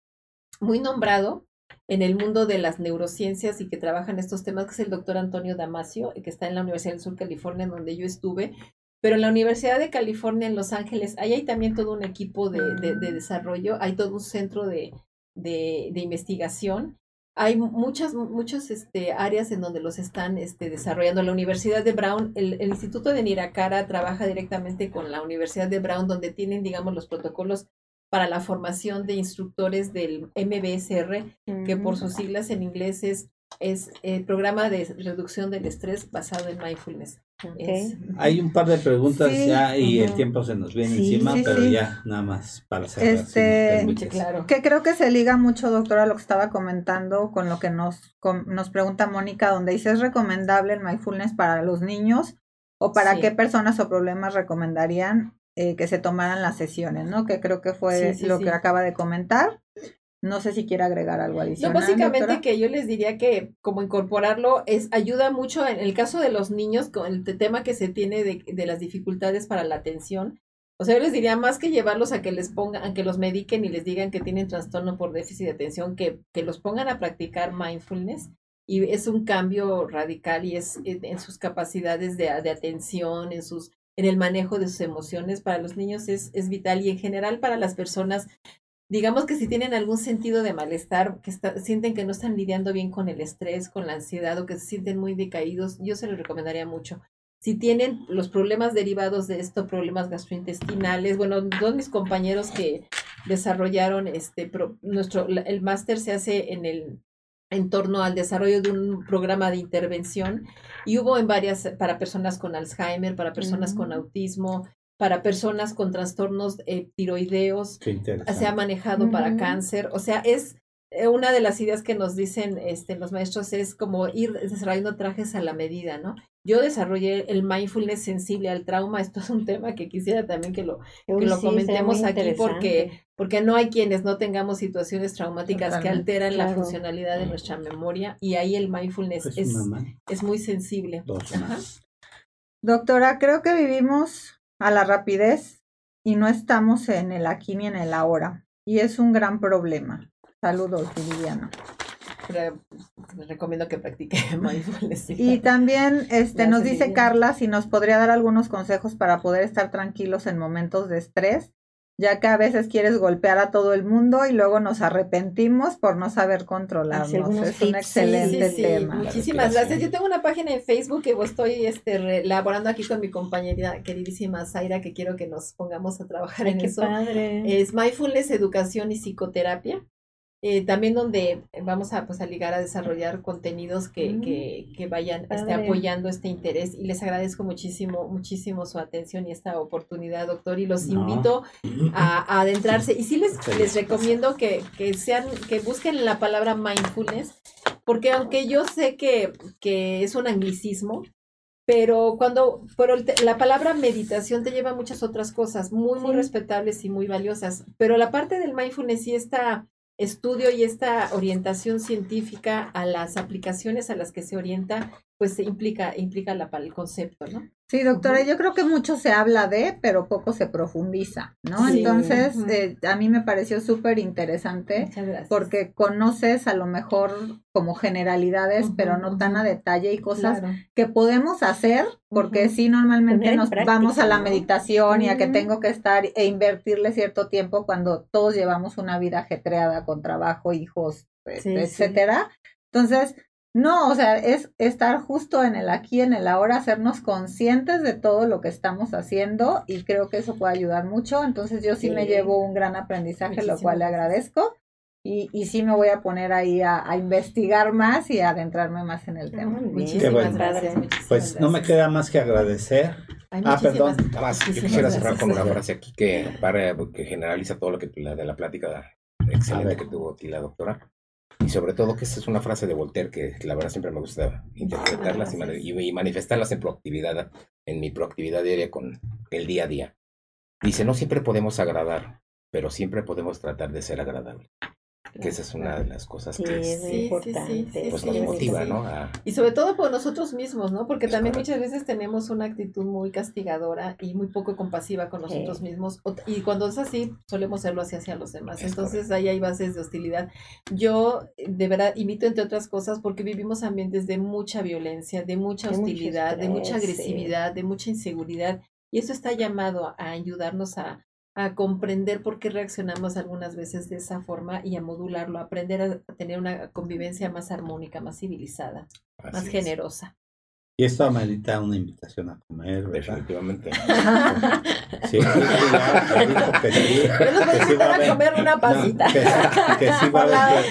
muy nombrado en el mundo de las neurociencias y que trabaja en estos temas, que es el doctor Antonio Damasio, que está en la Universidad del Sur de California, donde yo estuve. Pero en la Universidad de California, en Los Ángeles, ahí hay también todo un equipo de, de, de desarrollo, hay todo un centro de, de, de investigación. Hay muchas, muchas este, áreas en donde los están este, desarrollando. La Universidad de Brown, el, el Instituto de Niracara trabaja directamente con la Universidad de Brown, donde tienen, digamos, los protocolos para la formación de instructores del M B S R, uh-huh. que por sus siglas en inglés es, es el programa de reducción del estrés basado en mindfulness. Okay. Es, Hay un par de preguntas sí, ya y uh-huh. el tiempo se nos viene sí, encima, sí, pero sí. ya nada más para cerrar. Este, si claro. Que creo que se liga mucho, doctora, a lo que estaba comentando con lo que nos, con, nos pregunta Mónica, donde dice, ¿es recomendable el mindfulness para los niños o para sí. qué personas o problemas recomendarían eh, que se tomaran las sesiones, ¿no? Que creo que fue sí, sí, lo sí. que acaba de comentar. No sé si quiere agregar algo adicional. No, básicamente doctora. Que yo les diría que como incorporarlo es ayuda mucho en el caso de los niños con el tema que se tiene de, de las dificultades para la atención. O sea, yo les diría más que llevarlos a que les pongan, a que los mediquen y les digan que tienen trastorno por déficit de atención, que, que los pongan a practicar mindfulness. Y es un cambio radical y es en, en sus capacidades de, de atención, en sus en el manejo de sus emociones. Para los niños es, es vital y en general para las personas. Digamos que si tienen algún sentido de malestar, que está, sienten que no están lidiando bien con el estrés, con la ansiedad o que se sienten muy decaídos, yo se los recomendaría mucho. Si tienen los problemas derivados de esto, problemas gastrointestinales, bueno, dos mis compañeros que desarrollaron este pro, nuestro el máster se hace en el en torno al desarrollo de un programa de intervención y hubo en varias para personas con Alzheimer, para personas uh-huh. con autismo, para personas con trastornos eh, tiroideos, se ha manejado uh-huh. para cáncer, o sea, es eh, una de las ideas que nos dicen este, los maestros es como ir desarrollando trajes a la medida, ¿no? Yo desarrollé el mindfulness sensible al trauma, esto es un tema que quisiera también que lo, Uy, que lo sí, comentemos aquí porque, porque no hay quienes no tengamos situaciones traumáticas Totalmente. que alteran claro. la funcionalidad de nuestra memoria y ahí el mindfulness pues es, es muy sensible. Doctora, creo que vivimos a la rapidez y no estamos en el aquí ni en el ahora y es un gran problema. Saludos, Viviana. Pero les recomiendo que practique mindfulness. Y también este nos dice Viviana. Carla si nos podría dar algunos consejos para poder estar tranquilos en momentos de estrés, ya que a veces quieres golpear a todo el mundo y luego nos arrepentimos por no saber controlarnos. Es tips. un excelente sí, sí, tema. Sí. Muchísimas gracias. Yo tengo una página en Facebook que estoy este, elaborando aquí con mi compañera queridísima Zaira, que quiero que nos pongamos a trabajar Ay, en qué eso. Padre. Es Mindfulness, Educación y Psicoterapia. Eh, también donde vamos a, pues, a ligar a desarrollar contenidos que, mm, que, que vayan este, apoyando este interés y les agradezco muchísimo, muchísimo su atención y esta oportunidad, doctor, y los no. invito a, a adentrarse y sí les, les recomiendo que, que sean, que busquen la palabra mindfulness, porque aunque yo sé que, que es un anglicismo, pero cuando, pero la palabra meditación te lleva a muchas otras cosas muy, muy sí. respetables y muy valiosas, pero la parte del mindfulness sí está estudio y esta orientación científica a las aplicaciones a las que se orienta, pues implica, implica la, el concepto, ¿no? Sí, doctora, yo creo que mucho se habla de, pero poco se profundiza, ¿no? Sí. Entonces, eh, a mí me pareció súper interesante porque conoces a lo mejor como generalidades, uh-huh, pero no tan a detalle y cosas claro. que podemos hacer, porque uh-huh. sí, normalmente nos práctica, vamos a la meditación, ¿no? Y a que tengo que estar e invertirle cierto tiempo cuando todos llevamos una vida ajetreada con trabajo, hijos, sí, etcétera. Sí. Entonces, no, o sea, es estar justo en el aquí, en el ahora, hacernos conscientes de todo lo que estamos haciendo y creo que eso puede ayudar mucho. Entonces yo sí, sí. me llevo un gran aprendizaje, muchísimo, lo cual le agradezco y, y sí me voy a poner ahí a, a investigar más y a adentrarme más en el tema. Muchísimas bueno. gracias. Muchísimas pues gracias. No me queda más que agradecer. Ay, ah, perdón. Nada más, yo quisiera cerrar con una frase aquí que, para, que generaliza todo lo que la, de la plática excelente que tuvo aquí la doctora. Y sobre todo que esta es una frase de Voltaire que la verdad siempre me gusta interpretarlas ah, y, y manifestarlas en proactividad, en mi proactividad diaria con el día a día. Dice, no siempre podemos agradar, pero siempre podemos tratar de ser agradables. Que esa es una de las cosas sí, que es, sí, importante, sí, sí, pues sí, nos sí, motiva, sí. ¿no? A... Y sobre todo por nosotros mismos, ¿no? Porque es también correcto. Muchas veces tenemos una actitud muy castigadora y muy poco compasiva con nosotros sí. mismos. Y cuando es así, solemos serlo así hacia los demás. Es Entonces correcto. Ahí hay bases de hostilidad. Yo, de verdad, invito entre otras cosas porque vivimos ambientes de mucha violencia, de mucha hostilidad, de mucha agresividad, de mucha inseguridad. Y eso está llamado a ayudarnos a a comprender por qué reaccionamos algunas veces de esa forma y a modularlo, a aprender a tener una convivencia más armónica, más civilizada, así más es. Generosa. Y esto amerita una invitación a comer, ¿verdad? Definitivamente. Sí, sí, ya, dijo que sí. Yo los voy a invitar a comer una pasita. No, que, que sí va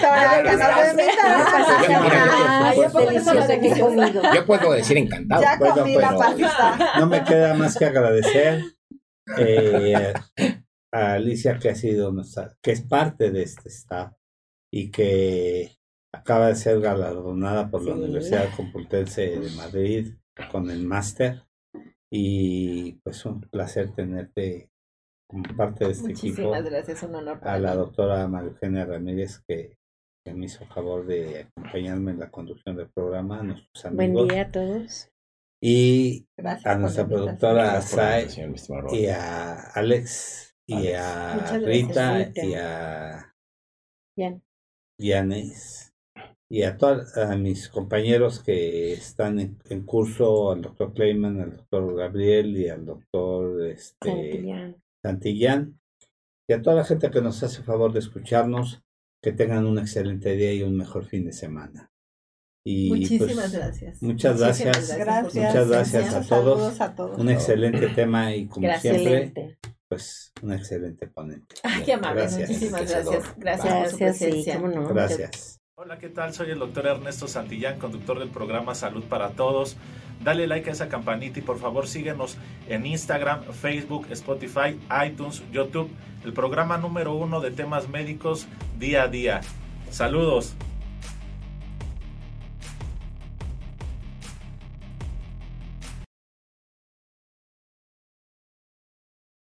a Yo puedo decir encantado. Ya bueno, comí pero, la pasita. No me queda más que agradecer eh, a Alicia que ha sido nuestra, que es parte de este staff y que acaba de ser galardonada por sí. la Universidad Complutense de Madrid con el máster y pues un placer tenerte como parte de este Muchísimas equipo. Muchísimas gracias, un honor para a la mí. doctora María Eugenia Ramírez que, que me hizo favor de acompañarme en la conducción del programa, a nuestros amigos. Buen día a todos. Y gracias a nuestra productora Asai y a Alex y Alex. a Rita, Rita y a Jan. Yanes y a todos a mis compañeros que están en, en curso, al doctor Kleiman, al doctor Gabriel y al doctor este, Santillán. Santillán y a toda la gente que nos hace favor de escucharnos, que tengan un excelente día y un mejor fin de semana. Y muchísimas pues, gracias. Muchas gracias. Muchísimas gracias. Muchas gracias, gracias a, todos. a todos. Un excelente tema y como gracias. siempre, Excelente. pues un excelente ponente. Ay, qué amable. Gracias. Muchísimas gracias. Gracias, gracias por su presencia. Sí, cómo no. Gracias. Hola, ¿qué tal? Soy el doctor Ernesto Santillán, conductor del programa Salud para Todos. Dale like a esa campanita y por favor síguenos en Instagram, Facebook, Spotify, iTunes, YouTube. El programa número uno de temas médicos día a día. Saludos.